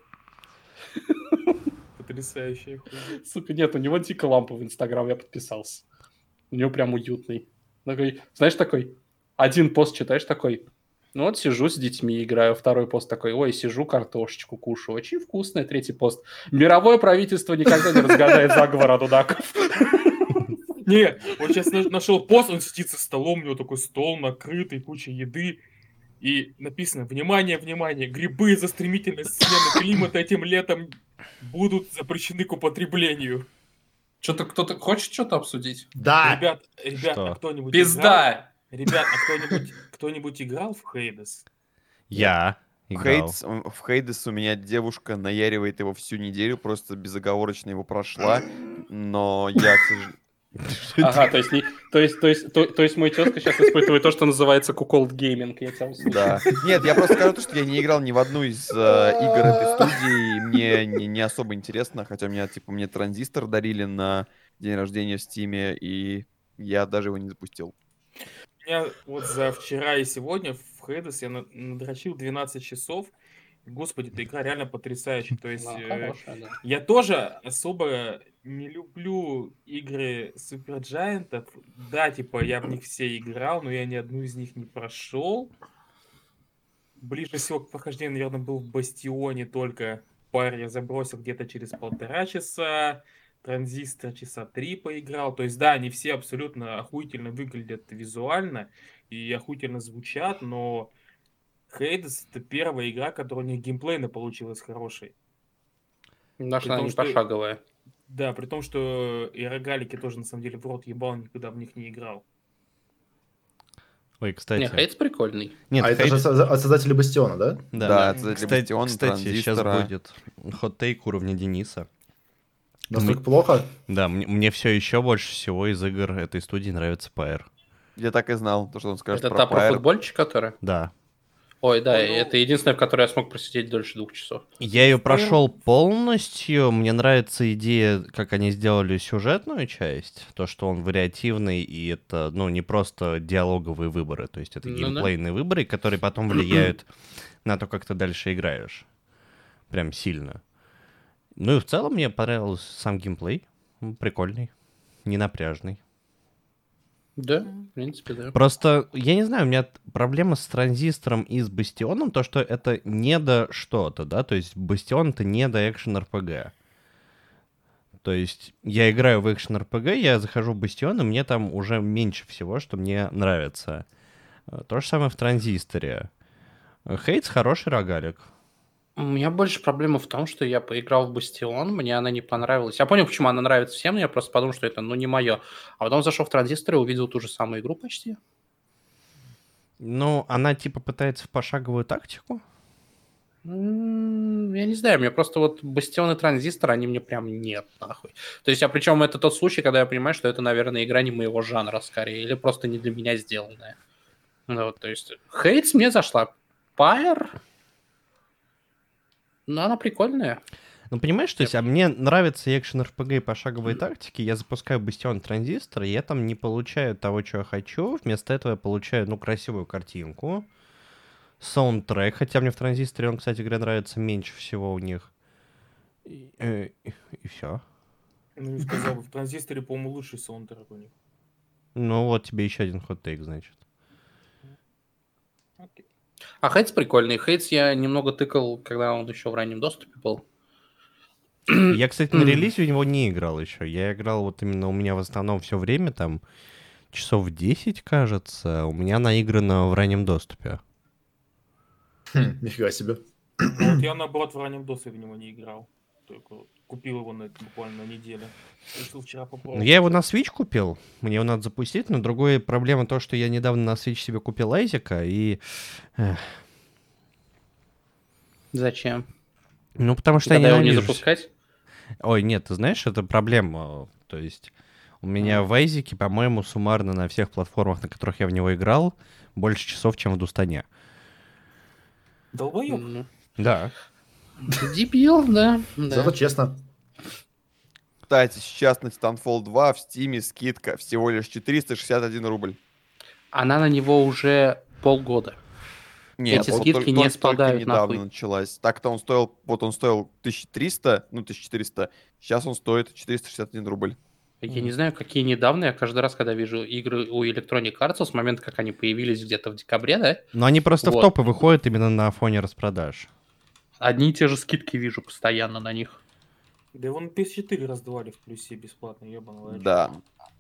Потрясающая хуйня. Сука, нет, у него дико ламповый инстаграм, я подписался. У него прям уютный. Такой, знаешь, такой, один пост читаешь такой, ну вот сижу с детьми, играю. Второй пост такой, ой, сижу, картошечку кушаю. Очень вкусный. Третий пост. Мировое правительство никогда не разгадает заговор Анунаков. Не, вот сейчас нашел пост, он сидит за столом, у него такой стол накрытый, куча еды. И написано, внимание, внимание, грибы из-за стремительной смены климата этим летом будут запрещены к употреблению. Что-то кто-то хочет что-то обсудить? Да. Ребят, ребят, Что? а кто-нибудь играл? Пизда! Ребят, а кто-нибудь, кто-нибудь играл в Хейдес? Я В играл. Хейдс, в Хейдес у меня девушка наяривает его всю неделю, просто безоговорочно его прошла, но я, к сожалению... Ага, то есть, не, то, есть, то, есть, то, то есть мой тезка сейчас испытывает то, что называется куколд гейминг. Я тебя услышал. Да. Нет, я просто скажу, то, что я не играл ни в одну из э, игр этой студии, и мне не, не особо интересно, хотя у меня, типа, мне транзистор дарили на день рождения в Стиме, и я даже его не запустил. У меня вот за вчера и сегодня в Хейдес я на- надрочил двенадцать часов. Господи, эта игра реально потрясающая. То есть Да, э, хорошая, да. я тоже особо не люблю игры Суперджайантов. Да, типа я в них все играл, но я ни одну из них не прошел. Ближе всего к прохождению, наверное, был в Бастионе только. Пар я забросил где-то через полтора часа. Транзистор часа три поиграл. То есть, да, они все абсолютно охуительно выглядят визуально и охуительно звучат, но Хейдес — это первая игра, которая у них геймплейно получилась хорошей. Наша При она том, не что- пошаговая. Да, при том, что и рогалики тоже, на самом деле, в рот ебал, никогда в них не играл. Ой, кстати. Не, Хейтс прикольный. Нет, а это же Хейд- со- от создателей Бастиона, да? Да, Да, от создателей Кстати, Бастиона, кстати, сейчас Транзистора. будет хот-тейк уровня Дениса. Настолько плохо? Да, мне, мне все еще больше всего из игр этой студии нравится Pyre. Я так и знал, то, что он скажет Это про та про Pyre. футбольчик, которая? Да. Ой, да, Ну, это единственное, в которой я смог просидеть дольше двух часов. Я ее Фрейм- прошел полностью. Мне нравится идея, как они сделали сюжетную часть. То, что он вариативный, и это, ну, не просто диалоговые выборы. То есть это Ну да. геймплейные выборы, которые потом влияют на то, как ты дальше играешь. Прям сильно. Ну и в целом мне понравился сам геймплей. М, Прикольный. Ненапряжный. Да, в принципе, да. Просто, я не знаю, у меня т- проблема с транзистором и с бастионом, то, что это не до что-то, да, то есть бастион — это не до экшен-эр пи джи. То есть я играю в экшен-эр пи джи, я захожу в бастион, и мне там уже меньше всего, что мне нравится. Э, То же самое в транзисторе. Хейтс — хороший рогалик. У меня больше проблема в том, что я поиграл в Бастион, мне она не понравилась. Я понял, почему она нравится всем, но я просто подумал, что это, ну, не мое. А потом зашел в Транзистор и увидел ту же самую игру почти. Ну, она типа пытается в пошаговую тактику. М, Я не знаю, мне просто вот Бастион и Транзистор, они мне прям нет, нахуй. То есть, а причем это тот случай, когда я понимаю, что это, наверное, игра не моего жанра, скорее, или просто не для меня сделанная. Ну, вот, то есть, Хейтс мне зашла. Пайер, ну, она прикольная. Ну, понимаешь, то есть, а мне нравится и экшен-эр пи джи, и пошаговые тактики, я запускаю Бастион Транзистор, и я там не получаю того, чего я хочу, вместо этого я получаю, ну, красивую картинку, саундтрек, хотя мне в Транзисторе он, кстати говоря, нравится меньше всего у них, и, э, и все. Ну, не сказал бы, в Транзисторе, по-моему, лучший саундтрек у них. Ну, вот тебе еще один хот-тейк, значит. Окей. А Хейтс прикольный. Хейтс я немного тыкал, когда он еще в раннем доступе был. Я, кстати, на релизе у него не играл еще, я играл вот именно у меня в основном все время, там, часов десять, кажется, у меня наиграно в раннем доступе. Хм, нифига себе. Ну, вот я, наоборот, в раннем доступе в него не играл. Только вот купил его на, буквально на неделю. Решил вчера Ну, попробовать. я его на Switch купил, мне его надо запустить, но другая проблема то, что я недавно на Switch себе купил Айзека, и... эх, Зачем? ну, потому что Когда я его не ненавижу... запускать? Ой, нет, ты знаешь, это проблема. То есть у меня в Айзеке, по-моему, суммарно на всех платформах, на которых я в него играл, больше часов, чем в Дустане. Долбоёб. Ну, Да. Дебил, да. Зато да. честно. Кстати, сейчас на Titanfall два в Стиме скидка всего лишь четыреста шестьдесят один рубль. Она на него уже полгода. Нет, Эти вот скидки только- не только спадают недавно нахуй. началась. Так-то он стоил, вот он стоил тысяча триста, ну тысяча четыреста, сейчас он стоит четыреста шестьдесят один рубль. Я не знаю, какие недавно. Я каждый раз, когда вижу игры у Electronic Arts, с момента, как они появились где-то в декабре, да, Но они просто Вот. в топы выходят именно на фоне распродаж. одни и те же скидки вижу постоянно на них. Да его на пи эс четыре раздавали в плюсе бесплатно, ебаного. Да.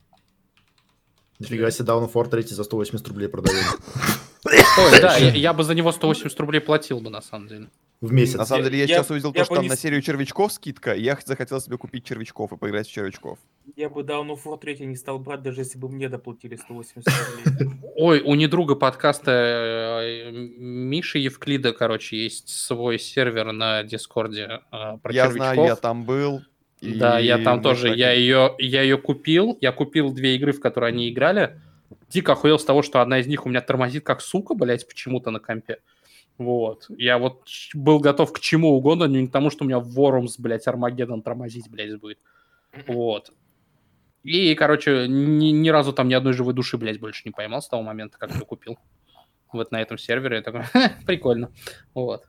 Нифига себе, Dawn of War три за сто восемьдесят рублей продают. Ой, да, я, я бы за него сто восемьдесят рублей платил бы, на самом деле. В месяц. На самом Я- деле, я, я- сейчас увидел я то, что бы там не на с- серию червячков скидка, и я захотел себе купить червячков и поиграть в червячков. Я бы Dawn of War три не стал брать, даже если бы мне доплатили сто восемьдесят рублей. Ой, у недруга подкаста э, Миши Евклида, короче, есть свой сервер на Дискорде э, про Я червячков. знаю, я там был. и Да, я там мы тоже. так и- Я ее, я ее купил. Я купил две игры, в которые они играли. Дико охуел с того, что одна из них у меня тормозит как сука, блядь, почему-то на компе. Вот. Я вот ч- был готов к чему угодно, но не к тому, что у меня Worms, блядь, Армагеддон тормозить, блядь, будет. Вот. И, короче, ни, ни разу там ни одной живой души, блядь, больше не поймал с того момента, как я купил. Вот на этом сервере. Я такой, «Ха, прикольно. Вот.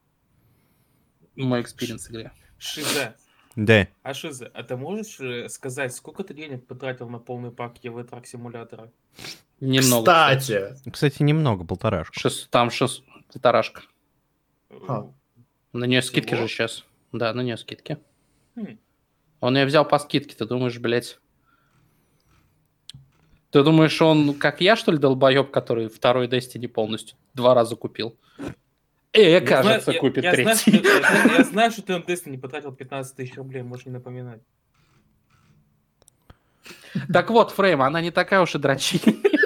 Мой экспириенс игры. Шиза. Да. А Шиза, а ты можешь э, сказать, сколько ты денег потратил на полный пак и ви трак симулятора? Немного. Кстати, Кстати, немного, полторашку. Шест- там шест... полторашка. А. На нее скидки Всего? же сейчас. Да, на нее скидки. Хм. Он ее взял по скидке, ты думаешь, блядь? Ты думаешь, он, как я, что ли, долбоеб, который второй Destiny полностью два раза купил? Э, Я кажется, знаю- я- купит я знаю, третий. что ты- я, я знаю, что ты на Destiny потратил пятнадцать тысяч рублей, можешь не напоминать. Так вот, Фрейм, она не такая уж и дрочи.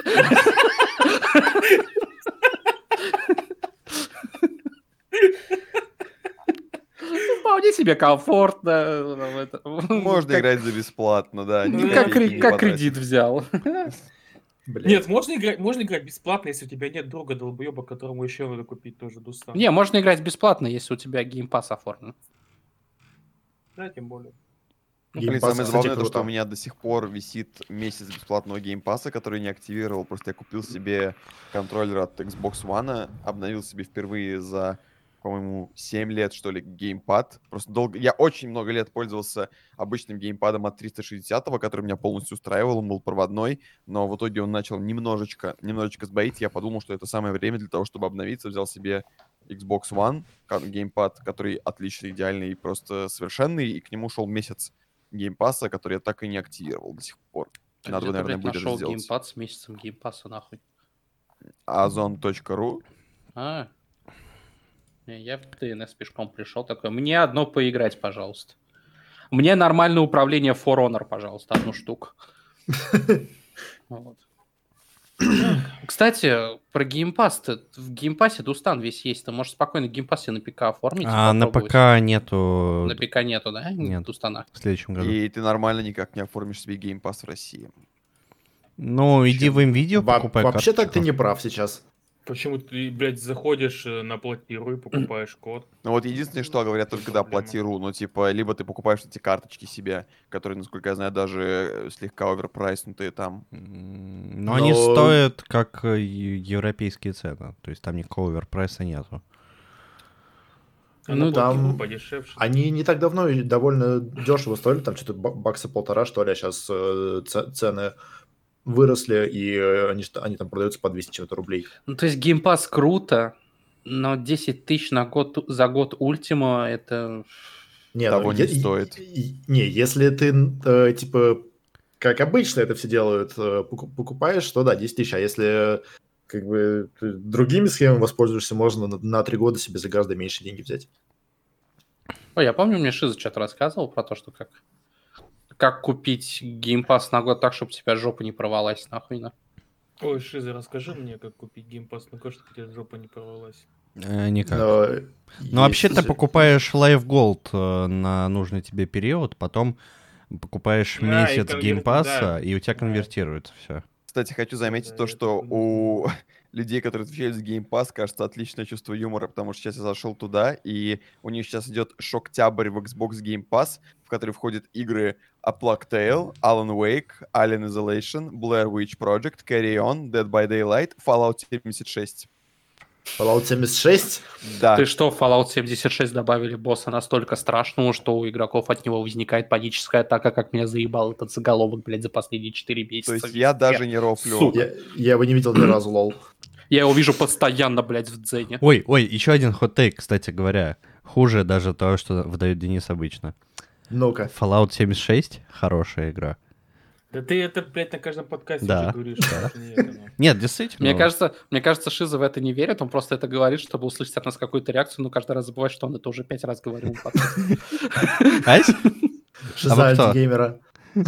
Вполне себе комфортно. в это- Можно как- играть за бесплатно, да. ни Ну, как, копейки кре- не как потратив. кредит взял. Блядь. Нет, можно играть, можно играть бесплатно, если у тебя нет друга долбоеба, которому еще надо купить тоже Дустан. Не, можно играть бесплатно, если у тебя геймпас оформлен. Да, тем более. Ну, блин, Геймпас, самое кстати, забавное, то, что круто. у меня до сих пор висит месяц бесплатного геймпаса, который не активировал. Просто я купил себе контроллер от Xbox One, обновил себе впервые за, по-моему, семь лет, что ли, геймпад. Просто долго... Я очень много лет пользовался обычным геймпадом от триста шестидесятого, который меня полностью устраивал, он был проводной, но в итоге он начал немножечко, немножечко сбоить. Я подумал, что это самое время для того, чтобы обновиться, взял себе Xbox One, ка- геймпад, который отличный, идеальный, просто совершенный, и к нему шел месяц геймпаса, который я так и не активировал до сих пор. А Надо, где ты, наверное, блядь, будет это нашел сделать. геймпад с месяцем геймпаса, нахуй? озон точка ру. А, не, я в ди эн эс пешком пришел такой, мне одно поиграть, пожалуйста. Мне нормальное управление For Honor, пожалуйста, одну штуку. Вот. Кстати, про геймпас. В геймпассе Дустан весь есть. Ты можешь спокойно геймпас себе на ПК оформить. и А на попробовать. ПК нету На ПК нету, да? Нет. Дустана. в следующем году. И ты нормально никак не оформишь себе геймпас в России. Ну, иди Чем? в видео Во- покупай Вообще так ты карточку. не прав сейчас. Почему ты, блядь, заходишь э, на платиру и покупаешь код? Ну вот единственное, что говорят только да, плати.ру, ну типа, либо ты покупаешь эти карточки себе, которые, насколько я знаю, даже э, слегка оверпрайснутые там. М, Но они Но- стоят как э, е- европейские цены. То есть там никакого оверпрайса нету. А Ну, на платиру там подешевше. Они не так давно и довольно дешево стоили, там что-то ба- бакса полтора, что ли, а сейчас цены выросли, и э, они, что- они там продаются по двести чего-то рублей. Ну, то есть геймпас круто, но десять тысяч на год, за год Ультима это... Не, Того ну, не е- стоит. и- Не, если ты, э, типа, как обычно это все делают, э, поку- покупаешь, то да, десять тысяч, а если как бы ты другими схемами воспользуешься, можно на, на три года себе за гораздо меньше деньги взять. Ой, я помню, мне Шиза что-то рассказывал про то, что как, как купить геймпас на год так, чтобы у тебя жопа не порвалась нахуй. на. Ой, Шиза, расскажи мне, как купить геймпас, ну что у тебя жопа не порвалась. Э, никак. Но Ну, вообще ты есть- покупаешь Live Gold э, на нужный тебе период, потом покупаешь А, и месяц конвер- геймпаса, да. и у тебя Да. конвертируется все. Кстати, хочу заметить да, то, я что такой у людей, которые отвечают за Game Pass, кажется, отличное чувство юмора, потому что сейчас я зашел туда, и у них сейчас идет шоктябрь в Xbox Game Pass, в который входят игры A Plague Tale, Alan Wake, Alien Isolation, Blair Witch Project, Carry On, Dead by Daylight, Fallout семьдесят шесть. Fallout семьдесят шесть? Да. Ты что, в Fallout семьдесят шесть добавили босса настолько страшного, что у игроков от него возникает паническая атака, как меня заебал этот заголовок, блядь, за последние четыре месяца. То есть я везде. даже не рофлю. Сука. Я, я его не видел ни разу, лол. Я его вижу постоянно, блядь, в дзене. Ой, ой, еще один хот-тейк, кстати говоря. Хуже даже того, что выдает Денис обычно. Ну-ка. Fallout семьдесят шесть — хорошая игра. Да ты это, блядь, на каждом подкасте Да. уже говоришь. что не это, ну. Нет, действительно. Мне кажется, мне кажется, Шиза в это не верит, он просто это говорит, чтобы услышать от нас какую-то реакцию, но каждый раз забывает, что он это уже пять раз говорил. в подкасте. Ась? Шиза вы кто? антигеймера.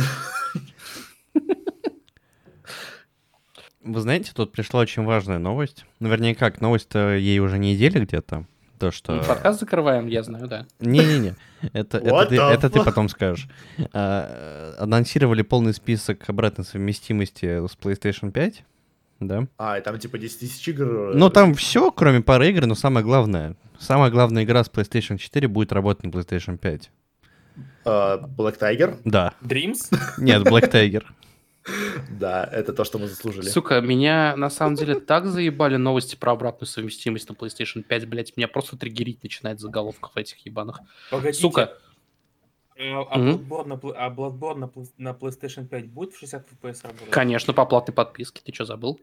Вы знаете, тут пришла очень важная новость. Ну, вернее, как, новость-то ей уже недели где-то. То, что... Мы подкаст закрываем, я знаю, да. Не-не-не, это, это, What ты, the это ты fuck? потом скажешь. А, анонсировали полный список обратной совместимости с PlayStation пять, да? А, и там типа десять тысяч игр. Ну, там все, кроме пары игр, но самое главное. Самая главная игра с PlayStation четыре будет работать на PlayStation пять. А, Black Tiger? Да. Dreams? Нет, Black Tiger. Да, это то, что мы заслужили. Сука, меня на самом деле так заебали новости про обратную совместимость на PlayStation пять, блядь, меня просто триггерить начинает в заголовках этих ебаных. Погодите. Сука, А, а Мгм. Bloodborne, на, пл- а Bloodborne на, пл- на PlayStation пять будет в шестьдесят эф пи эс работать? конечно, по платной подписке, ты что, забыл?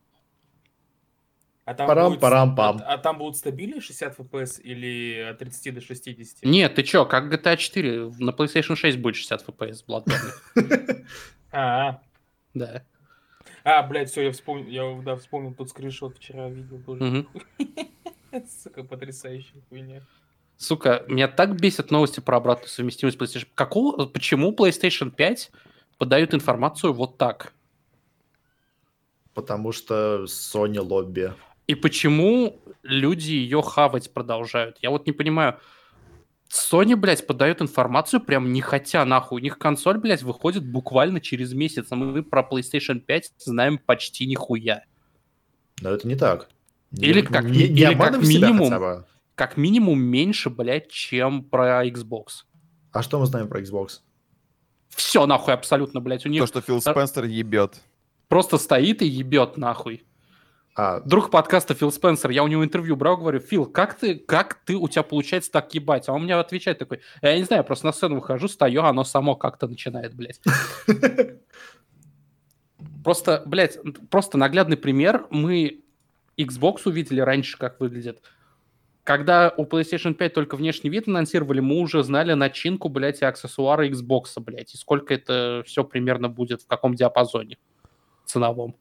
А там, Парам, будет, парам, пам. а, а там будут стабильные шестьдесят эф пи эс или от тридцати до шестидесяти? Нет, ты чё, как джи ти эй четыре, на PlayStation шесть будет шестьдесят эф пи эс в Bloodborne. А, Да. а, блядь, все, я вспомнил, я да, вспомнил тот скриншот, вчера видел тоже. Мгм. Сука, потрясающая хуйня. Сука, меня так бесят новости про обратную совместимость PlayStation. Какого, почему PlayStation пять подают информацию вот так? Потому что Sony лобби. И почему люди ее хавать продолжают? Я вот не понимаю. Sony, блядь, подает информацию прям не хотя, нахуй. У них консоль, блядь, выходит буквально через месяц, а мы про PlayStation пять знаем почти нихуя. Но это не так. Или Не- как, не, ми- не или как обманывай себя минимум, хотя бы. как минимум меньше, блядь, чем про Xbox. А что мы знаем про Xbox? Все, нахуй, абсолютно, блядь. У них То, что Фил а- Спенсер ебет. просто стоит и ебет, нахуй. А, Друг подкаста Фил Спенсер, я у него интервью брал, говорю: Фил, как ты, как ты, у тебя получается так ебать? А он мне отвечает такой: я не знаю, я просто на сцену выхожу, стою, оно само как-то начинает, блядь. Просто, блядь, просто наглядный пример. Мы Xbox увидели раньше, как выглядит. Когда у PlayStation пять только внешний вид анонсировали, мы уже знали начинку, блядь, и аксессуары Xbox, блядь, и сколько это все примерно будет, в каком диапазоне ценовом.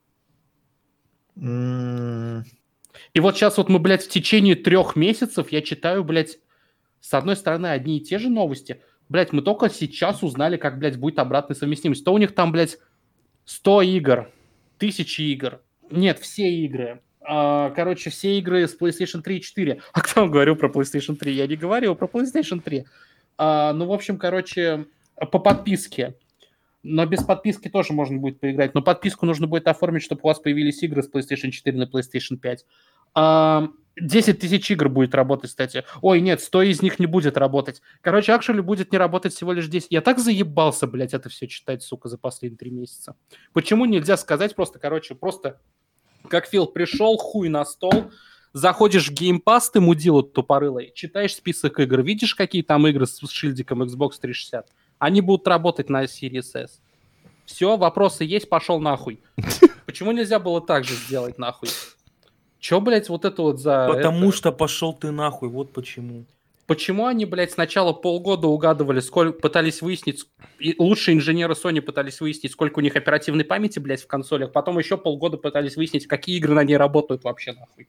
м, И вот сейчас вот мы, блядь, в течение трех месяцев я читаю, блядь, с одной стороны, одни и те же новости. Блядь, мы только сейчас узнали, как, блядь, будет обратная совместимость. То у них там, блядь, сто игр, тысячи игр. Нет, все игры. А, короче, все игры с PlayStation три и четыре. А кто вам говорил про PlayStation три? Я не говорил про PlayStation три. А, ну, в общем, короче, по подписке. Но без подписки тоже можно будет поиграть. Но подписку нужно будет оформить, чтобы у вас появились игры с PlayStation четыре на PlayStation пять. А, десять тысяч игр будет работать, кстати. Ой, нет, сто из них не будет работать. Короче, actually будет не работать всего лишь десять. Я так заебался, блядь, это все читать, сука, за последние три месяца. Почему нельзя сказать просто, короче, просто как Фил пришел, хуй на стол, заходишь в Game Pass, ты мудила тупорылый, читаешь список игр, видишь, какие там игры с шильдиком Xbox триста шестьдесят? Они будут работать на Series S. Все, вопросы есть, пошел нахуй. Почему нельзя было так же сделать, нахуй? Че, блядь, вот это вот за... Потому это? что пошел ты нахуй, вот почему. Почему они, блядь, сначала полгода угадывали, сколько пытались выяснить, и лучшие инженеры Sony пытались выяснить, сколько у них оперативной памяти, блядь, в консолях, потом еще полгода пытались выяснить, какие игры на ней работают вообще, нахуй.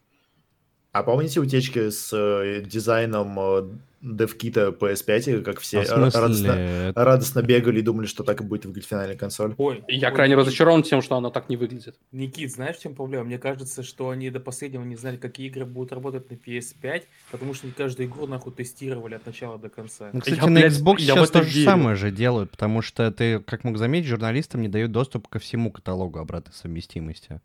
А помните утечки с э, дизайном э, девкита пи эс пять, как все А в ра- смысле, радостно, это- радостно бегали и думали, что так и будет выглядеть финальная консоль? Ой, Я ой, крайне Никит, разочарован тем, что оно так не выглядит. Никит, знаешь, в чем проблема? Мне кажется, что они до последнего не знали, какие игры будут работать на пи эс пять, потому что они каждую игру нахуй тестировали от начала до конца. Ну, кстати, Я, на блядь, Xbox я в сейчас это то же верю. самое же делают, потому что ты, как мог заметить, журналистам не дают доступ ко всему каталогу обратной совместимости.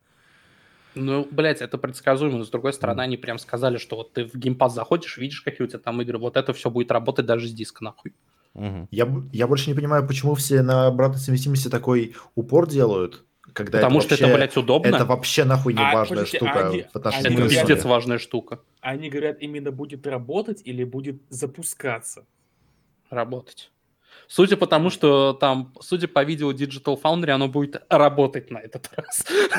Ну, блядь, это предсказуемо, но с другой стороны, они прям сказали, что вот ты в геймпад заходишь, видишь, какие у тебя там игры, вот это все будет работать даже с диска, нахуй. Мгм. Я, б- я больше не понимаю, почему все на обратной совместимости такой упор делают, когда Потому это что вообще, это, блядь, удобно. это вообще нахуй не А, важная подождите, штука они- в отношении они Это говорят- консоли. пиздец важная штука. Они говорят, именно будет работать или будет запускаться. Работать. Судя по тому, что там, судя по видео Digital Foundry, оно будет работать на этот раз.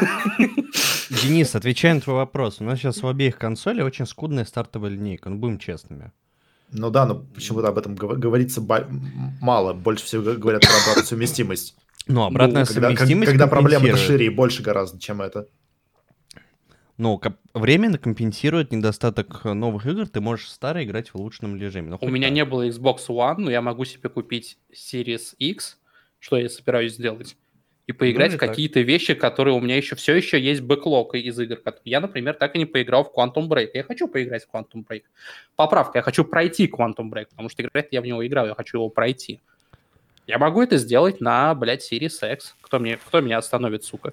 Денис, отвечая на твой вопрос, у нас сейчас у обеих консолей очень скудная стартовая линейка, ну будем честными. Ну да, но почему-то об этом гов- говорится ба- м- мало. Больше всего г- говорят про обратную совместимость. Ну, обратная Когда, как- совместимость когда проблема-то компенсирует. шире и больше гораздо, чем это. Ну, коп- временно компенсирует недостаток э, новых игр, ты можешь старые играть в улучшенном режиме. Ну, У хоть меня так. не было Xbox One, но я могу себе купить Series X, что я собираюсь сделать, и поиграть или в так. какие-то вещи, которые у меня еще все еще есть бэклог из игр. которые- Я, например, так и не поиграл в Quantum Break. Я хочу поиграть в Quantum Break. Поправка, я хочу пройти Quantum Break, потому что играть я в него играю, я хочу его пройти. Я могу это сделать на, блядь, Series X. Кто, мне, кто меня остановит, сука?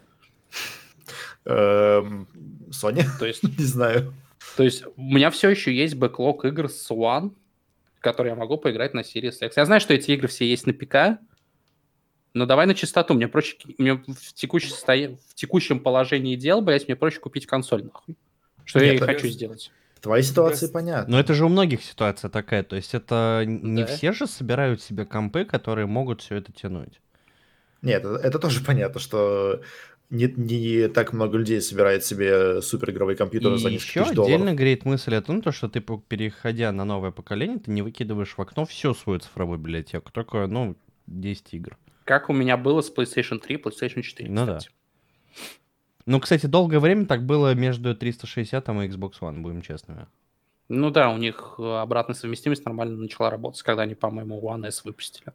Эм, Sony? То есть, Не знаю. то есть у меня все еще есть бэклог игр с One, которые я могу поиграть на Series X. Я знаю, что эти игры все есть на ПК, но давай на чистоту. Мне проще, мне в, текущем состоя- в текущем положении дел, блядь, мне проще купить консоль, нахуй. Что я Нет, и так- хочу сделать. Твоя ситуация Yes. понятна. Но это же у многих ситуация такая, то есть это н- не Да. все же собирают себе компы, которые могут все это тянуть. Нет, это, это тоже понятно, что не, не так много людей собирает себе суперигровые И компьютеры за несколько еще тысяч долларов. отдельно греет мысль о том, то, что ты, по- переходя на новое поколение, ты не выкидываешь в окно всю свою цифровую библиотеку, только, ну, десять игр. Как у меня было с PlayStation три и PlayStation четыре, Ну да. кстати. Ну, кстати, долгое время так было между триста шестьдесят и Xbox One, будем честными. Ну да, у них э, обратная совместимость нормально начала работать, когда они, по-моему, One S выпустили.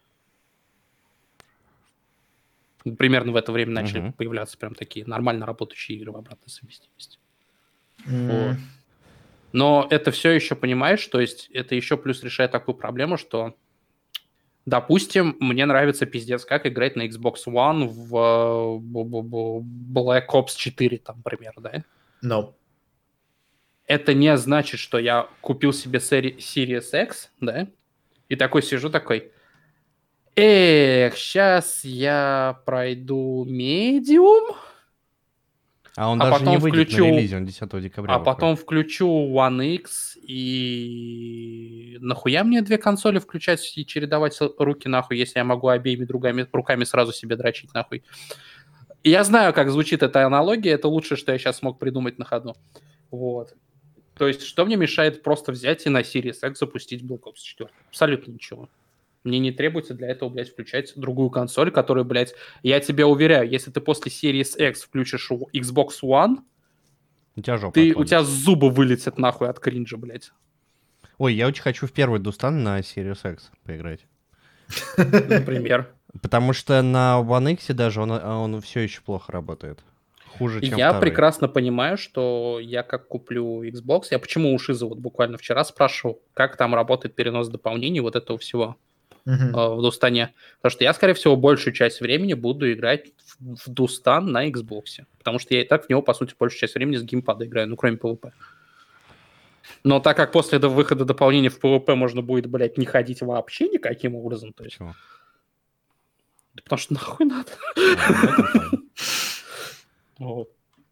Примерно в это время начали Мгм. появляться прям такие нормально работающие игры в обратной совместимости. М, Вот. Но это все еще, понимаешь, то есть это еще плюс решает такую проблему, что, допустим, мне нравится пиздец как играть на Xbox One в э, бу- бу- бу- Black Ops четыре, там, например, да? No. Это не значит, что я купил себе сери- Series X, да, и такой сижу такой, эх, сейчас я пройду Medium, А он а даже не потом выйдет включу- на релизе, он десятого декабря а выходит. потом включу One X, и нахуя мне две консоли включать и чередовать с- руки нахуй, если я могу обеими другами, руками сразу себе дрочить нахуй. И я знаю, как звучит эта аналогия, это лучшее, что я сейчас смог придумать на ходу. Вот. То есть, что мне мешает просто взять и на Series X запустить Black Ops четыре? Абсолютно ничего. Мне не требуется для этого, блядь, включать другую консоль, которая, блядь, я тебе уверяю, если ты после Series X включишь у- Xbox One, У тебя жопа ты, у отвалится. тебя зубы вылетят нахуй от кринжа, блядь. Ой, я очень хочу в первый Дустан на Series X поиграть. Например. Потому что на One X даже он, он все еще плохо работает. Хуже, чем Я второй. прекрасно понимаю, что я как куплю Xbox, я почему у Шиза вот буквально вчера спрашивал, как там работает перенос дополнений вот этого всего Мгм. э, в Дустане. Потому что я, скорее всего, большую часть времени буду играть в, в Дустан на Xbox. Потому что я и так в него, по сути, большую часть времени с геймпада играю, ну, кроме PvP. Но так как после до- выхода дополнения в PvP можно будет, блядь, не ходить вообще никаким образом, то есть... Почему? Да потому что нахуй надо. А, ну, это правильно. Вот.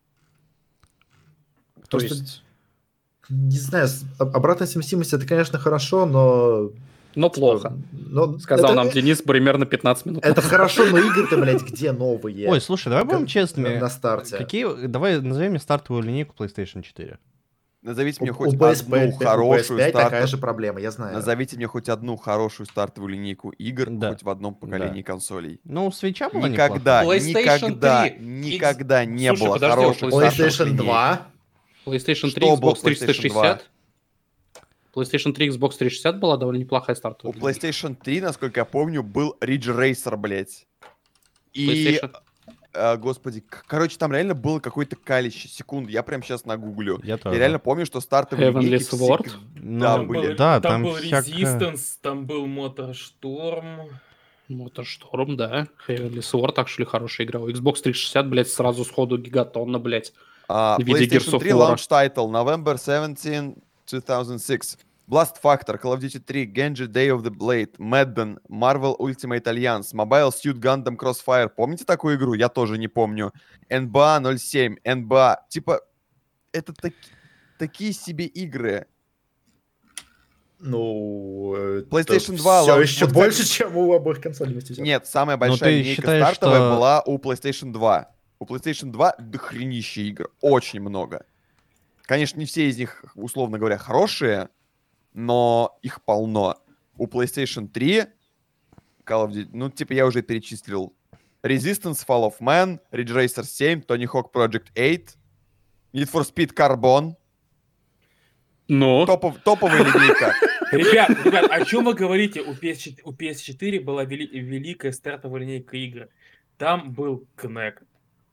То Просто, есть... не знаю, с- об- обратная совместимость это, конечно, хорошо, но... Но плохо. но Сказал это, нам Денис примерно пятнадцать минут. Это хорошо, но игры-то, блядь, где новые? Ой, слушай, давай будем Как- честными. на старте. Какие... Давай назови мне стартовую линейку PlayStation четыре. Назовите У, мне у хоть пи эс пи, одну у пи эс хорошую пять такая стартовую... же проблема, я знаю. Назовите мне хоть одну хорошую стартовую линейку игр Да. хоть в одном поколении консолей. Ну, у свеча была Никогда, неплохая. PlayStation никогда, три. никогда X- не Слушай, было подожди, у хороших PlayStation стартовых PlayStation линеек. два. PlayStation три, Что было Xbox триста PlayStation два? шестьдесят. PlayStation три, Xbox триста шестьдесят была довольно неплохая У стартовая. линейка. PlayStation три, насколько я помню, был Ridge Racer, блядь. И, PlayStation- э, господи, к- короче, там реально было какое-то количество секунд. Я прям сейчас нагуглю. Я Я тоже. реально помню, что стартовые Heavenly линейки Sword? всегда Ну, да, Там были. был, Да, там там был всякое- Resistance, там был Motorstorm. Motorstorm, да. Heavenly Sword, так что ли, хорошая игра. У Xbox триста шестьдесят, блядь, сразу сходу гигатонна, блядь. А, в виде Gears PlayStation of три War. launch title November seventeenth, two thousand six. Blast Factor, Call of Duty три, Genji Day of the Blade, Madden, Marvel Ultimate Alliance, Mobile Suit Gundam Crossfire. Помните такую игру? Я тоже не помню. эн би эй ноль семь, эн би эй. Типа, это таки- такие себе игры. Ну, PlayStation два все ладно, еще вот, больше, кстати- чем у обоих консолей вместе взятых. Нет, самая Ну, большая ты линейка считаешь, стартовая что- была у PlayStation два. У PlayStation два дохренища игр. Очень много. Конечно, не все из них, условно говоря, хорошие, но их полно. У PlayStation три Call of Duty, ну, типа, я уже перечислил. Resistance, Fall of Man, Ridge Racer семь, Tony Hawk Project восемь, Need for Speed Carbon. Ну, Топов, топовая линейка. Ребят, ребят, о чем вы говорите? У пи эс четыре, у пи эс четыре была вели- великая стартовая линейка игр. Там был Kinect.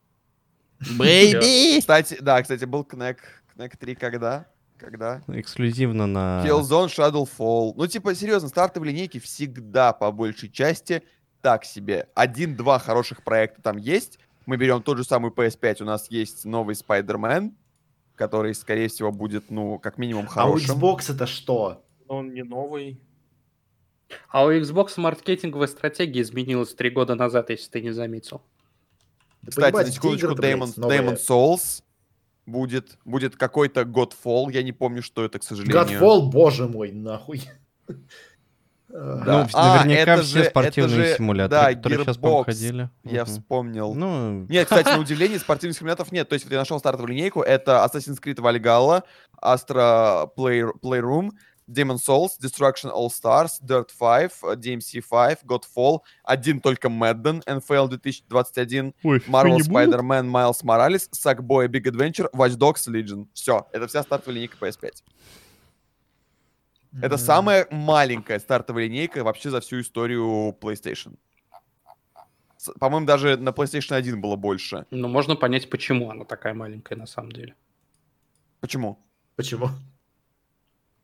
Бэйби! Кстати, да, кстати, был Kinect, Kinect три когда? Когда? Эксклюзивно на... Killzone Shadowfall. Ну, типа, серьезно, стартовые линейки всегда, по большей части, так себе. Один-два хороших проекта там есть. Мы берем тот же самый пи эс пять, у нас есть новый Spider-Man, который, скорее всего, будет, ну, как минимум, А у хорошим. Xbox это что? Но он не новый. а у Xbox маркетинговая стратегия изменилась три года назад, если ты не заметил. Да Кстати, поебать, на эти секундочку, игры-то, блядь, Demon, новые. Demon Souls будет. Будет какой-то Godfall, я не помню, что это, к сожалению. Godfall, боже мой, нахуй. Ну, Да. в- А, наверняка это все же- спортивные это же, симуляторы, да, которые сейчас, Gearbox. по-моему, ходили. Я Мгм. вспомнил. Ну, Нет, кстати, на удивление, спортивных симуляторов нет. То есть вот я нашел стартовую линейку. Это Assassin's Creed Valhalla, Astra Play, Playroom, Demon's Souls, Destruction All Stars, Dirt пять, ди эм си пять, Godfall, один только Madden, эн эф эл две тысячи двадцать один, ой, Marvel Spider-Man Miles Morales, Sackboy Big Adventure, Watch Dogs Legion. Все, это вся стартовая линейка пи эс пять. Это М. самая маленькая стартовая линейка вообще за всю историю PlayStation. С- По-моему, даже на PlayStation один было больше. Но Ну, можно понять, почему она такая маленькая на самом деле. Почему? Почему?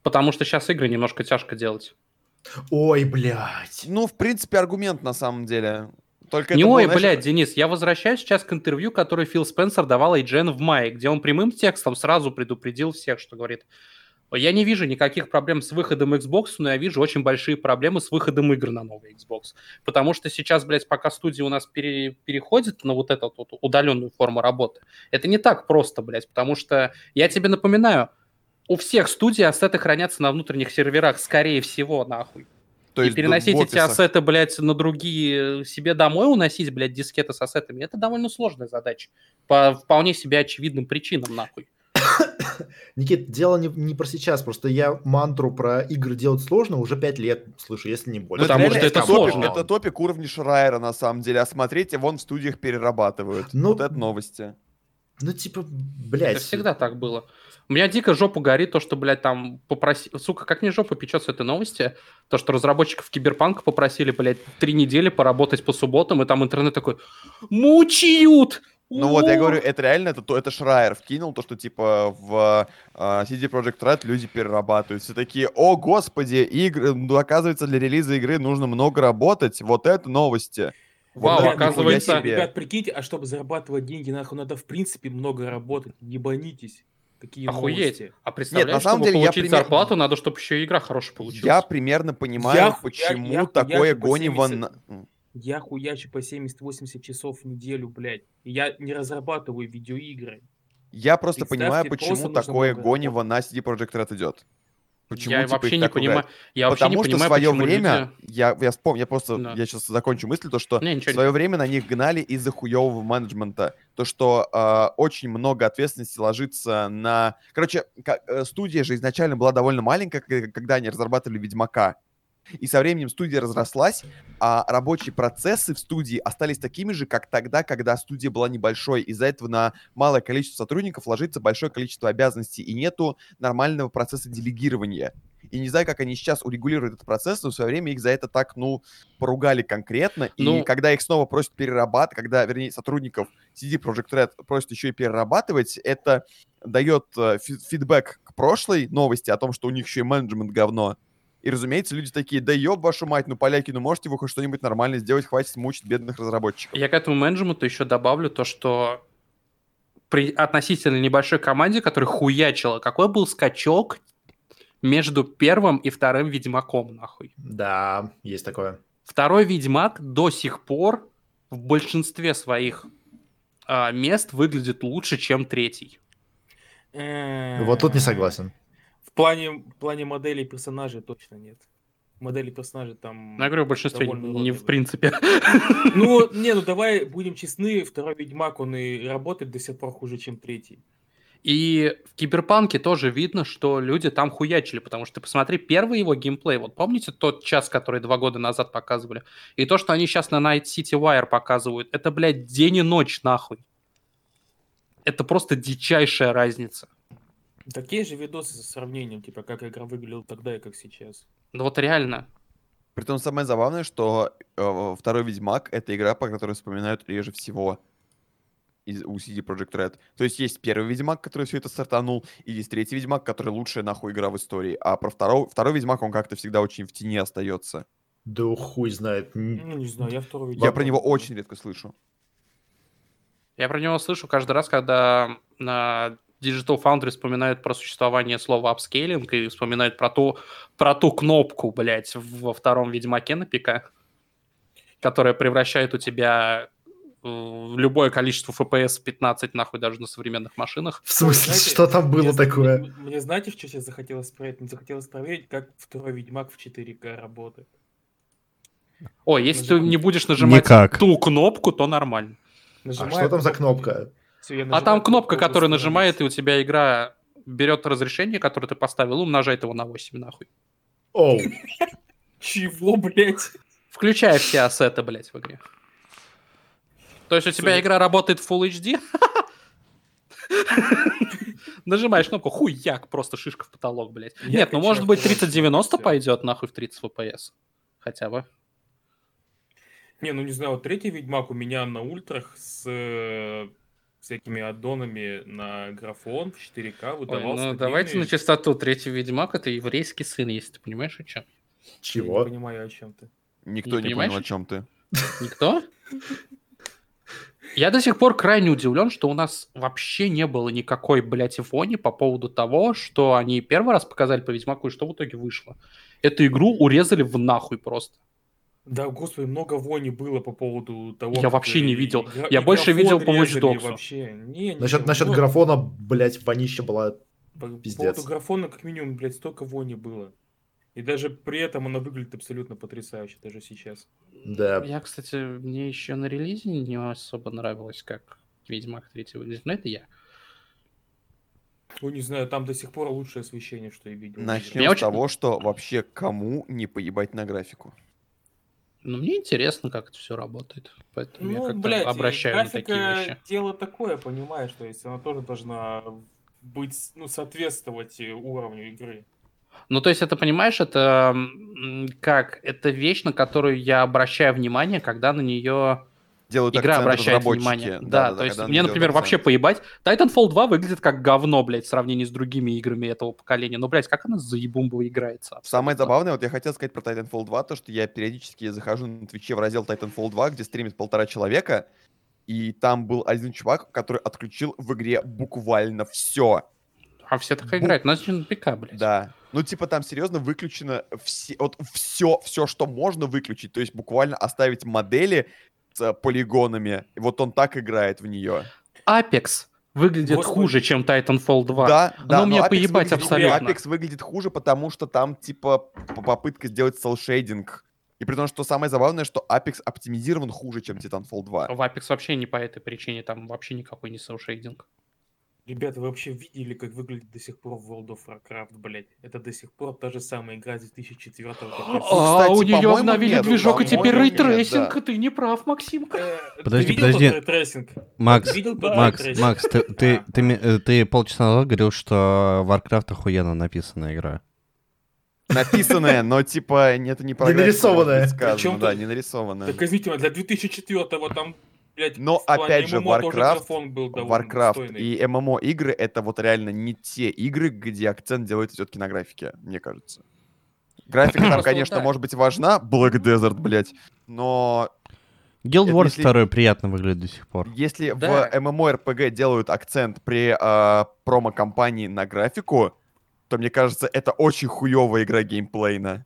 Потому что сейчас игры немножко тяжко делать. Ой, блядь. Ну, в принципе, аргумент на самом деле. Только Не это было, ой, знаешь, блядь, Денис, я возвращаюсь сейчас к интервью, которое Фил Спенсер давал эй джи эн в мае, где он прямым текстом сразу предупредил всех, что говорит: я не вижу никаких проблем с выходом Xbox, но я вижу очень большие проблемы с выходом игр на новый Xbox. Потому что сейчас, блядь, пока студия у нас пере- переходит на вот эту вот удаленную форму работы, это не так просто, блядь, потому что, я тебе напоминаю, у всех студий ассеты хранятся на внутренних серверах, скорее всего, нахуй. то И есть переносить в эти офисах. ассеты, блядь, на другие, себе домой уносить, блядь, дискеты с ассетами, это довольно сложная задача. По вполне себе очевидным причинам, нахуй. Никит, дело не, не про сейчас, просто я мантру про игры делать сложно уже пять лет слышу, если не Ну, больше. Потому реально, что это топик- сложно. Это топик уровня Шрайера, на самом деле. А смотрите, вон в студиях перерабатывают. Ну, Вот это новости. Ну, типа, блядь. Это всегда так было. У меня дико жопу горит то, что, блядь, там попроси... Сука, как мне жопа печет с этой новости, то, что разработчиков Киберпанка попросили, блядь, три недели поработать по субботам, и там интернет такой: мучают! Ну вот, я О!» говорю, это реально, это, то- это Шрайер вкинул, то, что, типа, в а, си ди Projekt Red люди перерабатывают. Все такие: о, господи, игры, ну, оказывается, для релиза игры нужно много работать. Вот это новости. Вау, Вот это Ребят, нихуя оказывается- себе. Ребят, прикиньте, а чтобы зарабатывать деньги, нахуй надо в принципе много работать. Ебанитесь. Какие Охуеть. новости. А представляешь, на самом чтобы деле, я получить пример- зарплату, надо, чтобы еще и игра хорошая получилась. Я примерно понимаю, Я хуя- почему я такое хуячу по гонево... семьдесят. на- Я хуячу по семьдесят-восемьдесят часов в неделю, блядь. И я не разрабатываю видеоигры. Я просто Представьте, понимаю, просто почему нужно такое много гонево работать. на си ди Projekt Red идет. Почему, я типа, вообще их не так понимаю. ругают? Я вообще Потому не что понимаю, в свое почему время, люди- я, я вспомню, я просто, Да. я сейчас закончу мысль, то, что Не, в ничего не- свое время на них гнали из-за хуевого менеджмента. То, что э, очень много ответственности ложится на... Короче, ка- э, студия же изначально была довольно маленькая, к- когда они разрабатывали «Ведьмака». И со временем студия разрослась, а рабочие процессы в студии остались такими же, как тогда, когда студия была небольшой. Из-за этого на малое количество сотрудников ложится большое количество обязанностей, и нету нормального процесса делегирования. И не знаю, как они сейчас урегулируют этот процесс, но в свое время их за это так, ну, поругали конкретно. Ну- И когда их снова просят перерабатывать, когда, вернее, сотрудников си ди Projekt Red просят еще и перерабатывать, это дает э, фи- фидбэк к прошлой новости о том, что у них еще и менеджмент говно. И, разумеется, люди такие: да ёб вашу мать, ну, поляки, ну, можете вы хоть что-нибудь нормально сделать, хватит мучить бедных разработчиков. Я к этому менеджменту еще добавлю то, что при относительно небольшой команде, которая хуячила, какой был скачок между первым и вторым Ведьмаком, нахуй. Да, есть такое. Второй Ведьмак до сих пор в большинстве своих а, мест выглядит лучше, чем третий. Вот тут не согласен. В плане, в плане моделей персонажей точно нет. Модели персонажей там... Ну, я говорю, в большинстве, довольно не в уродливые. принципе. Ну, не, ну давай будем честны, второй Ведьмак, он и работает до сих пор хуже, чем третий. И в Киберпанке тоже видно, что люди там хуячили, потому что ты посмотри, первый его геймплей, вот помните тот час, который два года назад показывали, и то, что они сейчас на Night City Wire показывают, это, блядь, день и ночь, нахуй. Это просто дичайшая разница. Такие же видосы со сравнением, типа, как игра выглядела тогда и как сейчас. Ну вот реально. Притом самое забавное, что э, второй Ведьмак — это игра, по которой вспоминают реже всего из, у си ди Projekt Red. То есть есть первый Ведьмак, который все это стартанул, и есть третий Ведьмак, который лучшая нахуй игра в истории. А про второй, второй Ведьмак, он как-то всегда очень в тени остается. Да хуй знает. Н- Ну, не знаю, я второй Я Ведьмак про него не помню. очень редко слышу. Я про него слышу каждый раз, когда на Digital Foundry вспоминают про существование слова апскейлинг и вспоминают про ту, про ту кнопку, блядь, во втором Ведьмаке на ПК, которая превращает у тебя в любое количество эф пи эс в пятнадцать, нахуй, даже на современных машинах. В смысле, Знаете, что там было мне- такое? Мне, мне знаете, что сейчас захотелось проверить? Мне захотелось проверить, как второй Ведьмак в четыре ка работает. Ой, если ты Нажимай. не будешь нажимать Никак. ту кнопку, то нормально. А Нажимаю что там за кнопку, кнопка? всё, я А нажимаю там кнопка, кнопку которая «Установить». нажимает, и у тебя игра берет разрешение, которое ты поставил, и умножает его на восемь, нахуй. Оу. Чего, блядь? Включая все ассеты, блядь, в игре. То есть у тебя Судя- игра работает в Full эйч ди? Нажимаешь кнопку, хуяк, просто шишка в потолок, блядь. Я Нет, ну качаю может быть Full тридцать девяносто всё. пойдет нахуй в тридцать эф пи эс. Хотя бы. Не, ну не знаю, вот третий Ведьмак у меня на ультрах с э, всякими аддонами на графон в четыре ка Ой, выдавался. ну давайте на длинный- чистоту. Третий Ведьмак — это еврейский сын, если ты понимаешь, о чем. Я не Чего? понимаю, о чем ты. Никто Не не понимаешь, понял, о о чем ты. Никто? Я до сих пор крайне удивлен, что у нас вообще не было никакой, блядь, вони по поводу того, что они первый раз показали по Ведьмаку, и что в итоге вышло. Эту игру урезали в нахуй просто. Да, господи, много вони было по поводу того, Я как вообще не и- видел. и- Я и больше графон видел по Watch резали Dogs. Вообще. Не, не Насчет, видел. насчет Ну, графона, блядь, вонища была. По, по пиздец. поводу графона, как минимум, блядь, столько вони было. И даже при этом она выглядит абсолютно потрясающе, даже сейчас. Да. Я, кстати, мне еще на релизе не особо нравилось, как Ведьмак три выглядит. Но это я. Ну, не знаю, там до сих пор лучшее освещение, что я видел. в игре. Начнем Я с очень- того, что вообще кому не поебать на графику. Но мне интересно, как это все работает. Поэтому я Ну, как-то блядь, обращаю на такие графика вещи. дело такое, понимаешь, то есть она тоже должна быть, ну, соответствовать э, уровню игры. Ну, то есть, это, понимаешь, это м, как? Это вещь, на которую я обращаю внимание, когда на нее Делают игра акцент обращает разработчики. внимание. Да, Да-да-да, то есть, когда мне, они например, делают вообще акцент. поебать. Titanfall два выглядит как говно, блядь, в сравнении с другими играми этого поколения. Ну, блядь, как она заебумбово играется? Самое абсолютно. забавное, вот я хотел сказать про Titanfall два, то, что я периодически захожу на Твиче в раздел Titanfall два, где стримит полтора человека, и там был один чувак, который отключил в игре буквально все. А все так Бу- играют. У нас же на ПК, блядь. Да. Ну, типа, там серьезно выключено все, вот все, все, что можно выключить. То есть буквально оставить модели с э, полигонами. И вот он так играет в нее. Apex выглядит Господи. хуже, чем Titanfall два. Да, да. у но меня Apex поебать выглядит- абсолютно. Apex выглядит хуже, потому что там, типа, п- попытка сделать селшейдинг. И при том, что самое забавное, что Apex оптимизирован хуже, чем Titanfall два. В Apex вообще не по этой причине, там вообще никакой не соушейдинг. Ребята, вы вообще видели, как выглядит до сих пор World of Warcraft, блядь? Это до сих пор та же самая игра с две тысячи четвёртого года. А, кстати, у нее по-моему, обновили нет, движок, и по-моему, теперь нет, рейтрейсинг. да. Ты не прав, Максимка. Э, Подожди, ты видел подожди. тот рейтрейсинг? Макс, Ты видел тот Макс, рейтрейсинг? Макс, ты, ты, А. ты, ми- э, ты полчаса назад говорил, что Warcraft охуенно написанная игра. Написанное, но, типа, не- это не про Не графику, может быть, нарисованное. сказано, Причем да, тут- не нарисованное. Так извините, для две тысячи четвёртого там, блядь, Но, в плане опять же, ММО тоже Warcraft, графон был довольно Warcraft достойный. и ММО игры это вот реально не те игры, где акцент делается все-таки на графике, мне кажется. Графика там, Просто конечно, да. может быть важна, Black Desert, блядь, но Guild Это Wars если- два приятно выглядит до сих пор. если Да. в MMORPG делают акцент при э, промо-компании на графику, то, мне кажется, это очень хуевая игра геймплейна.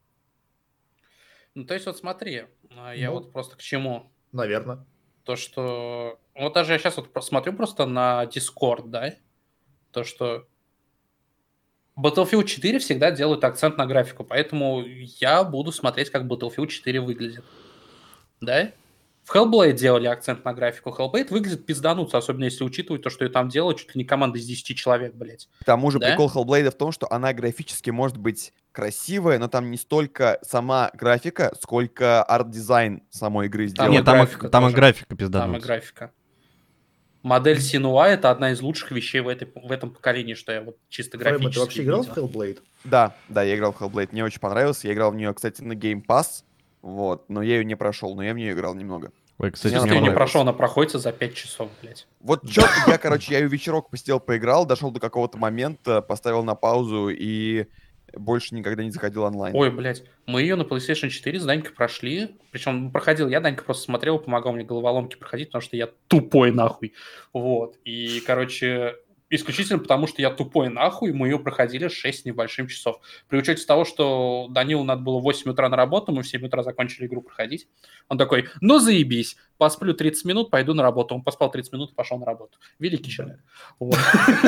Ну, то есть, вот смотри, а, я Ну. вот просто к чему. Наверное. То, что... Вот даже я сейчас вот про- смотрю просто на Discord, да, то, что Battlefield четыре всегда делают акцент на графику, поэтому я буду смотреть, как Battlefield четыре выглядит. Да? В Hellblade делали акцент на графику. Hellblade выглядит пиздануться, особенно если учитывать то, что ее там делают чуть ли не команда из десяти человек, блядь. К тому же Да? прикол Hellblade в том, что она графически может быть красивая, но там не столько сама графика, сколько арт-дизайн самой игры Там сделан. и Нет, там, и- графика там и тоже. графика Там и пизданутая. графика. Модель Синуа — это одна из лучших вещей в, этой, в этом поколении, что я вот чисто Фрейм, графически ты вообще играл в видел. Hellblade? Да, да, я играл в Hellblade, мне очень понравился. Я играл в нее, кстати, на Game Pass, вот, но я ее не прошел, но я в нее играл немного. Ой, кстати, Мне Если она ты не понравилась. прошел, она проходится за пять часов, блядь. Вот чё я, короче, я ее вечерок посидел, поиграл, дошел до какого-то момента, поставил на паузу и больше никогда не заходил онлайн. Ой, блядь, мы ее на PlayStation четыре с Данькой прошли. Причем проходил я, Данька просто смотрел, помогал мне головоломки проходить, потому что я тупой нахуй. Вот. И, короче, исключительно потому, что я тупой нахуй, мы ее проходили шесть с небольшим часов. При учете того, что Данилу надо было в восемь утра на работу, мы в семь утра закончили игру проходить. Он такой, ну заебись, посплю тридцать минут, пойду на работу. Он поспал тридцать минут и пошел на работу. Великий человек. Вот.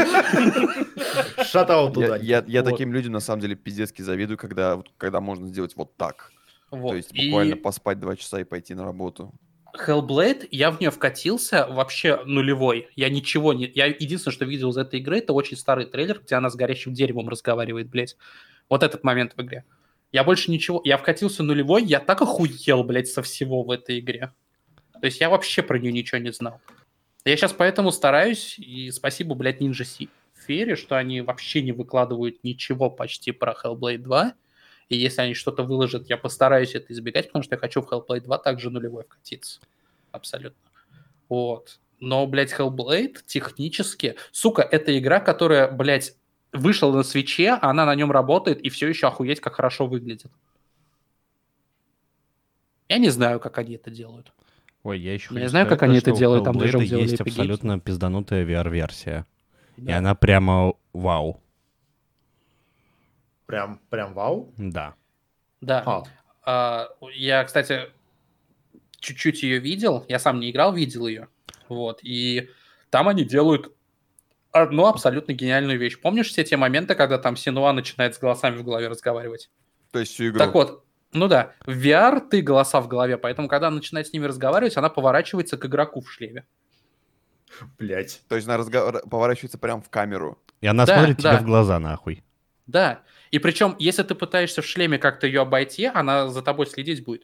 Шатаут Я, туда. я, я Вот. таким людям, на самом деле, пиздецки завидую, когда, вот- когда можно сделать вот так. Вот. То есть И- буквально поспать два часа и пойти на работу. Hellblade, я в нее вкатился вообще нулевой. Я ничего не... Я единственное, что видел из этой игры, это очень старый трейлер, где она с горящим деревом разговаривает, блядь. Вот этот момент в игре. Я больше ничего... Я вкатился нулевой, я так охуел, блядь, со всего в этой игре. То есть я вообще про нее ничего не знал. Я сейчас поэтому стараюсь, и спасибо, блядь, Ninja Sphere, что они вообще не выкладывают ничего почти про Hellblade два. И если они что-то выложат, я постараюсь это избегать, потому что я хочу в Hellblade два также нулевой вкатиться. Абсолютно. Вот. Но, блядь, Hellblade технически... Сука, это игра, которая, блядь, вышла на свитче, она на нем работает, и все еще охуеть, как хорошо выглядит. Я не знаю, как они это делают. Ой, я еще Я не хочу знаю, сказать как они то, это что у делают, там движок Hellblade сделали есть Epic Games. абсолютно пизданутая ви ар-версия. И Да. она прямо вау. Прям, прям вау. Да. Да. А, А, я, кстати, чуть-чуть ее видел. Я сам не играл, видел ее. Вот. И там они делают одну абсолютно гениальную вещь. Помнишь все те моменты, когда там Синуа начинает с голосами в голове разговаривать? То есть всю игру. Так вот, ну да, в ви ар ты голоса в голове, поэтому, когда она начинает с ними разговаривать, она поворачивается к игроку в шлеме. блядь. То есть она разго- поворачивается прям в камеру. И она Да, смотрит тебе да. в глаза, нахуй. Да. И причем, если ты пытаешься в шлеме как-то ее обойти, она за тобой следить будет.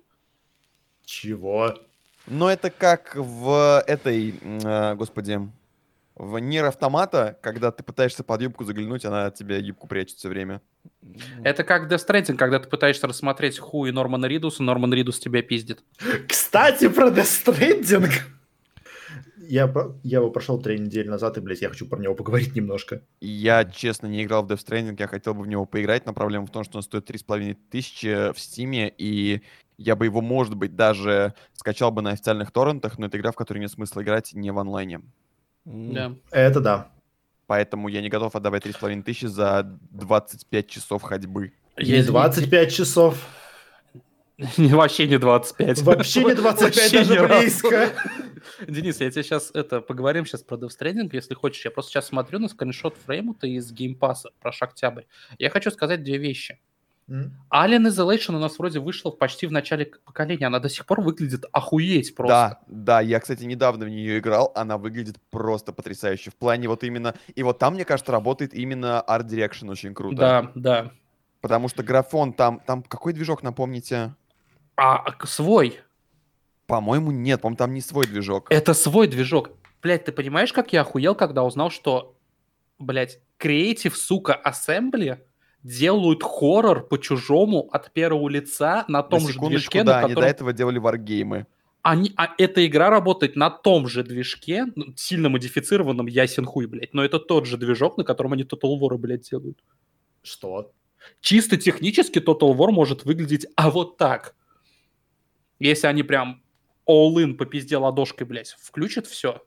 Чего? Но это как в этой, м, а, господи, в Нир Автомата, когда ты пытаешься под юбку заглянуть, она от тебя юбку прячет все время. Это как Death Stranding, когда ты пытаешься рассмотреть хуй Нормана Ридуса, Норман Ридус тебя пиздит. Кстати, про Death Stranding. Я, про- я его прошел три недели назад, и, блядь, я хочу про него поговорить немножко. Я, честно, не играл в Death Stranding, я хотел бы в него поиграть, но проблема в том, что он стоит три с половиной тысячи в Стиме, и я бы его, может быть, даже скачал бы на официальных торрентах, но это игра, в которой нет смысла играть не в онлайне. М. Да. Это да. Поэтому я не готов отдавать три с половиной тысячи за двадцать пять часов ходьбы. Не двадцать пять часов. Вообще не двадцать пять. Вообще не двадцать пять, Вообще даже ни разу. близко. Денис, я тебе сейчас это поговорим сейчас про Death Stranding, если хочешь. Я просто сейчас смотрю на скриншот Фреймута из геймпасса про Шахтябрь. Я хочу сказать две вещи. М? Alien Isolation у нас вроде вышла почти в начале к- поколения. Она до сих пор выглядит охуеть просто. Да, да, я, кстати, недавно в нее играл, она выглядит просто потрясающе. В плане вот именно... И вот там, мне кажется, работает именно Art Direction очень круто. Да, да. Потому что графон там... Там какой движок, напомните? А а, к- свой. По-моему, нет, по-моему, там не свой движок. Это свой движок. Блять, ты понимаешь, как я охуел, когда узнал, что, блять, Creative, сука, Assembly делают хоррор по-чужому от первого лица на На том же секундочку, движке, да, на они до котором... этого делали варгеймы. Они, а эта игра работает на том же движке, ну, сильно модифицированном, ясен хуй, блядь, но это тот же движок, на котором они Total War, блядь, делают. Что? Чисто технически Total War может выглядеть, а вот так. Если они прям all-in по пизде ладошкой, блядь, включат все.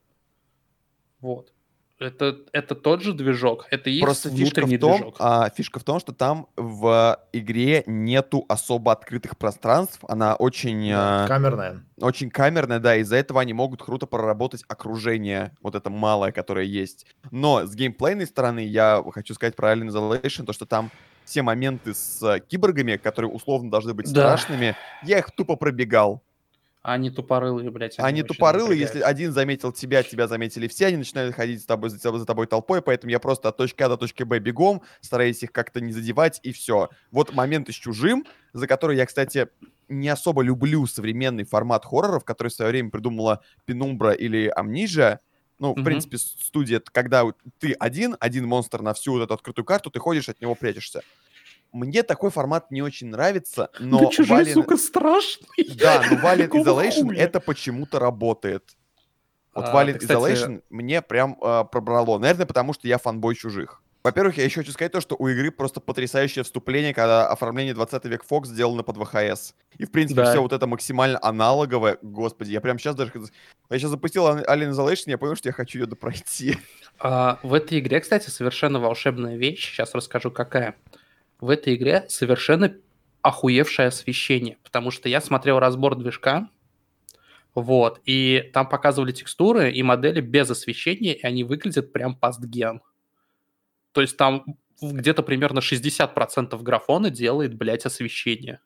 Вот. Это, это тот же движок, это их Просто фишка внутренний в, том, движок. а, фишка в том, что там в игре нету особо открытых пространств. Она очень, Да, а, камерная. очень камерная, да, из-за этого они могут круто проработать окружение, вот это малое, которое есть. Но с геймплейной стороны я хочу сказать про Alien Isolation, то, что там все моменты с а, киборгами, которые условно должны быть Да. страшными, я их тупо пробегал. Они тупорылые, блядь. Они очень тупорылые, если напрягают. один заметил тебя, тебя заметили все, они начинают ходить с тобой, за, за тобой толпой, поэтому я просто от точки А до точки Б бегом, стараясь их как-то не задевать, и все. Вот моменты с чужим, за который я, кстати, не особо люблю современный формат хорроров, который в свое время придумала Penumbra или Amnesia. Ну, в Мгм. принципе, с- студия, это когда вот ты один, один монстр на всю вот эту открытую карту, ты ходишь, от него прячешься. Мне такой формат не очень нравится, но... Да чужой, Valiant- сука, страшный. Да, но Valiant Какого Isolation хуя? это почему-то работает. Вот А, Valiant ты, кстати- Isolation мне прям э, пробрало. Наверное, потому что я фанбой чужих. Во-первых, я еще хочу сказать то, что у игры просто потрясающее вступление, когда оформление двадцатый век Fox сделано под вэ ха эс. И, в принципе, Да. все вот это максимально аналоговое. Господи, я прям сейчас даже... Я сейчас запустил Alien Isolation, я понял, что я хочу ее допройти. А, в этой игре, кстати, совершенно волшебная вещь. Сейчас расскажу, какая. В этой игре совершенно охуевшее освещение, потому что я смотрел разбор движка, вот, и там показывали текстуры и модели без освещения, и они выглядят прям пастген. То есть там где-то примерно шестьдесят процентов графона делает, блядь, освещение.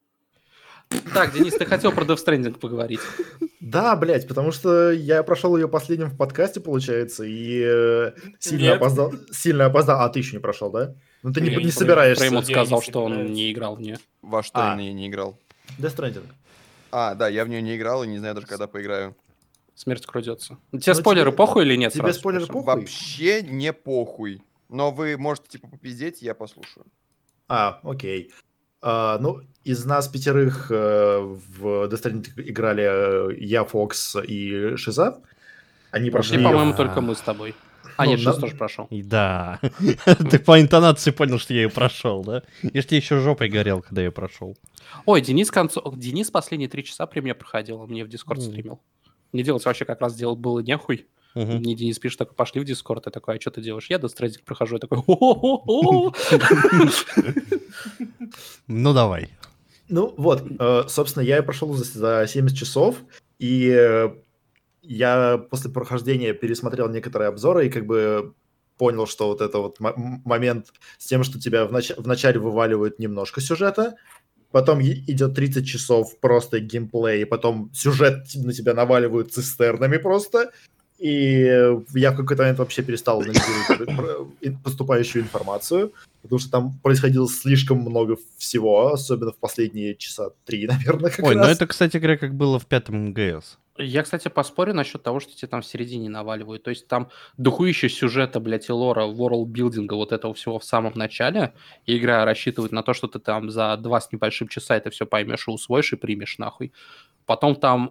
Так, Денис, ты хотел про Death Stranding поговорить. Да, блядь, потому что я прошел ее последним в подкасте, получается, и э, сильно Нет. опоздал. Сильно опоздал. А ты еще не прошел, да? Ну ты не, Я не не собираешься. Фреймут Я сказал, не что он собираюсь. не играл в нее. Во что А. я не, не играл. Death Stranding. А, да, я в нее не играл и не знаю даже, когда поиграю. Смерть крадется. Тебе Ну, спойлеры тебе- похуй или нет? тебе сразу спойлеры спрошу? похуй? Вообще не похуй. Но вы можете, типа, попиздеть, я послушаю. А, окей. А, ну, из нас пятерых э, в Death Stranding играли э, я, Фокс и Шиза. Они Прошли, прошли... по-моему, её. только мы с тобой. А, Ну, нет, на- шесть тоже прошел. И да. Ты по интонации понял, что я ее прошел, да? Я ж тебе еще жопой горел, когда я прошел. Ой, Денис, концо... Денис последние три часа при мне проходил, он мне в Дискорд Мгм. стримил. Мне делать вообще как раз делать было нехуй. Мгм. Мне Денис пишет, такой, пошли в Дискорд. Я такой, а что ты делаешь? Я Death Stranding прохожу. Я такой, о-о-о-о. Ну давай. Ну вот, э, собственно, я и прошел за, за семьдесят часов, и э, я после прохождения пересмотрел некоторые обзоры и как бы понял, что вот это вот мо- м- момент с тем, что тебя в, нач- в начале вываливают немножко сюжета, потом е- идет тридцать часов просто геймплей, и потом сюжет на тебя наваливают цистернами просто, и э, я в какой-то момент вообще перестал анализировать про- и- поступающую информацию, потому что там происходило слишком много всего, особенно в последние часа три, наверное, как Ой, раз. ну это, кстати говоря, как было в пятом ГС. Я, кстати, поспорю насчет того, что тебе там в середине наваливают. То есть там дохуище сюжета, блядь, и лора, ворлд-билдинга, вот этого всего в самом начале. И игра рассчитывает на то, что ты там за два с небольшим часа это все поймешь и усвоишь, и примешь нахуй. Потом там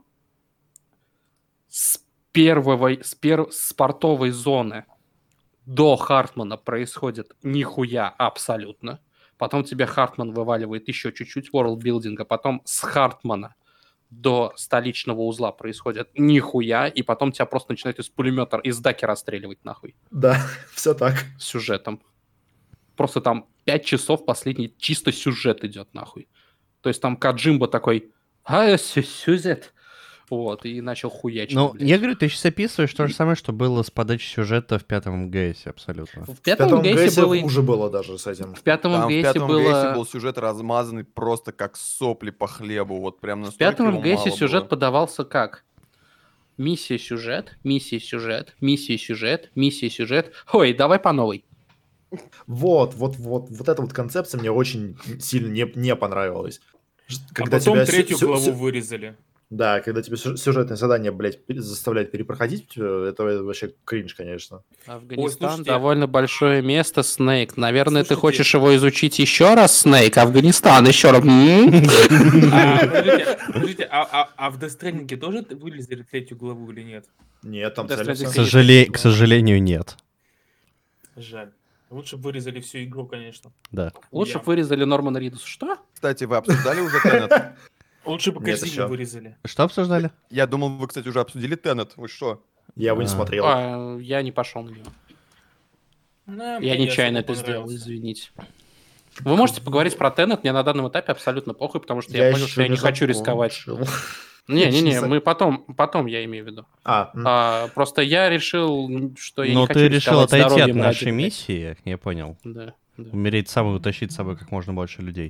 с первого, с, пер, с портовой зоны до Хартмана происходит нихуя абсолютно. Потом тебе Хартман вываливает еще чуть-чуть ворлд-билдинга. Потом с Хартмана до столичного узла происходит нихуя, и потом тебя просто начинают из пулемета, из даки расстреливать нахуй Да, все так. с сюжетом. Просто там пять часов последний чисто сюжет идет нахуй. То есть там Каджимба такой, а, сю- сюжет. Вот, и начал хуячить. Ну, блядь. я говорю, ты сейчас описываешь то же самое, что было с подачей сюжета в пятом ГСе абсолютно. В В пятом пятом ГСе ГСе было... хуже было даже с этим. В пятом Там в ГСе пятом было... ГСе был сюжет размазанный просто как сопли по хлебу. Вот прям В настолько пятом его ГСе мало сюжет было. подавался как? Миссия, сюжет, миссия, сюжет, миссия, сюжет, миссия, сюжет. Ой, давай по новой. Вот, вот, вот, вот эта вот концепция мне очень сильно не, не понравилась. Ж- А Когда потом тебя сю- третью сю- главу сю- вырезали. Да, когда тебе сю- сюжетное задание, блядь, пере- заставляет перепроходить, э, это вообще кринж, конечно. Афганистан слушайте. довольно большое место, Снейк. Наверное, ты Слушайте. хочешь его изучить еще раз, Снейк? Афганистан еще раз. М? А, подождите, подождите, а, а- а в Death Stranding тоже вылезали третью главу или нет? Нет, там Death целится. К, Stranding сожале- к сожалению, нет. Жаль. Лучше бы вырезали всю игру, конечно. Да. Лучше Я. бы вырезали Нормана Ридус. Что? Кстати, вы обсуждали уже Теннет? Лучше бы Нет Козиму еще. вырезали. Что обсуждали? Я думал, вы, кстати, уже обсудили Теннет. Вы что? Я его не А. смотрел. А, я не пошел на него. Да, мне Я не нечаянно особо это сделал, понравился. извините. Вы можете поговорить про Теннет, мне на данном этапе абсолютно похуй, потому что я, понял, ещё что я не хочу рисковать. закончил. Не-не-не, Честно. мы потом, потом я имею в виду. А, м, А, просто я решил, что я Но не хочу ты решил рисковать отойти от здоровьем ради, нашей блядь. миссии, я понял. Да, да. Умереть самой, утащить с собой как можно больше людей.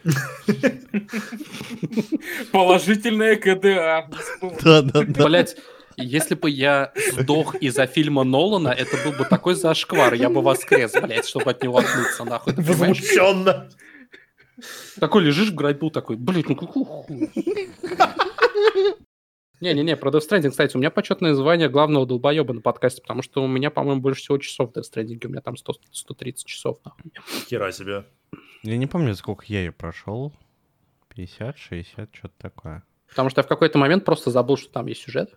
Положительная КДА. не забывай. Да-да-да. Блять, если бы я сдох из-за фильма Нолана, это был бы такой зашквар, я бы воскрес, блять, чтобы от него отмыться, нахуй. Ты понимаешь? возмущенно. Такой лежишь в гробу, такой, блять, ну какого хуя? Не-не-не, про Death Stranding, кстати, у меня почетное звание главного долбоеба на подкасте, потому что у меня, по-моему, больше всего часов в Death Stranding, у меня там сто сто тридцать часов, нахуй. Хера себе. Я не помню, сколько я ее прошел. пятьдесят, шестьдесят, что-то такое. Потому что я в какой-то момент просто забыл, что там есть сюжет.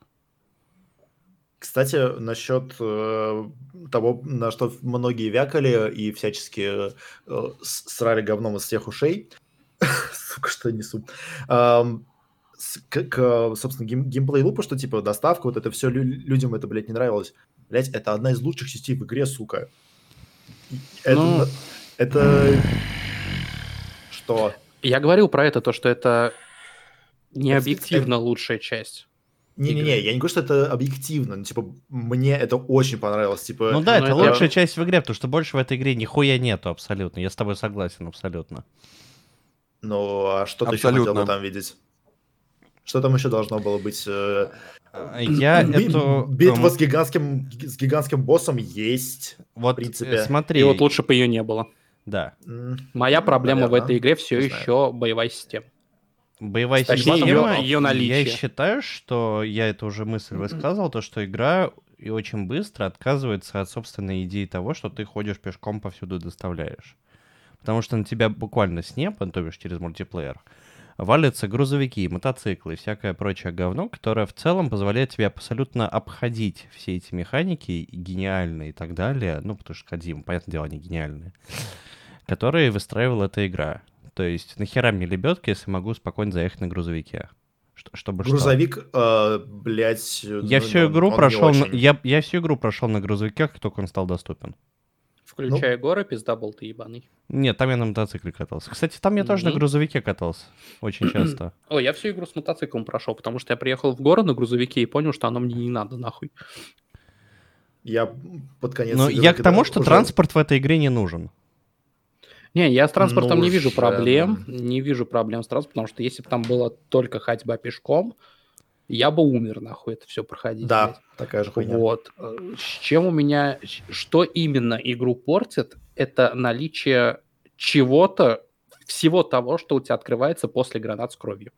Кстати, насчет э, того, на что многие вякали и всячески э, с- срали говном из всех ушей. Сука, что я несу. Ам, с- к, к, собственно, гейм- геймплей-лупу, что типа доставка, вот это все людям это, блядь, не нравилось. Блядь, это одна из лучших частей в игре, сука. И Это... Ну. на- это... Что? Я говорил про это, то, что это не Это- объективно лучшая часть. Не-не-не, я не говорю, что это объективно, но, типа, мне это очень понравилось, типа... Ну да, ну, это это- лучшая часть в игре, потому что больше в этой игре нихуя нету абсолютно. Я с тобой согласен абсолютно. Ну, а что ты еще хотел Абсолютно. бы там видеть? Что там еще должно было быть? э, Я би- эту... Битва эм, с гигантским, с гигантским боссом есть. Вот, принципе. э, смотри, И вот лучше бы ее не было. да. М, Моя проблема в Наверно. этой игре все Не знаю. еще боевая система. Боевая Точнее, система, её- её наличие. я считаю, что я эту уже мысль высказывал, то, что игра и очень быстро отказывается от собственной идеи того, что ты ходишь пешком повсюду доставляешь. Потому что на тебя буквально с неба, то бишь через мультиплеер, валятся грузовики, мотоциклы и всякое прочее говно, которое в целом позволяет тебе абсолютно обходить все эти механики, гениальные и так далее, ну, потому что Кодзима, понятное дело, они гениальные, которые выстраивала эта игра. То есть нахера мне лебедка, если могу спокойно заехать на грузовике? Что, чтобы Грузовик, э, блядь... что? Я ну, всю он- игру он не прошел, на- очень. я, я всю игру прошел на грузовике, как только он стал доступен. Включая горы, пиздабол ты ебаный. Нет, там я на мотоцикле катался. Кстати, там я тоже на Мгм. грузовике катался. Очень часто. Ой, я всю игру с мотоциклом прошел, потому что я приехал в город на грузовике и понял, что оно мне не надо, нахуй. Я под конец... Но игры, я к когда тому, что уже- транспорт в этой игре не нужен. Не, я с транспортом Ну не вижу уж, проблем. эм. Не вижу проблем с транспортом, потому что если бы там была только ходьба пешком, я бы умер, нахуй, это все проходить. Да, блядь. такая же хуйня. Вот. Э, С чем у меня... Что именно игру портит, это наличие чего-то, всего того, что у тебя открывается после гранат с кровью.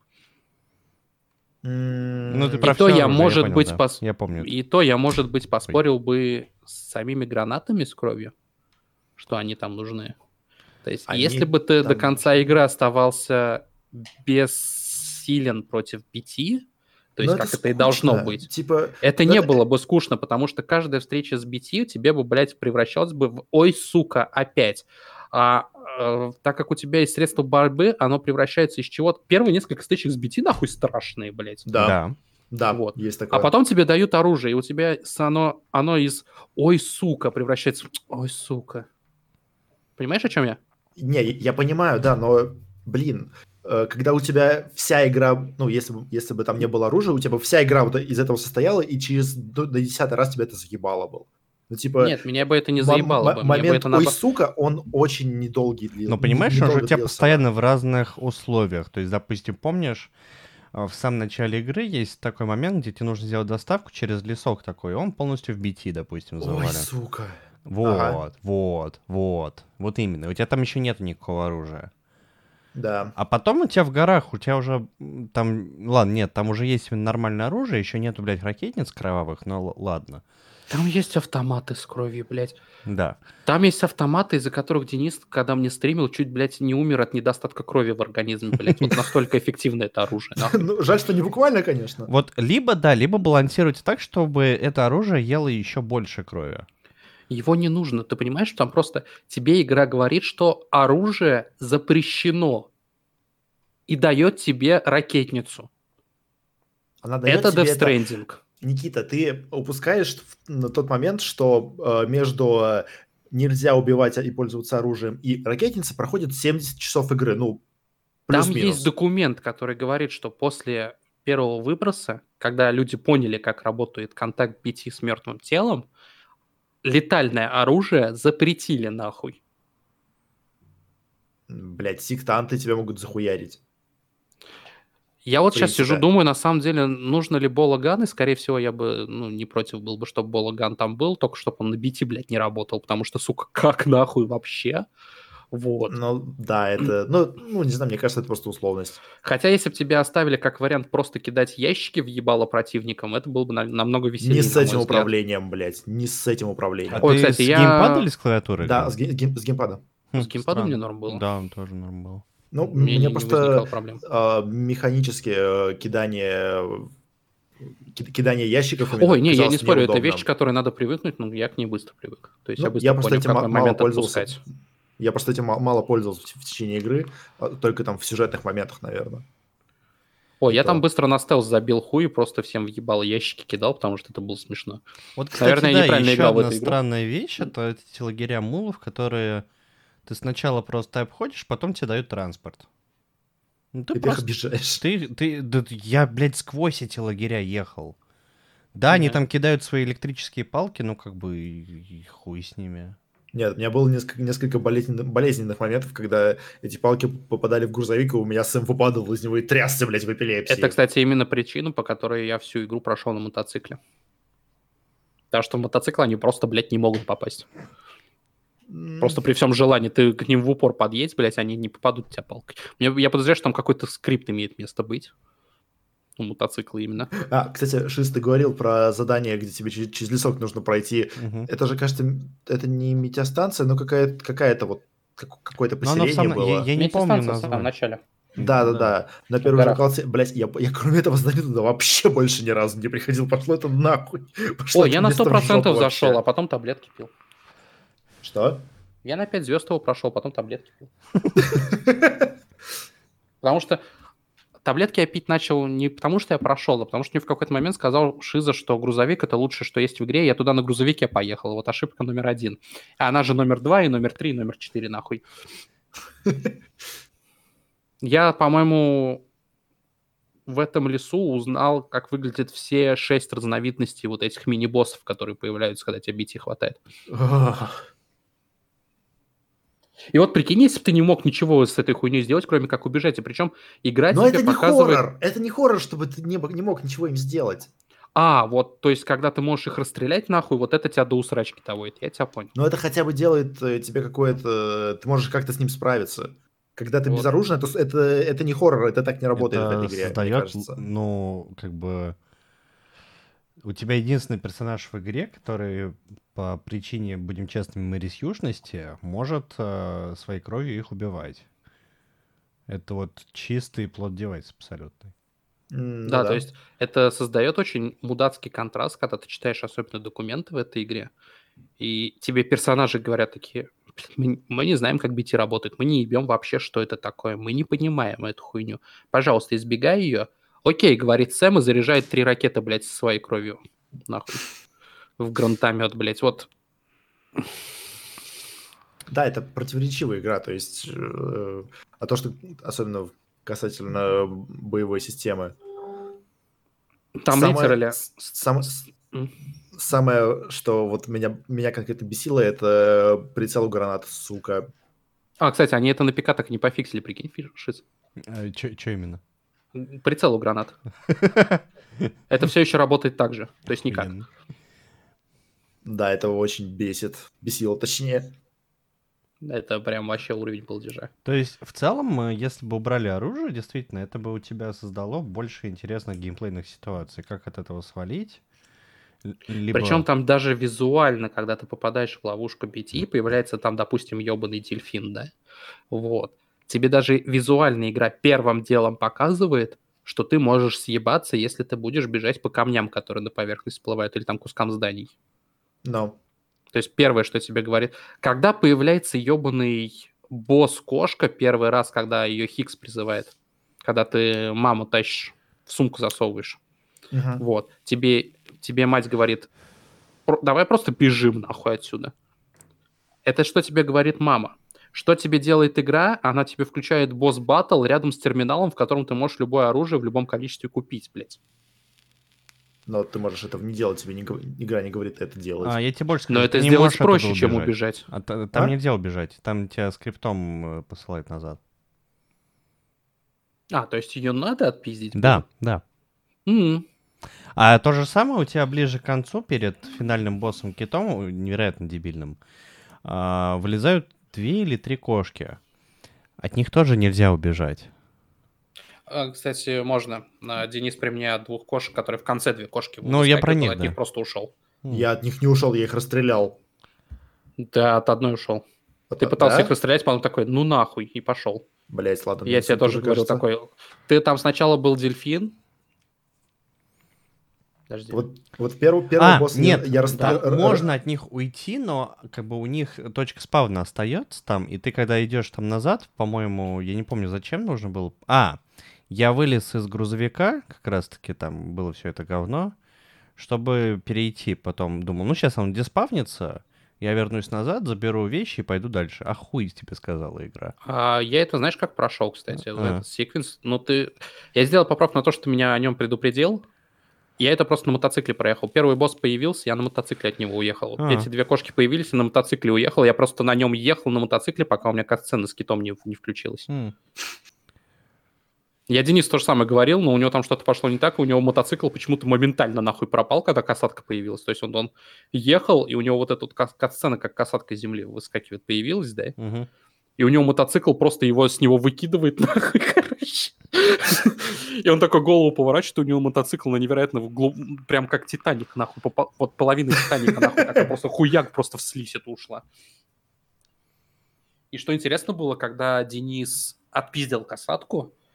М, Ну, ты И про то всё я, оружие, может понял, быть, да. пос- Я помню. это. И то я, может быть, поспорил бы с самими гранатами с кровью, что они там нужны. То есть, Они если бы ты до там конца нужны. игры оставался бессилен против пяти, то есть Ну, как это и должно скучно. быть, Типа, это ну, не это- было бы скучно, потому что каждая встреча с би ти тебе бы, блядь, превращалась бы в «Ой, сука, опять». А э, так как у тебя есть средство борьбы, оно превращается из чего-то... Первые несколько стычек с би ти нахуй страшные, блядь. да, Да. да, Вот. есть такое. А потом тебе дают оружие, и у тебя с- оно, оно из «Ой, сука» превращается в «Ой, сука». Понимаешь, о чем я? Не, я я понимаю, да, но, блин, э, когда у тебя вся игра, ну, если бы, если бы там не было оружия, у тебя бы вся игра вот из этого состояла, и через до, до десятый раз тебя это заебало было. Ну, типа... Нет, меня бы это не м- заебало м- бы. Мне бы момент это «Ой, наоборот- сука», он очень недолгий длился. Но понимаешь, он же у тебя постоянно в разных условиях. То есть, допустим, помнишь, э, в самом начале игры есть такой момент, где тебе нужно сделать доставку через лесок такой, и он полностью в би ти, допустим, Ой, завален. сука. Вот, Ага. вот, вот. Вот именно. У тебя там еще нет никакого оружия. Да. А потом у тебя в горах, у тебя уже м, там... Ладно, нет, там уже есть нормальное оружие, еще нету, блядь, ракетниц кровавых, но л- ладно. Там есть автоматы с кровью, блядь. Да. Там есть автоматы, из-за которых Денис, когда мне стримил, чуть, блядь, не умер от недостатка крови в организме, блядь. Вот настолько эффективно это оружие, нахуй. Ну, жаль, что не буквально, конечно. Вот либо, да, либо балансируйте так, чтобы это оружие ело еще больше крови. Его не нужно. Ты понимаешь, что там просто тебе игра говорит, что оружие запрещено и дает тебе ракетницу. Она дает Это тебе Death это- Stranding. Никита, ты упускаешь в- на тот момент, что э, между э, нельзя убивать и пользоваться оружием и ракетница проходит семьдесят часов игры, ну, Там плюс-минус. есть документ, который говорит, что после первого выброса, когда люди поняли, как работает контакт би ти с мертвым телом, летальное оружие запретили нахуй. Блять, сектанты тебя могут захуярить. Я вот В сейчас принципе. сижу, думаю, на самом деле, нужно ли Болаган, и, скорее всего, я бы, ну, не против был бы, чтобы Болаган там был, только чтобы он на би ти, блядь, не работал, потому что, сука, как нахуй вообще? Вот. Ну, да, это, ну, ну, не знаю, мне кажется, это просто условность. Хотя, если бы тебя оставили как вариант просто кидать ящики в ебало противникам, это было бы на- намного веселее, Не с на мой этим взгляд. управлением, блядь, не с этим управлением. А Ой, ты кстати, с я- геймпада или с клавиатуры? Да, играл? с, ге- гейм- с геймпада. Хм, с геймпадом странно. мне норм было. Да, он тоже норм был. Ну, Мне мне не просто возникало проблем. а, механические э, кидание, ки- кидание ящиков именно Ой, не, я не казалось спорю, это неудобным. вещь, к которой надо привыкнуть, но я к ней быстро привык. То есть Ну, я быстро я просто понял, в этим какой ма- мало момент пользовался. отпускать. Я просто этим ма- мало пользовался в, в течение игры, а, только там в сюжетных моментах, наверное. Ой, я Да. там быстро на стелс забил хуй и просто всем въебал ящики кидал, потому что это было смешно. Вот, кстати, Наверное, я да, неправильно еще играл в одна эту игру. странная вещь, это эти лагеря мулов, которые ты сначала просто обходишь, потом тебе дают транспорт. Ну, ты И ты их просто... обижаешь. Ты, ты, да ты- я, блядь, сквозь эти лагеря ехал. Да, они Да. там кидают свои электрические палки, ну, как бы, и, и хуй с ними. Нет, у меня было несколько, несколько болезненных, болезненных моментов, когда эти палки попадали в грузовик, и у меня сын выпадал из него и трясся, блядь, в эпилепсии. Это, кстати, именно причина, по которой я всю игру прошел на мотоцикле. Потому что в мотоцикл они просто, блядь, не могут попасть. М, Просто при всем желании ты к ним в упор подъедь, блядь, они не попадут в тебя палкой. Мне- Я подозреваю, что там какой-то скрипт имеет место быть. У мотоцикла именно. А, кстати, Шиз, ты говорил про задание, где тебе через, через лесок нужно пройти. Мгм. Это же, кажется, м- это не метеостанция, но какая-то, какая-то вот как- какое-то Но оно в поселение самом- было. я, я не помню Метеостанция в самом название. начале. Да-да-да. На первый же горах. локации, блядь, я, я кроме этого здания туда вообще больше ни разу не приходил. Пошло это нахуй. Пошло Ой, это я на место сто в процентов жопу зашел, вообще. а потом таблетки пил. Что? Я на пять звезд его прошел, потом таблетки пил. Потому что таблетки я пить начал не потому, что я прошел, а потому что мне в какой-то момент сказал Шиза, что грузовик — это лучшее, что есть в игре. Я туда на грузовике поехал. Вот ошибка номер один. А она же номер два, и номер три, и номер четыре, нахуй. Я, по-моему, в этом лесу узнал, как выглядят все шесть разновидностей вот этих мини-боссов, которые появляются, когда тебе бить хватает. И вот прикинь, если бы ты не мог ничего с этой хуйней сделать, кроме как убежать, и причем игра Но тебе это не показывает... хоррор. Это не хоррор, чтобы ты не, не мог ничего им сделать. А, вот, то есть, когда ты можешь их расстрелять нахуй, вот это тебя до усрачки доводит, я тебя понял. Но это хотя бы делает э, тебе какое-то... Ты можешь как-то с ним справиться. Когда ты Вот. безоружен, это, это, это не хоррор, это так не работает в Это этой игре, мне создает, кажется. ну, как бы... У тебя единственный персонаж в игре, который по причине, будем честными, мэрисюшности, может э, своей кровью их убивать. Это вот чистый плот-девайс абсолютный. М, ну Да, то есть это создает очень мудацкий контраст, когда ты читаешь особенно документы в этой игре, и тебе персонажи говорят такие: мы, мы не знаем, как би ти работает, мы не ебем вообще, что это такое, мы не понимаем эту хуйню. Пожалуйста, избегай ее. Окей, говорит Сэм и заряжает три ракеты, блядь, со своей кровью. Нахуй. В гранатомет, блядь. Вот. Да, это противоречивая игра, то есть... э, а то, что особенно касательно боевой системы. Там Самое- литерали... с- сам- с- М. Самое, что вот меня, меня конкретно бесило, это прицел у гранат, сука. А, кстати, они это на ПК так и не пофиксили, прикинь, Шиз. А, Что именно? Прицел у гранат. Это все еще работает так же, то есть никак. Охуенно. Да, это очень бесит. Бесило, точнее. Это прям вообще уровень балдежа. То есть, в целом, э, если бы убрали оружие, действительно, это бы у тебя создало больше интересных геймплейных ситуаций. Как от этого свалить? Л- Либо... Причем там даже визуально, когда ты попадаешь в ловушку би ти, появляется там, допустим, ебаный дельфин, да? Вот. Тебе даже визуально игра первым делом показывает, что ты можешь съебаться, если ты будешь бежать по камням, которые на поверхность всплывают, или там кускам зданий. Но. То есть первое, что тебе говорит, когда появляется ебаный босс-кошка первый раз, когда ее Хикс призывает, когда ты маму тащишь, в сумку засовываешь, Мгм. вот, тебе, тебе мать говорит: «Про- давай просто бежим нахуй отсюда». Это что тебе говорит мама? Что тебе делает игра? Она тебе включает босс-баттл рядом с терминалом, в котором ты можешь любое оружие в любом количестве купить, блядь. Но ты можешь этого не делать, тебе не гов- игра не говорит это делать. А, я тебе больше скажу, Но ты это не сделать можешь оттуда проще, чем убежать. убежать. А та- там А? нельзя убежать, там тебя скриптом э, посылает назад. А, то есть ее надо отпиздить? Да, да. М. А то же самое у тебя ближе к концу, перед финальным боссом Китом, невероятно дебильным, а, вылезают две или три кошки. От них тоже нельзя убежать. А, Кстати, можно. А, Денис при мне от двух кошек, которые в конце две кошки Ну, я про выскакивают, них, от них да. просто ушел. Я от них не ушел, я их расстрелял. Ты от одной ушел. Ты А, пытался да? их расстрелять, потом такой: ну нахуй, и пошел. Блять, ладно. Я мне тебе тоже тоже говорю кажется. такой: ты там сначала был дельфин. Подожди. Вот, вот первый, первый А, босс нет, я, я расстр- там р- р- можно от них уйти, но как бы у них точка спавна остается там, и ты когда идешь там назад, по-моему, я не помню, зачем нужно было. А, я вылез из грузовика, как раз-таки там было все это говно, чтобы перейти потом. Думал, ну сейчас он деспавнится, я вернусь назад, заберу вещи и пойду дальше. А хуй тебе сказала игра. А, я это, знаешь, как прошел, кстати, А. этот секвенс. Ну, ты... Я сделал поправку на то, что ты меня о нем предупредил. Я это просто на мотоцикле проехал. Первый босс появился, я на мотоцикле от него уехал. А. Эти две кошки появились, и на мотоцикле уехал. Я просто на нем ехал на мотоцикле, пока у меня катсцена с китом не, не включилась. М. Я Денис то же самое говорил, но у него там что-то пошло не так, и у него мотоцикл почему-то моментально нахуй пропал, когда касатка появилась. То есть он, он ехал, и у него вот эта вот ка- катсцена, как касатка из земли выскакивает, появилась, да? Мгм. И у него мотоцикл просто его с него выкидывает нахуй, короче. И он такой голову поворачивает, у него мотоцикл на невероятно глуб- прям как Титаник, нахуй, попа- вот половина Титаника, нахуй, такая просто хуяк просто в слизь это ушла. И что интересно было, когда Денис отпиздил касатку,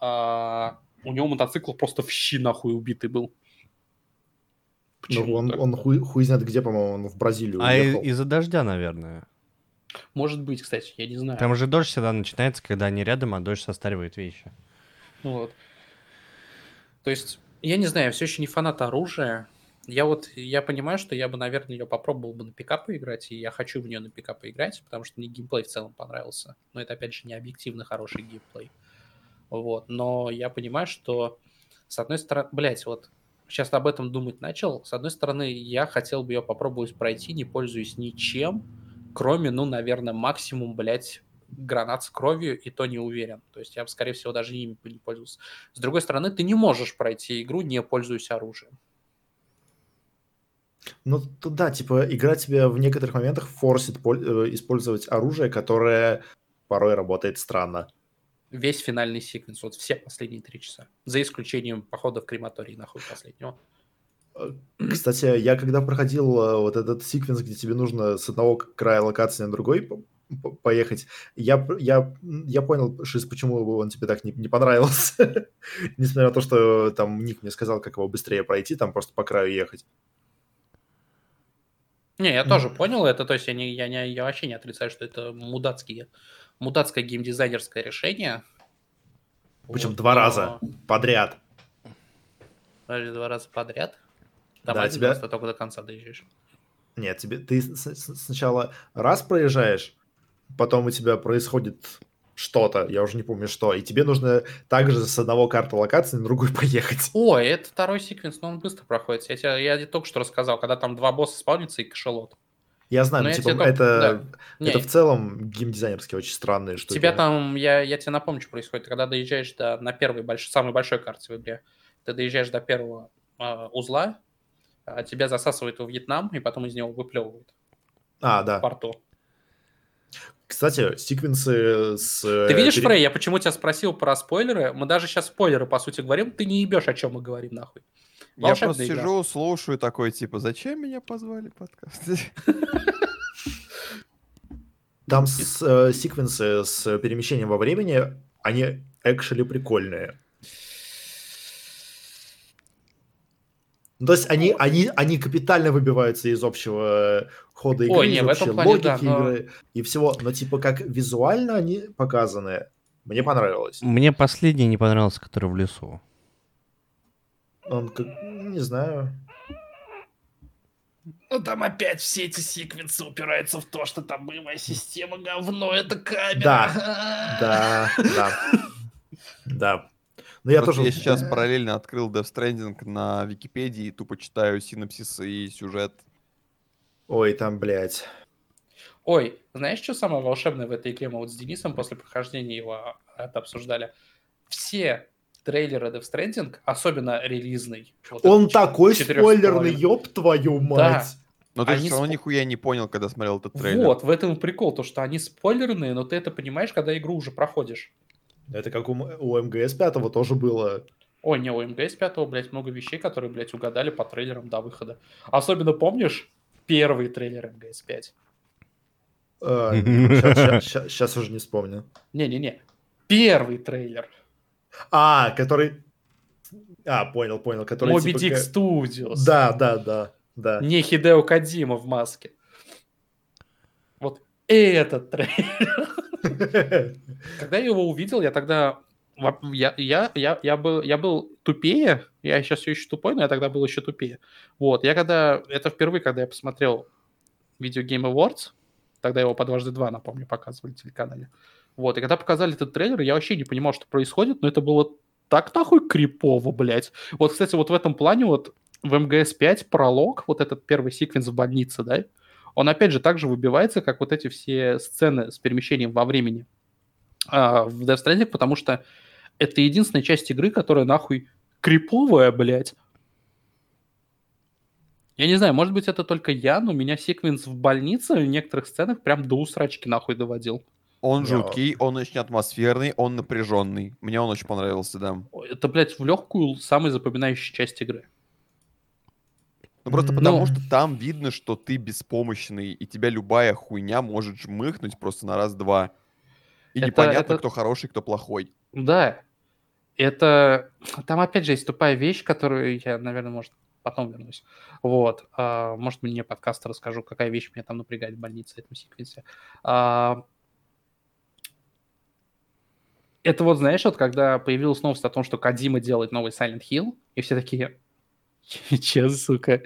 а, у него мотоцикл просто в щи нахуй убитый был. Ну, он, Почему-то. он хуй, хуй знает где, по-моему, он в Бразилию А и- уехал. из-за дождя, наверное. Может быть, кстати, я не знаю. Там же дождь всегда начинается, когда они рядом, а дождь состаривает вещи. Вот. То есть, я не знаю, я все еще не фанат оружия. Я вот, я понимаю, что я бы, наверное, ее попробовал бы на пикап поиграть, и я хочу в нее на пикап поиграть, потому что мне геймплей в целом понравился. Но это, опять же, не объективно хороший геймплей. Вот. Но я понимаю, что, с одной стороны, блять, вот сейчас об этом думать начал. С одной стороны, я хотел бы ее попробовать пройти, не пользуясь ничем, кроме, ну, наверное, максимум, блять, гранат с кровью, и то не уверен. То есть я бы, скорее всего, даже ими бы не пользовался. С другой стороны, ты не можешь пройти игру, не пользуясь оружием. Ну, то да, типа, игра тебя в некоторых моментах форсит поль- э, использовать оружие, которое порой работает странно. Весь финальный секвенс, вот все последние три часа. За исключением похода в крематорий, нахуй, последнего. Э, Кстати, я когда проходил э, вот этот секвенс, где тебе нужно с одного края локации на другой по- по- поехать, я, п- я, м, я понял, Шиз, почему он тебе так не, не понравился. Несмотря на то, что там Ник мне сказал, как его быстрее пройти, там просто по краю ехать. Не, я М. тоже понял это, то есть я, не, я, не, я вообще не отрицаю, что это мудацкие, мудацкое геймдизайнерское решение. Причем Вот, два но- раза подряд. Подожди, два раза подряд? Там Да, один тебя- раз ты только до конца доезжаешь. Нет, тебе ты с- с- сначала раз проезжаешь, потом у тебя происходит что-то, я уже не помню что, и тебе нужно также с одного карты локации на другую поехать. Ой, это второй секвенс, но он быстро проходит. Я тебе, я тебе только что рассказал, когда там два босса спавнятся и кашалот. Я знаю, Ну, но я типа тебе только- это, да. это Не, в целом геймдизайнерски очень странные штуки. тебя там, я, я тебе напомню, что происходит. Когда доезжаешь до, на первой, больш, самой большой карте в игре, ты доезжаешь до первого а, узла, а, тебя засасывает во Вьетнам, и потом из него выплевывают А, в да. порту. Кстати, секвенсы с... Ты видишь, Фрей, я почему тебя спросил про спойлеры? Мы даже сейчас спойлеры, по сути, говорим. Ты не ебешь, о чем мы говорим, нахуй. Я Волшебная просто игра. сижу, слушаю такой, типа, зачем меня позвали в подкаст? Там с, э, секвенсы с перемещением во времени, они экшели прикольные. Ну, то есть они, они, они капитально выбиваются из общего хода игры, Ой, не, из в общей этом плане, логики да, но- игры и всего. Но типа как визуально они показаны, мне понравилось. Мне последний не понравился, который в лесу. Он как, не знаю. Ну, там опять все эти секвенсы упираются в то, что там боевая система говно, это камера. Да, да, да. Да. Но я Вот тоже... я сейчас параллельно открыл Death Stranding на Википедии, тупо читаю синопсисы и сюжет. Ой, там, блядь. Ой, знаешь, что самое волшебное в этой игре? Мы вот с Денисом после прохождения его это обсуждали. Все трейлеры Death Stranding, особенно релизный. вот Он этот такой четырёх с спойлерный, половиной. ёб твою мать. Но ты же Они все равно спо- нихуя не понял, когда смотрел этот трейлер. Вот, в этом и прикол, то, что они спойлерные, но ты это понимаешь, когда игру уже проходишь. Это как у, М- у эм гэ эс пять тоже было. Ой, не, у эм гэ эс пять, блядь, много вещей, которые, блядь, угадали по трейлерам до выхода. Особенно помнишь первый трейлер эм гэ эс пять? Сейчас уже не вспомню. Не-не-не, первый трейлер. А, который... А, понял, понял. Который Moby типа Dick ка- Studios. Да, да, да, да. Не Хидео Кодзима в маске. Вот этот трейлер. Когда я его увидел, я тогда... во- Я, я, я, я, был, я был тупее, я сейчас все еще тупой, но я тогда был еще тупее. Вот, я когда... Это впервые, когда я посмотрел Video Game Awards, тогда его по дважды два, напомню, показывали в телеканале. Вот, и когда показали этот трейлер, я вообще не понимал, что происходит, но это было так нахуй крипово, блядь. Вот, кстати, вот в этом плане вот в эм гэ эс пять пролог, вот этот первый секвенс в больнице, да, он опять же так же выбивается, как вот эти все сцены с перемещением во времени а, в Death Stranding, потому что это единственная часть игры, которая нахуй криповая, блядь. Я не знаю, может быть, это только я, но меня секвенс в больнице в некоторых сценах прям до усрачки нахуй доводил. Он Не, жуткий, он очень атмосферный, он напряженный. Мне он очень понравился, да. Ой, это, блядь, в легкую самая запоминающая часть игры. Ну просто Ну. потому, что там видно, что ты беспомощный, и тебя любая хуйня может жмыхнуть просто на раз-два. И Это- непонятно, это- кто хороший, кто плохой. Да. Это... Там опять же есть тупая вещь, которую я, наверное, может, потом вернусь. Вот. А, может, мне подкаст расскажу, какая вещь меня там напрягает в больнице в этом секвенсе. А, это вот, знаешь, вот когда появилась новость о том, что Кодзима делает новый Silent Hill, и все такие, че, сука?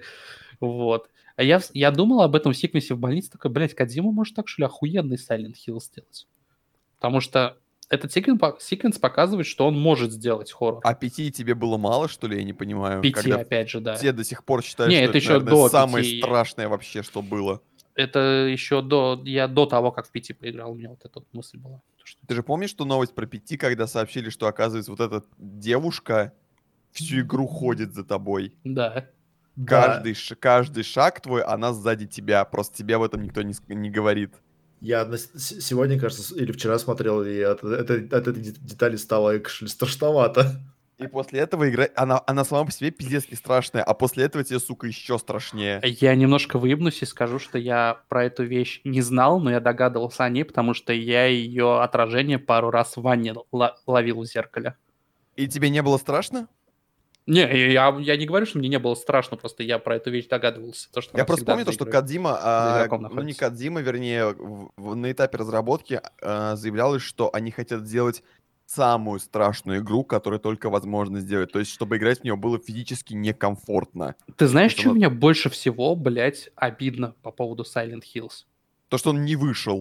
Вот. А я, вс- я думал об этом секвенсе в больнице, такой, блядь, Кодзима может так, что ли, охуенный Silent Hill сделать? Потому что этот секвенс, по- секвенс показывает, что он может сделать хоррор. А пяти тебе было мало, что ли, я не понимаю? Пяти, Когда опять же, да. все до сих пор считают, Не, что это это, еще наверное, до самое пяти. страшное вообще, что было. Это еще до... Я до того, как в пяти поиграл, у меня вот эта вот мысль была. То, что- Ты же помнишь ту новость про пяти, когда сообщили, что, оказывается, вот эта девушка всю игру ходит за тобой? Да. Да. Каждый, ш- каждый шаг твой, она сзади тебя. Просто тебе об этом никто не, ск- не говорит. Я на с- с- сегодня, кажется, с- или вчера смотрел, и от, это- от этой де- детали стало actually страшновато. И после этого игра... Она, она сама по себе пиздец не страшная, а после этого тебе, сука, еще страшнее. Я немножко выебнусь и скажу, что я про эту вещь не знал, но я догадывался о ней, потому что я ее отражение пару раз в ванне л- ловил в зеркале. И тебе не было страшно? Не, я, я не говорю, что мне не было страшно, просто я про эту вещь догадывался. То, что Я она просто всегда помню то, за что игрой- Кодзима, за а, игроком ну не находится. Кодзима, вернее, в- в- на этапе разработки а, заявлялось, что они хотят сделать самую страшную игру, которую только возможно сделать. То есть, чтобы играть в нее было физически некомфортно. Ты знаешь, Потому что что меня больше всего, блядь, обидно по поводу Silent Hills? То, что он не вышел.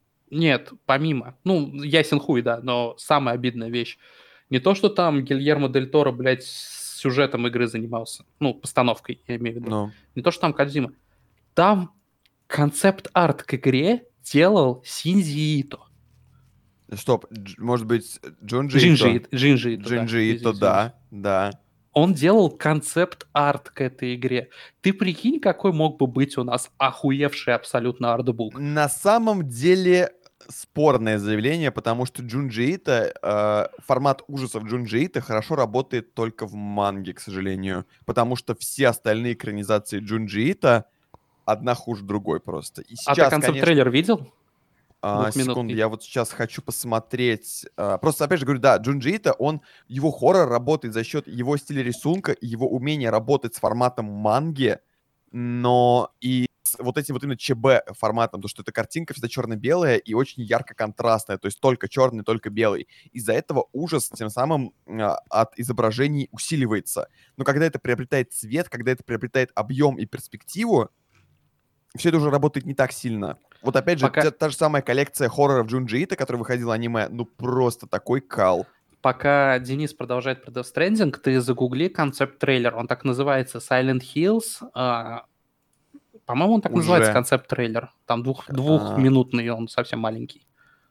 Нет, помимо. Ну, ясен хуй, да, но самая обидная вещь. Не то, что там Гильермо Дель Торо, блядь, с сюжетом игры занимался. Ну, постановкой, я имею в виду. Ну, Не то, что там Кодзима. Там концепт-арт к игре делал Синдзи Ито. стоп, дж- может быть, Джунджи Джинджи Ито? Ито. Джинджи Ито, да. Джинджи Ито, Извините, да, да. Он делал концепт-арт к этой игре. Ты прикинь, какой мог бы быть у нас охуевший абсолютно артбук. На самом деле спорное заявление, потому что Джунджи Ито, э, формат ужасов Джунджи Ито хорошо работает только в манге, к сожалению. Потому что все остальные экранизации Джунджи Ито одна хуже другой просто. И А ты сейчас, концепт-трейлер видел? А, Двухминутный. секунду, я вот сейчас хочу посмотреть. А, просто, опять же, говорю, да, Джунджи Ито, он, его хоррор работает за счет его стиля рисунка и его умения работать с форматом манги, но и с вот этим вот именно ЧБ форматом, то, что эта картинка всегда черно-белая и очень ярко-контрастная, то есть только черный, только белый. Из-за этого ужас тем самым а, от изображений усиливается. Но когда это приобретает цвет, когда это приобретает объем и перспективу, все это уже работает не так сильно. Вот опять же, Пока- та, та же самая коллекция хорроров Джунджи Ито, которая выходила аниме, ну просто такой кал. Пока Денис продолжает про Death Stranding, ты загугли концепт-трейлер. Он так называется Silent Hills. а, По-моему, он так Уже. называется концепт-трейлер. Там двух, А. двухминутный, он совсем маленький.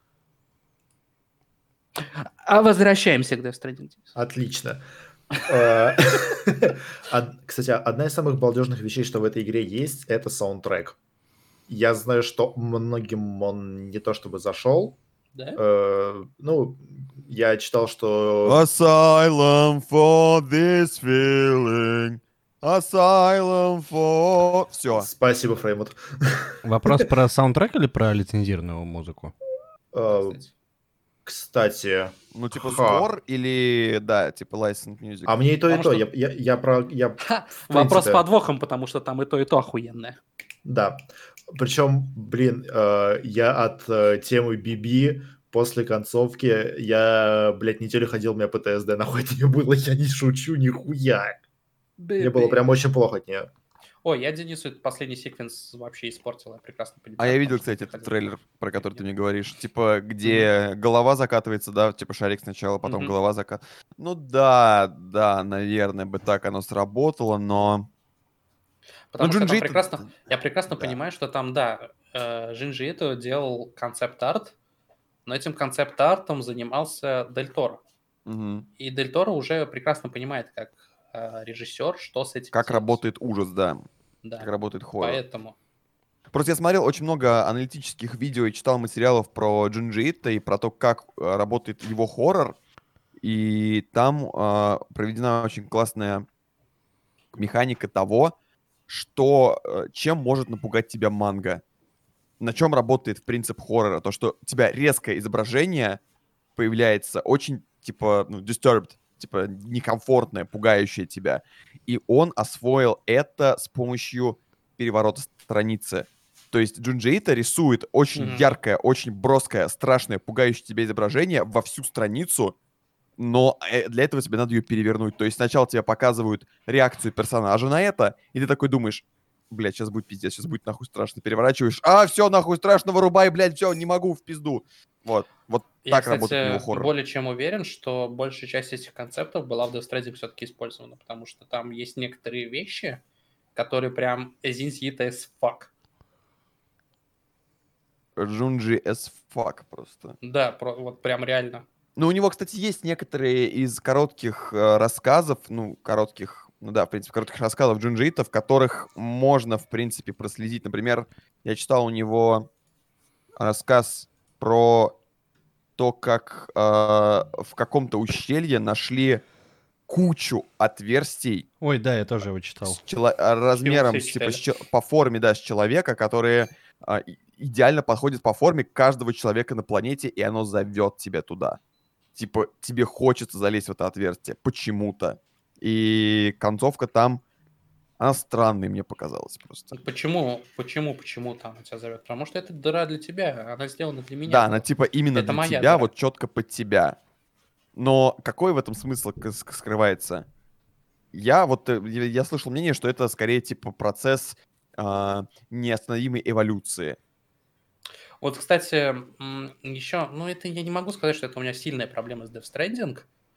А возвращаемся к Death Stranding. Отлично. Э, од- Кстати, одна из самых балдежных вещей, что в этой игре есть, это саундтрек. Я знаю, что многим он не то чтобы зашел. Да? Э, Ну, я читал, что... Asylum for this feeling. Asylum for... Все. Спасибо, Фреймут. Вопрос про саундтрек или про лицензированную музыку? Э, Кстати, Ну, типа Ха. скор или, да, типа licensed music. а мне и то, и Потому то. что- Я, я, я про... Я, Ха, в Вопрос с принципе, подвохом, потому что там и то, и то охуенное. Да. Причем, блин, э, я от э, темы Би-Би после концовки, я, блядь, неделю ходил, у меня ПТСД нахуй от нее было, я не шучу, нихуя. Мне было прям очень плохо от нее. Ой, я Денису этот последний секвенс вообще испортил, я прекрасно понимаю. А я видел, потому что кстати, этот приходил. трейлер, про который ты мне говоришь. Типа, где голова закатывается, да, типа шарик сначала, потом Мгм. голова закат. Ну да, да, наверное, бы так оно сработало, но... Потому Ну, что я там Джунджи Ито- прекрасно, я прекрасно да. понимаю, что там, да, э, Джинджи Ито делал концепт-арт, но этим концепт-артом занимался Дель Торо. Мгм. И Дель Торо уже прекрасно понимает, как э, режиссер, что с этим Как делать. работает ужас, да. Да, Как работает хоррор. поэтому. Просто я смотрел очень много аналитических видео и читал материалов про Джунджи Ито и про то, как э, работает его хоррор. И там э, проведена очень классная механика того, что, э, чем может напугать тебя манга. На чем работает принцип хоррора. То, что у тебя резкое изображение появляется очень, типа, ну, disturbed. типа, некомфортное, пугающее тебя. И он освоил это с помощью переворота страницы. То есть Джунджи Ито рисует очень Мгм. яркое, очень броское, страшное, пугающее тебя изображение во всю страницу, но э, для этого тебе надо ее перевернуть. То есть сначала тебе показывают реакцию персонажа на это, и ты такой думаешь, блядь, сейчас будет пиздец, сейчас будет нахуй страшно. Переворачиваешь, а, все, нахуй страшно, вырубай, блядь, все, не могу, в пизду. Вот, вот Я, так работает у него кстати, хоррор. более чем уверен, что большая часть этих концептов была в Death Stranding все-таки использована, потому что там есть некоторые вещи, которые прям зинзита as fuck. Джунджи as fuck просто. Да, про- вот прям реально. Ну, у него, кстати, есть некоторые из коротких э, рассказов, ну, коротких, ну да, в принципе, коротких рассказов Джунджи Ито, в которых можно, в принципе, проследить. Например, я читал у него рассказ про то, как э, в каком-то ущелье нашли кучу отверстий Ой, да, я тоже его читал. с чело- а, размером, все с, типа, с читали. чел- по форме, да, с человека, которые а, и- идеально подходят по форме каждого человека на планете, и оно зовет тебя туда. Типа, тебе хочется залезть в это отверстие почему-то. И концовка там, она странной мне показалась просто. Почему, почему, почему там она тебя зовет? Потому что это дыра для тебя, она сделана для меня. Да, была. она типа именно Это для моя тебя, дыра. вот четко под тебя. Но какой в этом смысл к- ск- скрывается? Я вот, э, я я слышал мнение, что это скорее типа процесс а, неостановимой эволюции. Вот, кстати, еще, ну это я не могу сказать, что это у меня сильная проблема с Death Stranding,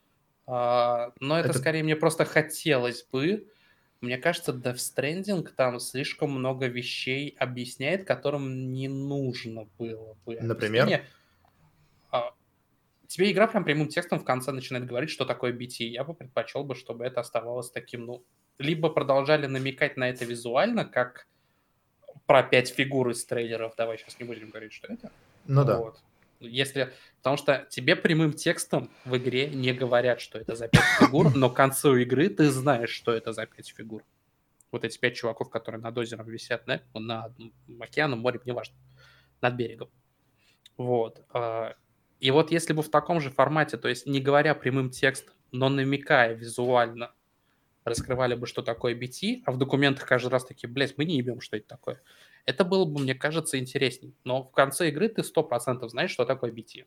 а, но это, Это- скорее мне просто хотелось бы. Мне кажется, Death Stranding там слишком много вещей объясняет, которым не нужно было бы. Например? объяснение. А, Тебе игра прям прямым текстом в конце начинает говорить, что такое би ти. Я бы предпочел бы, чтобы это оставалось таким, ну, либо продолжали намекать на это визуально, как про пять фигур из трейлеров. Давай сейчас не будем говорить, что это. Ну да. Вот. Если... Потому что тебе прямым текстом в игре не говорят, что это за пять фигур, но к концу игры ты знаешь, что это за пять фигур. Вот эти пять чуваков, которые над озером висят, да? Над океаном, морем, неважно, над берегом. Вот. а, И вот если бы в таком же формате, то есть не говоря прямым текстом, но намекая визуально, раскрывали бы, что такое би ти, а в документах каждый раз такие, блядь, мы не ебем, что это такое. Это было бы, мне кажется, интересней. Но в конце игры ты сто процентов знаешь, что такое би ти.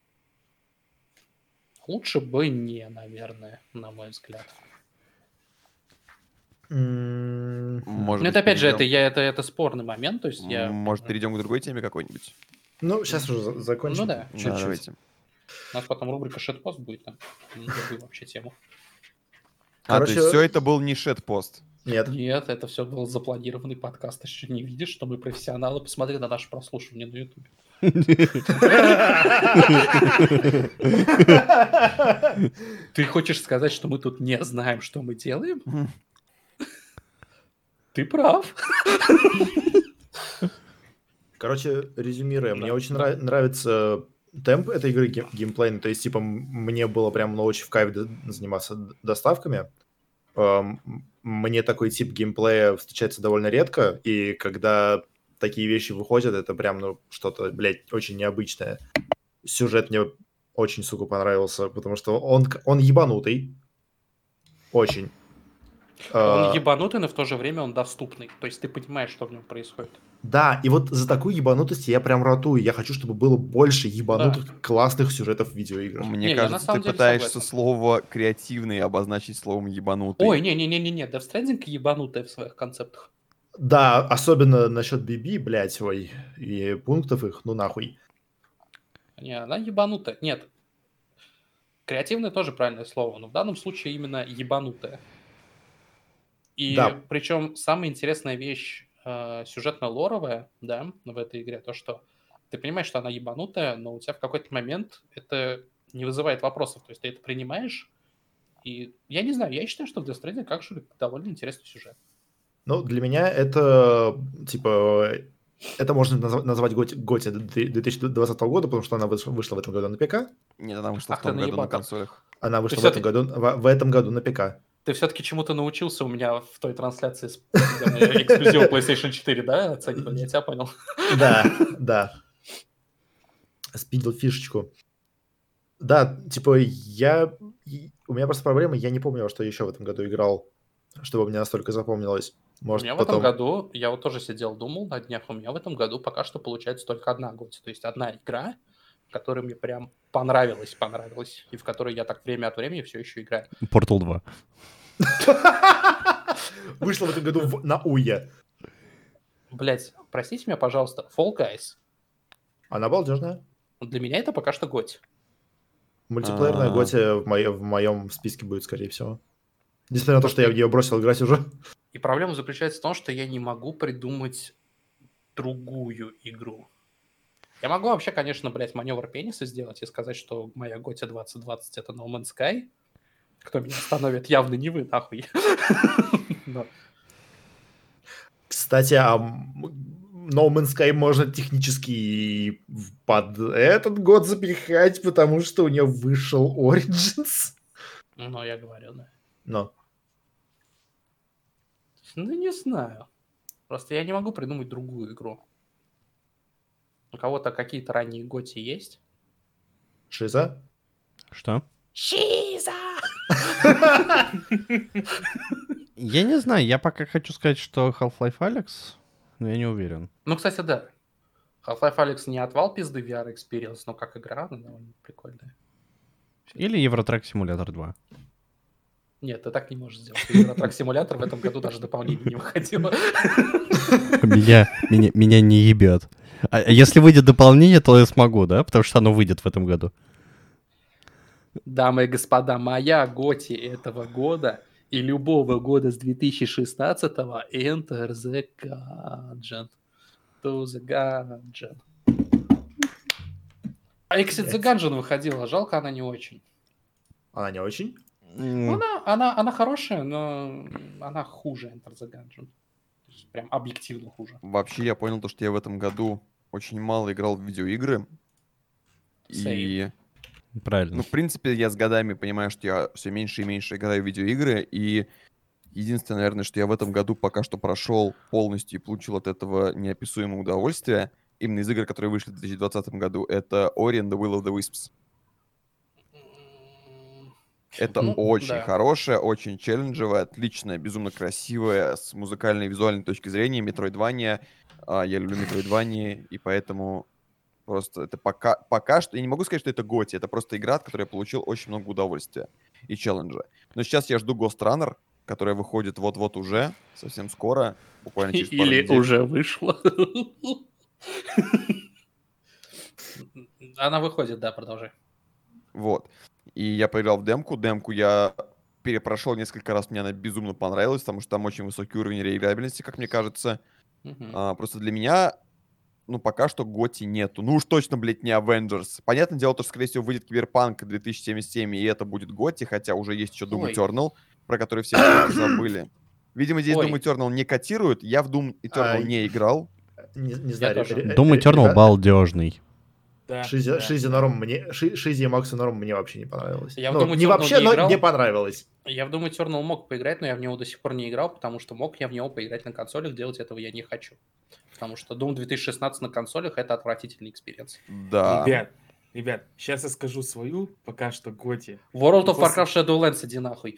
Лучше бы не, наверное, на мой взгляд. М, Может Но быть, это, опять же, перейдем- это, я, это, это спорный момент, то есть я... Может, перейдем к другой теме какой-нибудь? Ну, сейчас уже за- закончим. Ну да. Да, Чуть-чуть. давайте. У нас потом рубрика «Шитпост» будет там. Не забыл вообще тему. А, то Короче- есть все это был не шет-пост. Нет. Нет, это все был запланированный подкаст. Ты что, не видишь, что мы профессионалы? Посмотри на наше прослушивание на Ютубе. Ты хочешь сказать, что мы тут не знаем, что мы делаем? Ты прав. Короче, резюмируя, мне Да, очень да. нрав- нравится темп этой игры гейм- геймплейный. То есть, типа, м- мне было прям ну, очень в кайф д- заниматься д- доставками. Эм, Мне такой тип геймплея встречается довольно редко, и когда такие вещи выходят, это прям, ну, что-то, блядь, очень необычное. Сюжет мне очень, сука, понравился, потому что он, к- он ебанутый. Очень. Он Э, ебанутый, но в то же время он доступный. То есть ты понимаешь, что в нем происходит. Да, и вот за такую ебанутость я прям ратую. Я хочу, чтобы было больше ебанутых классных сюжетов в видеоиграх. Мне Не, я на кажется, самом ты деле пытаешься согласен. слово креативный обозначить словом ебанутый. Ой, не-не-не-не-не, Death Stranding ебанутая в своих концептах. Да, особенно насчет би би, блядь, ой, и пунктов их, ну нахуй. Не, она ебанутая. Нет. Креативное тоже правильное слово, но в данном случае именно ебанутая. И Да. причем самая интересная вещь э, сюжетно-лоровая, да, в этой игре, то, что ты понимаешь, что она ебанутая, но у тебя в какой-то момент это не вызывает вопросов. То есть ты это принимаешь, и я не знаю, я считаю, что в Death Stranding как же довольно интересный сюжет. Ну, для меня это, типа, это можно назв- назвать Готи, Готи две тысячи двадцатого года, потому что она вышла, вышла в этом году на ПК. Нет, она вышла Ах в том ты году на наебал, как. консолях. Она вышла Ты в этом, всё-таки- году, в, в этом году на ПК. Ты все-таки чему-то научился у меня в той трансляции с где мы эксклюзив PlayStation четыре, да, оценивали? Я тебя понял. Да, да. Спидел фишечку. Да, типа я... и- У меня просто проблема, я не помню, во что еще в этом году играл, чтобы мне настолько запомнилось. У Может, меня в этом потом... году, я вот тоже сидел, думал на днях, у меня в этом году пока что получается только одна год. То есть одна игра, которая мне прям понравилась, понравилась, и в которой я так время от времени все еще играю. Portal два. Вышла в этом году в- на Уе. Блять, простите меня, пожалуйста, Fall Guys. Она балдежная. Для меня это пока что год. Мультиплеерная А. Готи в, моё- в моем списке будет, скорее всего. Несмотря на то, что я в нее бросил играть уже. И проблема заключается в том, что я не могу придумать другую игру. Я могу вообще, конечно, блядь, маневр пениса сделать и сказать, что моя Готи двадцать двадцать это No Man's Sky. Кто меня остановит, явно не вы, нахуй. Но Кстати, а м- No Man's Sky можно технически и под этот год запихать, потому что у нее вышел Origins. но я говорю, да. Но Ну, не знаю. Просто я не могу придумать другую игру. У кого-то какие-то ранние Готи есть? Шиза? Что? Шиза! Я не знаю, я пока хочу сказать, что Half-Life Alyx, но я не уверен. Ну, кстати, да. Half-Life Alyx не отвал пизды ви ар Experience, но как игра, она довольно прикольная. Или Евротрак Simulator два. Нет, ты так не можешь сделать. Евротрак Симулятор в этом году даже дополнение не выходило. Меня, меня, меня не ебет. А если выйдет дополнение, то я смогу, да? Потому что оно выйдет в этом году. Дамы и господа, моя Готи этого года и любого года с две тысячи шестнадцатого Enter the Gungeon. To the Gungeon. А Exit the Gungeon выходила, жалко, она не очень. Она не очень? Ну, она, она, она хорошая, но она хуже Enter the Gungeon. То есть прям объективно хуже. Вообще, я понял то, что я в этом году очень мало играл в видеоигры. И, Правильно. ну, в принципе, я с годами понимаю, что я все меньше и меньше играю в видеоигры. И единственное, наверное, что я в этом году пока что прошел полностью и получил от этого неописуемое удовольствие, именно из игр, которые вышли в две тысячи двадцатом году, это Ori and the Will of the Wisps. Это Ну, очень да. хорошая, очень челленджевая, отличная, безумно красивая, с музыкальной и визуальной точки зрения, метроидвания. А, я люблю метроидвании, и поэтому просто это пока, пока что... Я не могу сказать, что это Готи, это просто игра, от которой я получил очень много удовольствия и челленджа. Но сейчас я жду Ghost Runner, которая выходит вот-вот уже, совсем скоро, буквально через пару Или недель. уже вышла. Она выходит, да, продолжай. Вот. И я поиграл в демку. Демку я перепрошел несколько раз, мне она безумно понравилась, потому что там очень высокий уровень реиграбельности, как мне кажется. Мгм. А, просто для меня, ну, пока что Готи нету. Ну уж точно, блядь, не Avengers. Понятное дело, что, скорее всего, выйдет Киберпанк две тысячи семьдесят семь, и это будет Готи, хотя уже есть еще Doom Ой. Eternal, про который все почему-то забыли. Видимо, здесь Ой. Doom Eternal не котируют. Я в Doom Eternal А, не играл. Не, не знаю. тоже. ре- ре- Doom ре- Eternal ребят, балдежный. Да, Шизи, да, Шизи да. Норм мне, Ши- Шизи и Максу Норм мне вообще не понравилось. Я в Ну, Doom не Eternal вообще, не но играл. не понравилось. Я в Doom Eternal мог поиграть, но я в него до сих пор не играл, потому что мог я в него поиграть на консолях, делать этого я не хочу. Потому что Doom две тысячи шестнадцать на консолях — это отвратительный экспириенс. Да. Ребят, ребят, сейчас я скажу свою, пока что Готи. World of После- Warcraft Shadowlands, иди нахуй.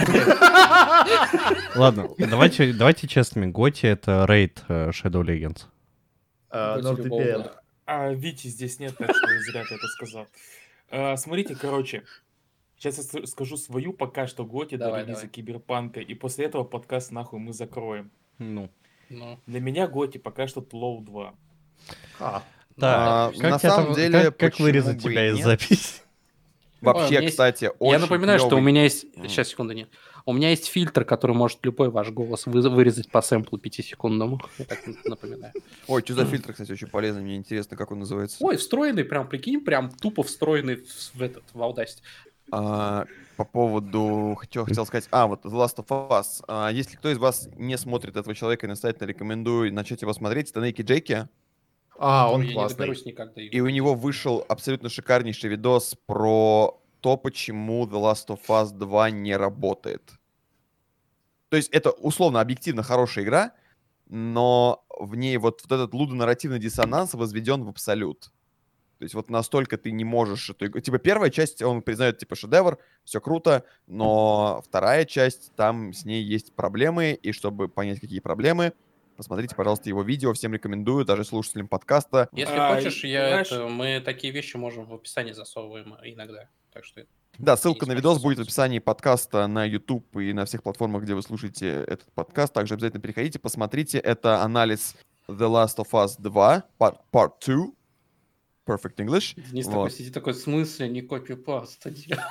Ладно, давайте, давайте честными. Готи — это рейд э, Shadow Legends. А, Готи NordVPN. любого года. А Вити здесь нет, так что зря ты это сказал. А, смотрите, короче, сейчас я с- скажу свою пока что Готи до Давай, релиза давай. Киберпанка, и после этого подкаст нахуй мы закроем. Ну. Ну, Для меня Готи пока что Тлоу два. А, А, Так, на как, тебя самом там- деле, как, как почему вырезать бы тебя и из нет? записи? Ой, у Вообще, меня есть- кстати, очень я напоминаю, что у клёвый- меня есть... Мгм. Сейчас, секунду, нет. У меня есть фильтр, который может любой ваш голос вы- вырезать по сэмплу пятисекундному. Я так напоминаю. Ой, что за фильтр, кстати, очень полезный. Мне интересно, как он называется. Ой, встроенный, прям, прикинь, прям тупо встроенный в, в этот, в Audacity. А, по поводу... Хотел, хотел сказать... А, вот The Last of Us. А, если кто из вас не смотрит этого человека, я настоятельно рекомендую начать его смотреть. Это Нейки Джеки. а он Ой, я не классный. доберусь никогда. И у него вышел абсолютно шикарнейший видос про то, почему The Last of Us два не работает. То есть это условно объективно хорошая игра, но в ней вот, вот этот лудонарративный диссонанс возведен в абсолют. То есть вот настолько ты не можешь эту игру... Типа первая часть, он признает, типа, шедевр, все круто, но вторая часть, там с ней есть проблемы, и чтобы понять, какие проблемы, посмотрите, пожалуйста, его видео, всем рекомендую, даже слушателям подкаста. Если А, хочешь, я понимаешь- это, мы такие вещи можем в описании засовываем иногда. Так что Да, ссылка на Есть видос возможность будет в слушать. описании подкаста на YouTube и на всех платформах, где вы слушаете этот подкаст. Также обязательно переходите, посмотрите. Это анализ The Last of Us два, part, part два, Perfect English. Денис Вот. такой сидит, такой, в смысле, не копипаста делать?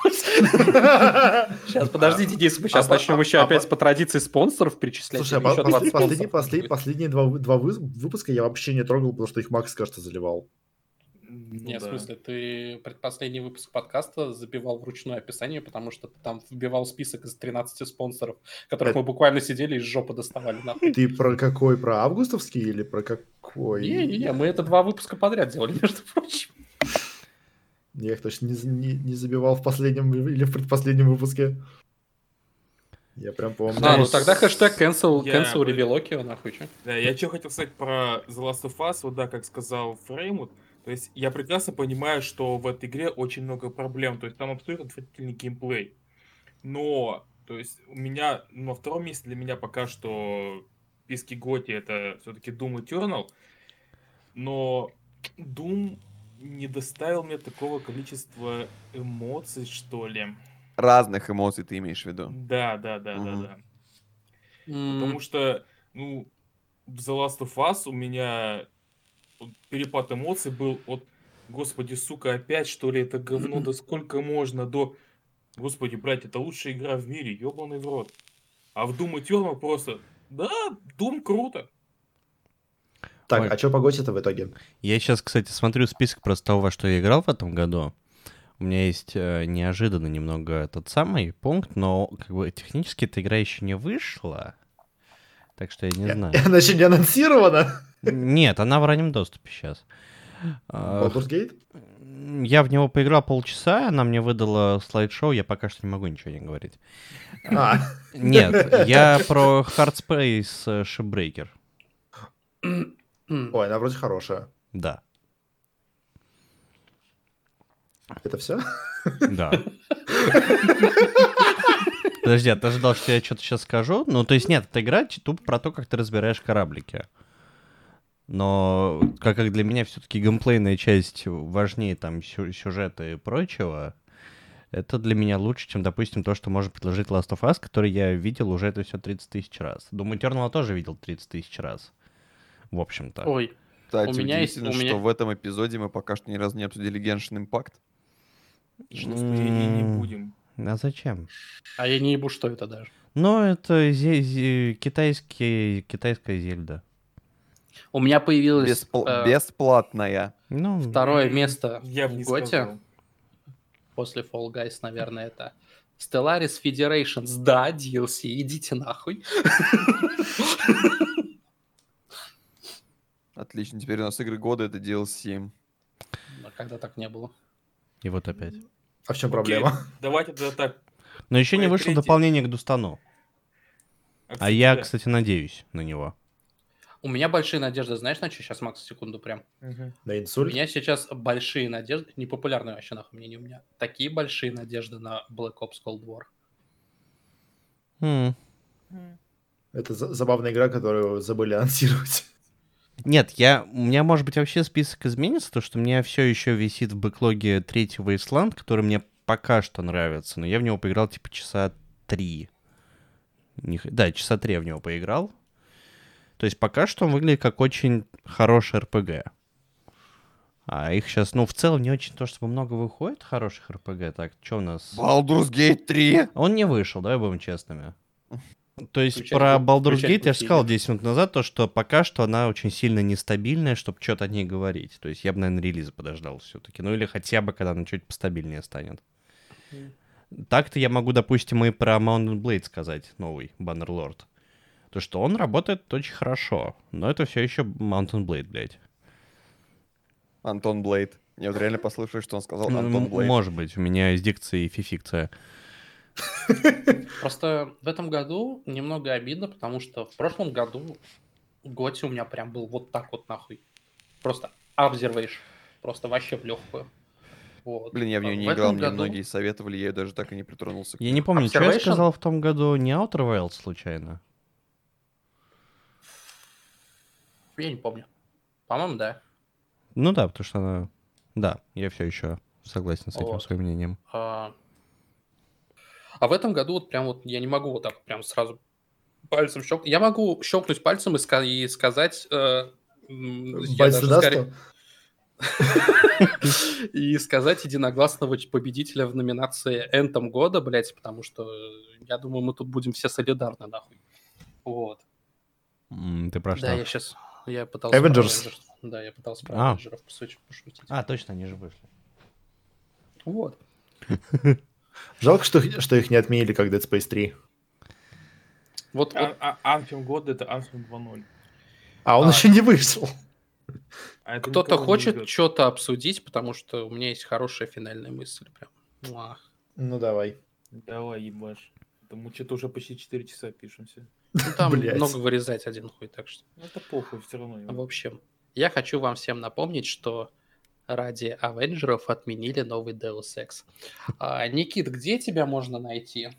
Сейчас, подожди, Денис, мы сейчас а по- начнем а- еще а опять по- по традиции спонсоров перечислять. Слушай, а или по- еще пос- двадцать последние, спонсоров после- будет? последние два, вы- два вы- выпуска я вообще не трогал, потому что их Макс, кажется, заливал. Ну Нет, в да. смысле, ты предпоследний выпуск подкаста забивал вручную описание, потому что ты там вбивал список из тринадцати спонсоров, которых Это- мы буквально сидели и из жопы доставали. Нахуй. Ты про какой? Про августовский или про какой? Не-не-не, мы это два выпуска подряд делали, между прочим. Я их точно не, за- не- не забивал в последнем или в предпоследнем выпуске. Я прям помню. А, ну тогда хэштег cancel, Я- cancel Ревелокио, нахуй, чё? Да, я что хотел сказать про The Last of Us, вот да, как сказал Фреймут. То есть я прекрасно понимаю, что в этой игре очень много проблем. То есть там абсолютно отвратительный геймплей. Но, то есть у меня на втором месте для меня пока что в списке Готи это все-таки Doom Eternal. Но Doom не доставил мне такого количества эмоций, что ли. Разных эмоций ты имеешь в виду. Да, да, да, Мгм. да, да. М, Потому что, ну, в The Last of Us у меня вот перепад эмоций был от «Господи, сука, опять, что ли, это говно, да сколько можно?» до «Господи, блядь, это лучшая игра в мире, ёбаный в рот». А в Doom Eternal просто «Да, Doom круто». Так, Ой. а что по Готи-то в итоге? Я сейчас, кстати, смотрю список просто того, во что я играл в этом году. У меня есть э, неожиданно немного тот самый пункт, но как бы технически эта игра еще не вышла. Так что я не знаю. Она еще не анонсирована. Нет, она в раннем доступе сейчас. Baldur's Gate? Я в него поиграл полчаса, она мне выдала слайд-шоу, я пока что не могу ничего не говорить. А, Нет, я про Hard Space Shipbreaker. ой, она вроде хорошая. Да, Это все? да. Подожди, а ты ожидал, что я что-то сейчас скажу? Ну, то есть нет, эта игра тупо про то, как ты разбираешь кораблики. Но, как, как для меня все-таки геймплейная часть важнее там сю- сюжета и прочего, это для меня лучше, чем, допустим, то, что может предложить Last of Us, который я видел уже это все тридцать тысяч раз. Doom Eternal тоже видел тридцать тысяч раз. В общем-то. Ой, Кстати, У меня есть- удивительно, у меня- что в этом эпизоде мы пока что ни разу не обсудили Genshin Impact. Господи, и не М, будем. А зачем? а я не ебу, что это даже. Ну, это зе- зе- китайский, китайская Зельда. У меня появилось Беспл- э, Бесплатная. Ну, второе М, место Я бы в не Готе сказал. после Fall Guys, наверное, это Stellaris Federations. Да, ди эл си, идите нахуй. Отлично, теперь у нас игры года это ди эл си. А когда так не было? и вот опять. А в чем Окей, проблема? давайте тогда так. Но еще не Твоя вышло третья. дополнение к Дустану. А кстати, я, да. кстати, надеюсь на него. У меня большие надежды, знаешь, на что? Сейчас, Макс, секунду прям. Мгм. На У инсульт? меня сейчас большие надежды, непопулярное вообще нахуй мнение у меня, такие большие надежды на Black Ops Cold War. М. Это за- забавная игра, которую забыли анонсировать. Нет, я, у меня, может быть, вообще список изменится, то, что у меня все еще висит в бэклоге третий Wasteland, который мне пока что нравится, но я в него поиграл типа часа три. Не х- Да, часа три я в него поиграл. То есть пока что он выглядит как очень хороший эр пи джи. А их сейчас, ну, в целом не очень то, чтобы много выходит хороших эр пи джи. Так, что у нас? Baldur's Gate три. Он не вышел, давай будем честными. То есть Включать про пу- Baldur's включать Gate я же сказал усилия. десять минут назад, то, что пока что она очень сильно нестабильная, чтобы что-то о ней говорить. То есть я бы, наверное, релиза подождал все-таки. Ну или хотя бы, когда она чуть постабильнее станет. Так-то я могу, допустим, и про Mountain Blade сказать, новый Bannerlord. То, что он работает очень хорошо. Но это все еще Mountain Blade, блядь. Антон Блейд. Я вот реально послышал, что он сказал Ну, Антон м- Блейд. Может быть, у меня из дикции фификция. Просто в этом году немного обидно, потому что в прошлом году Готи у меня прям был вот так вот нахуй. Просто observation. Просто вообще в легкую. Вот. Блин, я в нее А не в играл, этом мне году- многие советовали, я ее даже так и не притронулся. к Я ней. не помню, что я Observation? сказал в том году, не Outer Wilds случайно? Я не помню. По-моему, да. Ну да, потому что она... Да, я все еще согласен с этим Вот. своим мнением. А... а в этом году вот прям вот я не могу вот так прям сразу пальцем щелкнуть. Я могу щелкнуть пальцем и, ска- и сказать... э, м, я Бальцы даже даст скорее- И сказать единогласного победителя в номинации Anthem года, блядь, потому что я думаю, мы тут будем все солидарны, нахуй. Вот. М, Ты про Да, что? я сейчас... Я пытался Avengers. про Avengers- Да, я пытался про А. Avengers посу- пошутить. А, точно, они же вышли. Вот. Жалко, что, что их не отменили, как Dead Space три. Вот, вот А- а- Anthem года — это Anthem два ноль. А он А. еще не вышел. А это кто-то никого не хочет ждет. что-то обсудить, потому что у меня есть хорошая финальная мысль. Прям. Муа. Ну давай. Давай, ебашь. Это мы что-то уже почти четыре часа пишемся. Ну, там Блядь. много вырезать один хуй, так что... Ну, это похуй, все равно. В общем, я хочу вам всем напомнить, что ради Авенджеров отменили новый Deus Ex. А, Никит, где тебя можно найти?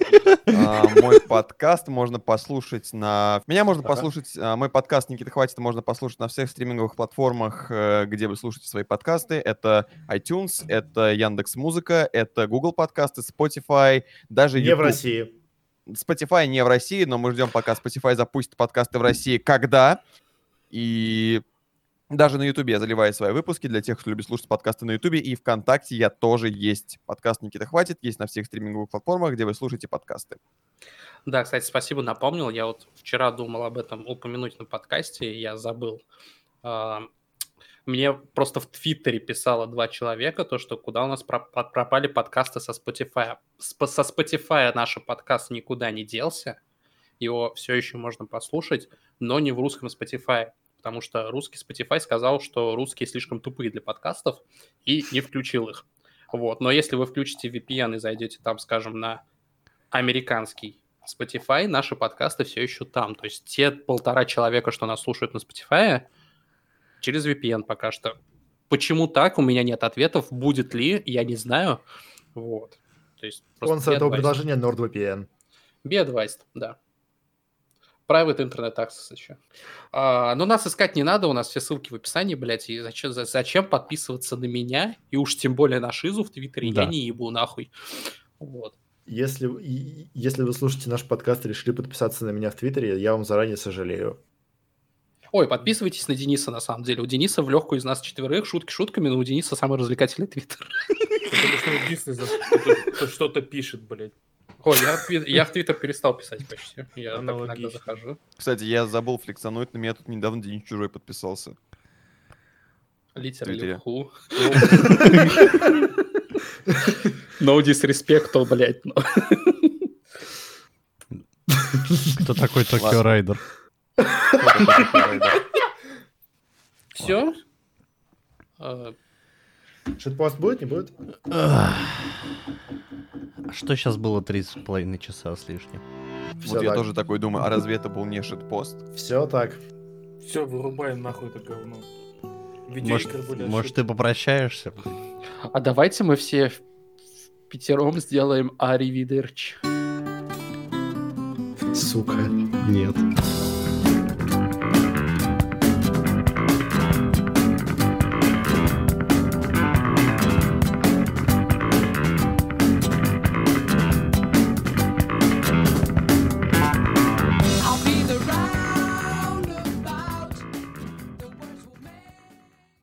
А, Мой подкаст можно послушать на... Меня можно Ага. послушать... а, Мой подкаст «Никита Хватит» можно послушать на всех стриминговых платформах, э, где вы слушаете свои подкасты. Это iTunes, это Яндекс.Музыка, это Google подкасты, Spotify, даже Не в YouTube. России. Spotify не в России, но мы ждем, пока Spotify запустит подкасты в России. Когда? И даже на Ютубе я заливаю свои выпуски для тех, кто любит слушать подкасты на Ютубе. И ВКонтакте я тоже есть. Подкаст «Никита Хватит» есть на всех стриминговых платформах, где вы слушаете подкасты. Да, кстати, спасибо, напомнил. Я вот вчера думал об этом упомянуть на подкасте, я забыл. А, Мне просто в Твиттере писало два человека, то, что куда у нас про- под- пропали подкасты со Spotify. Сп- Со Spotify наш подкаст никуда не делся. Его все еще можно послушать, но не в русском Spotify. Потому что русский Spotify сказал, что русские слишком тупые для подкастов и не включил их. Вот. Но если вы включите ви пи эн и зайдете там, скажем, на американский Spotify, наши подкасты все еще там. То есть те полтора человека, что нас слушают на Spotify, через ви пи эн пока что. Почему так? У меня нет ответов. Будет ли? Я не знаю. Вот. То есть просто Спонсор be этого advised. предложения NordVPN. Be advised, да. Private Internet Access еще. А, но нас искать не надо, у нас все ссылки в описании, блядь, и зачем, за- зачем подписываться на меня, и уж тем более на Шизу в Твиттере, Да. я не ебу нахуй. Вот. Если, и- если вы слушаете наш подкаст и решили подписаться на меня в Твиттере, я вам заранее сожалею. Ой, подписывайтесь на Дениса, на самом деле. У Дениса в легкую из нас четверых, шутки шутками, но у Дениса самый развлекательный Твиттер. Потому что он единственный, за- кто- кто что-то пишет, блядь. Ой, я, в Твит- я в Твиттер перестал писать почти. Я так иногда Аналогично. захожу. Кстати, я забыл флексануть, на меня тут недавно Денис Чужой подписался. Литерally Твиттере. who. No disrespect, то, блядь. но. Кто такой Токио Ладно. Райдер? Все? Шитпост будет, не будет? А что сейчас было три с половиной часа с лишним? Всё Вот я так. тоже такой думаю, а разве это был не шитпост? Все так. Все, вырубаем нахуй это говно. Может, Видеоигры были может ты попрощаешься? А давайте мы все в- пятером сделаем аривидерч. Сука. Нет.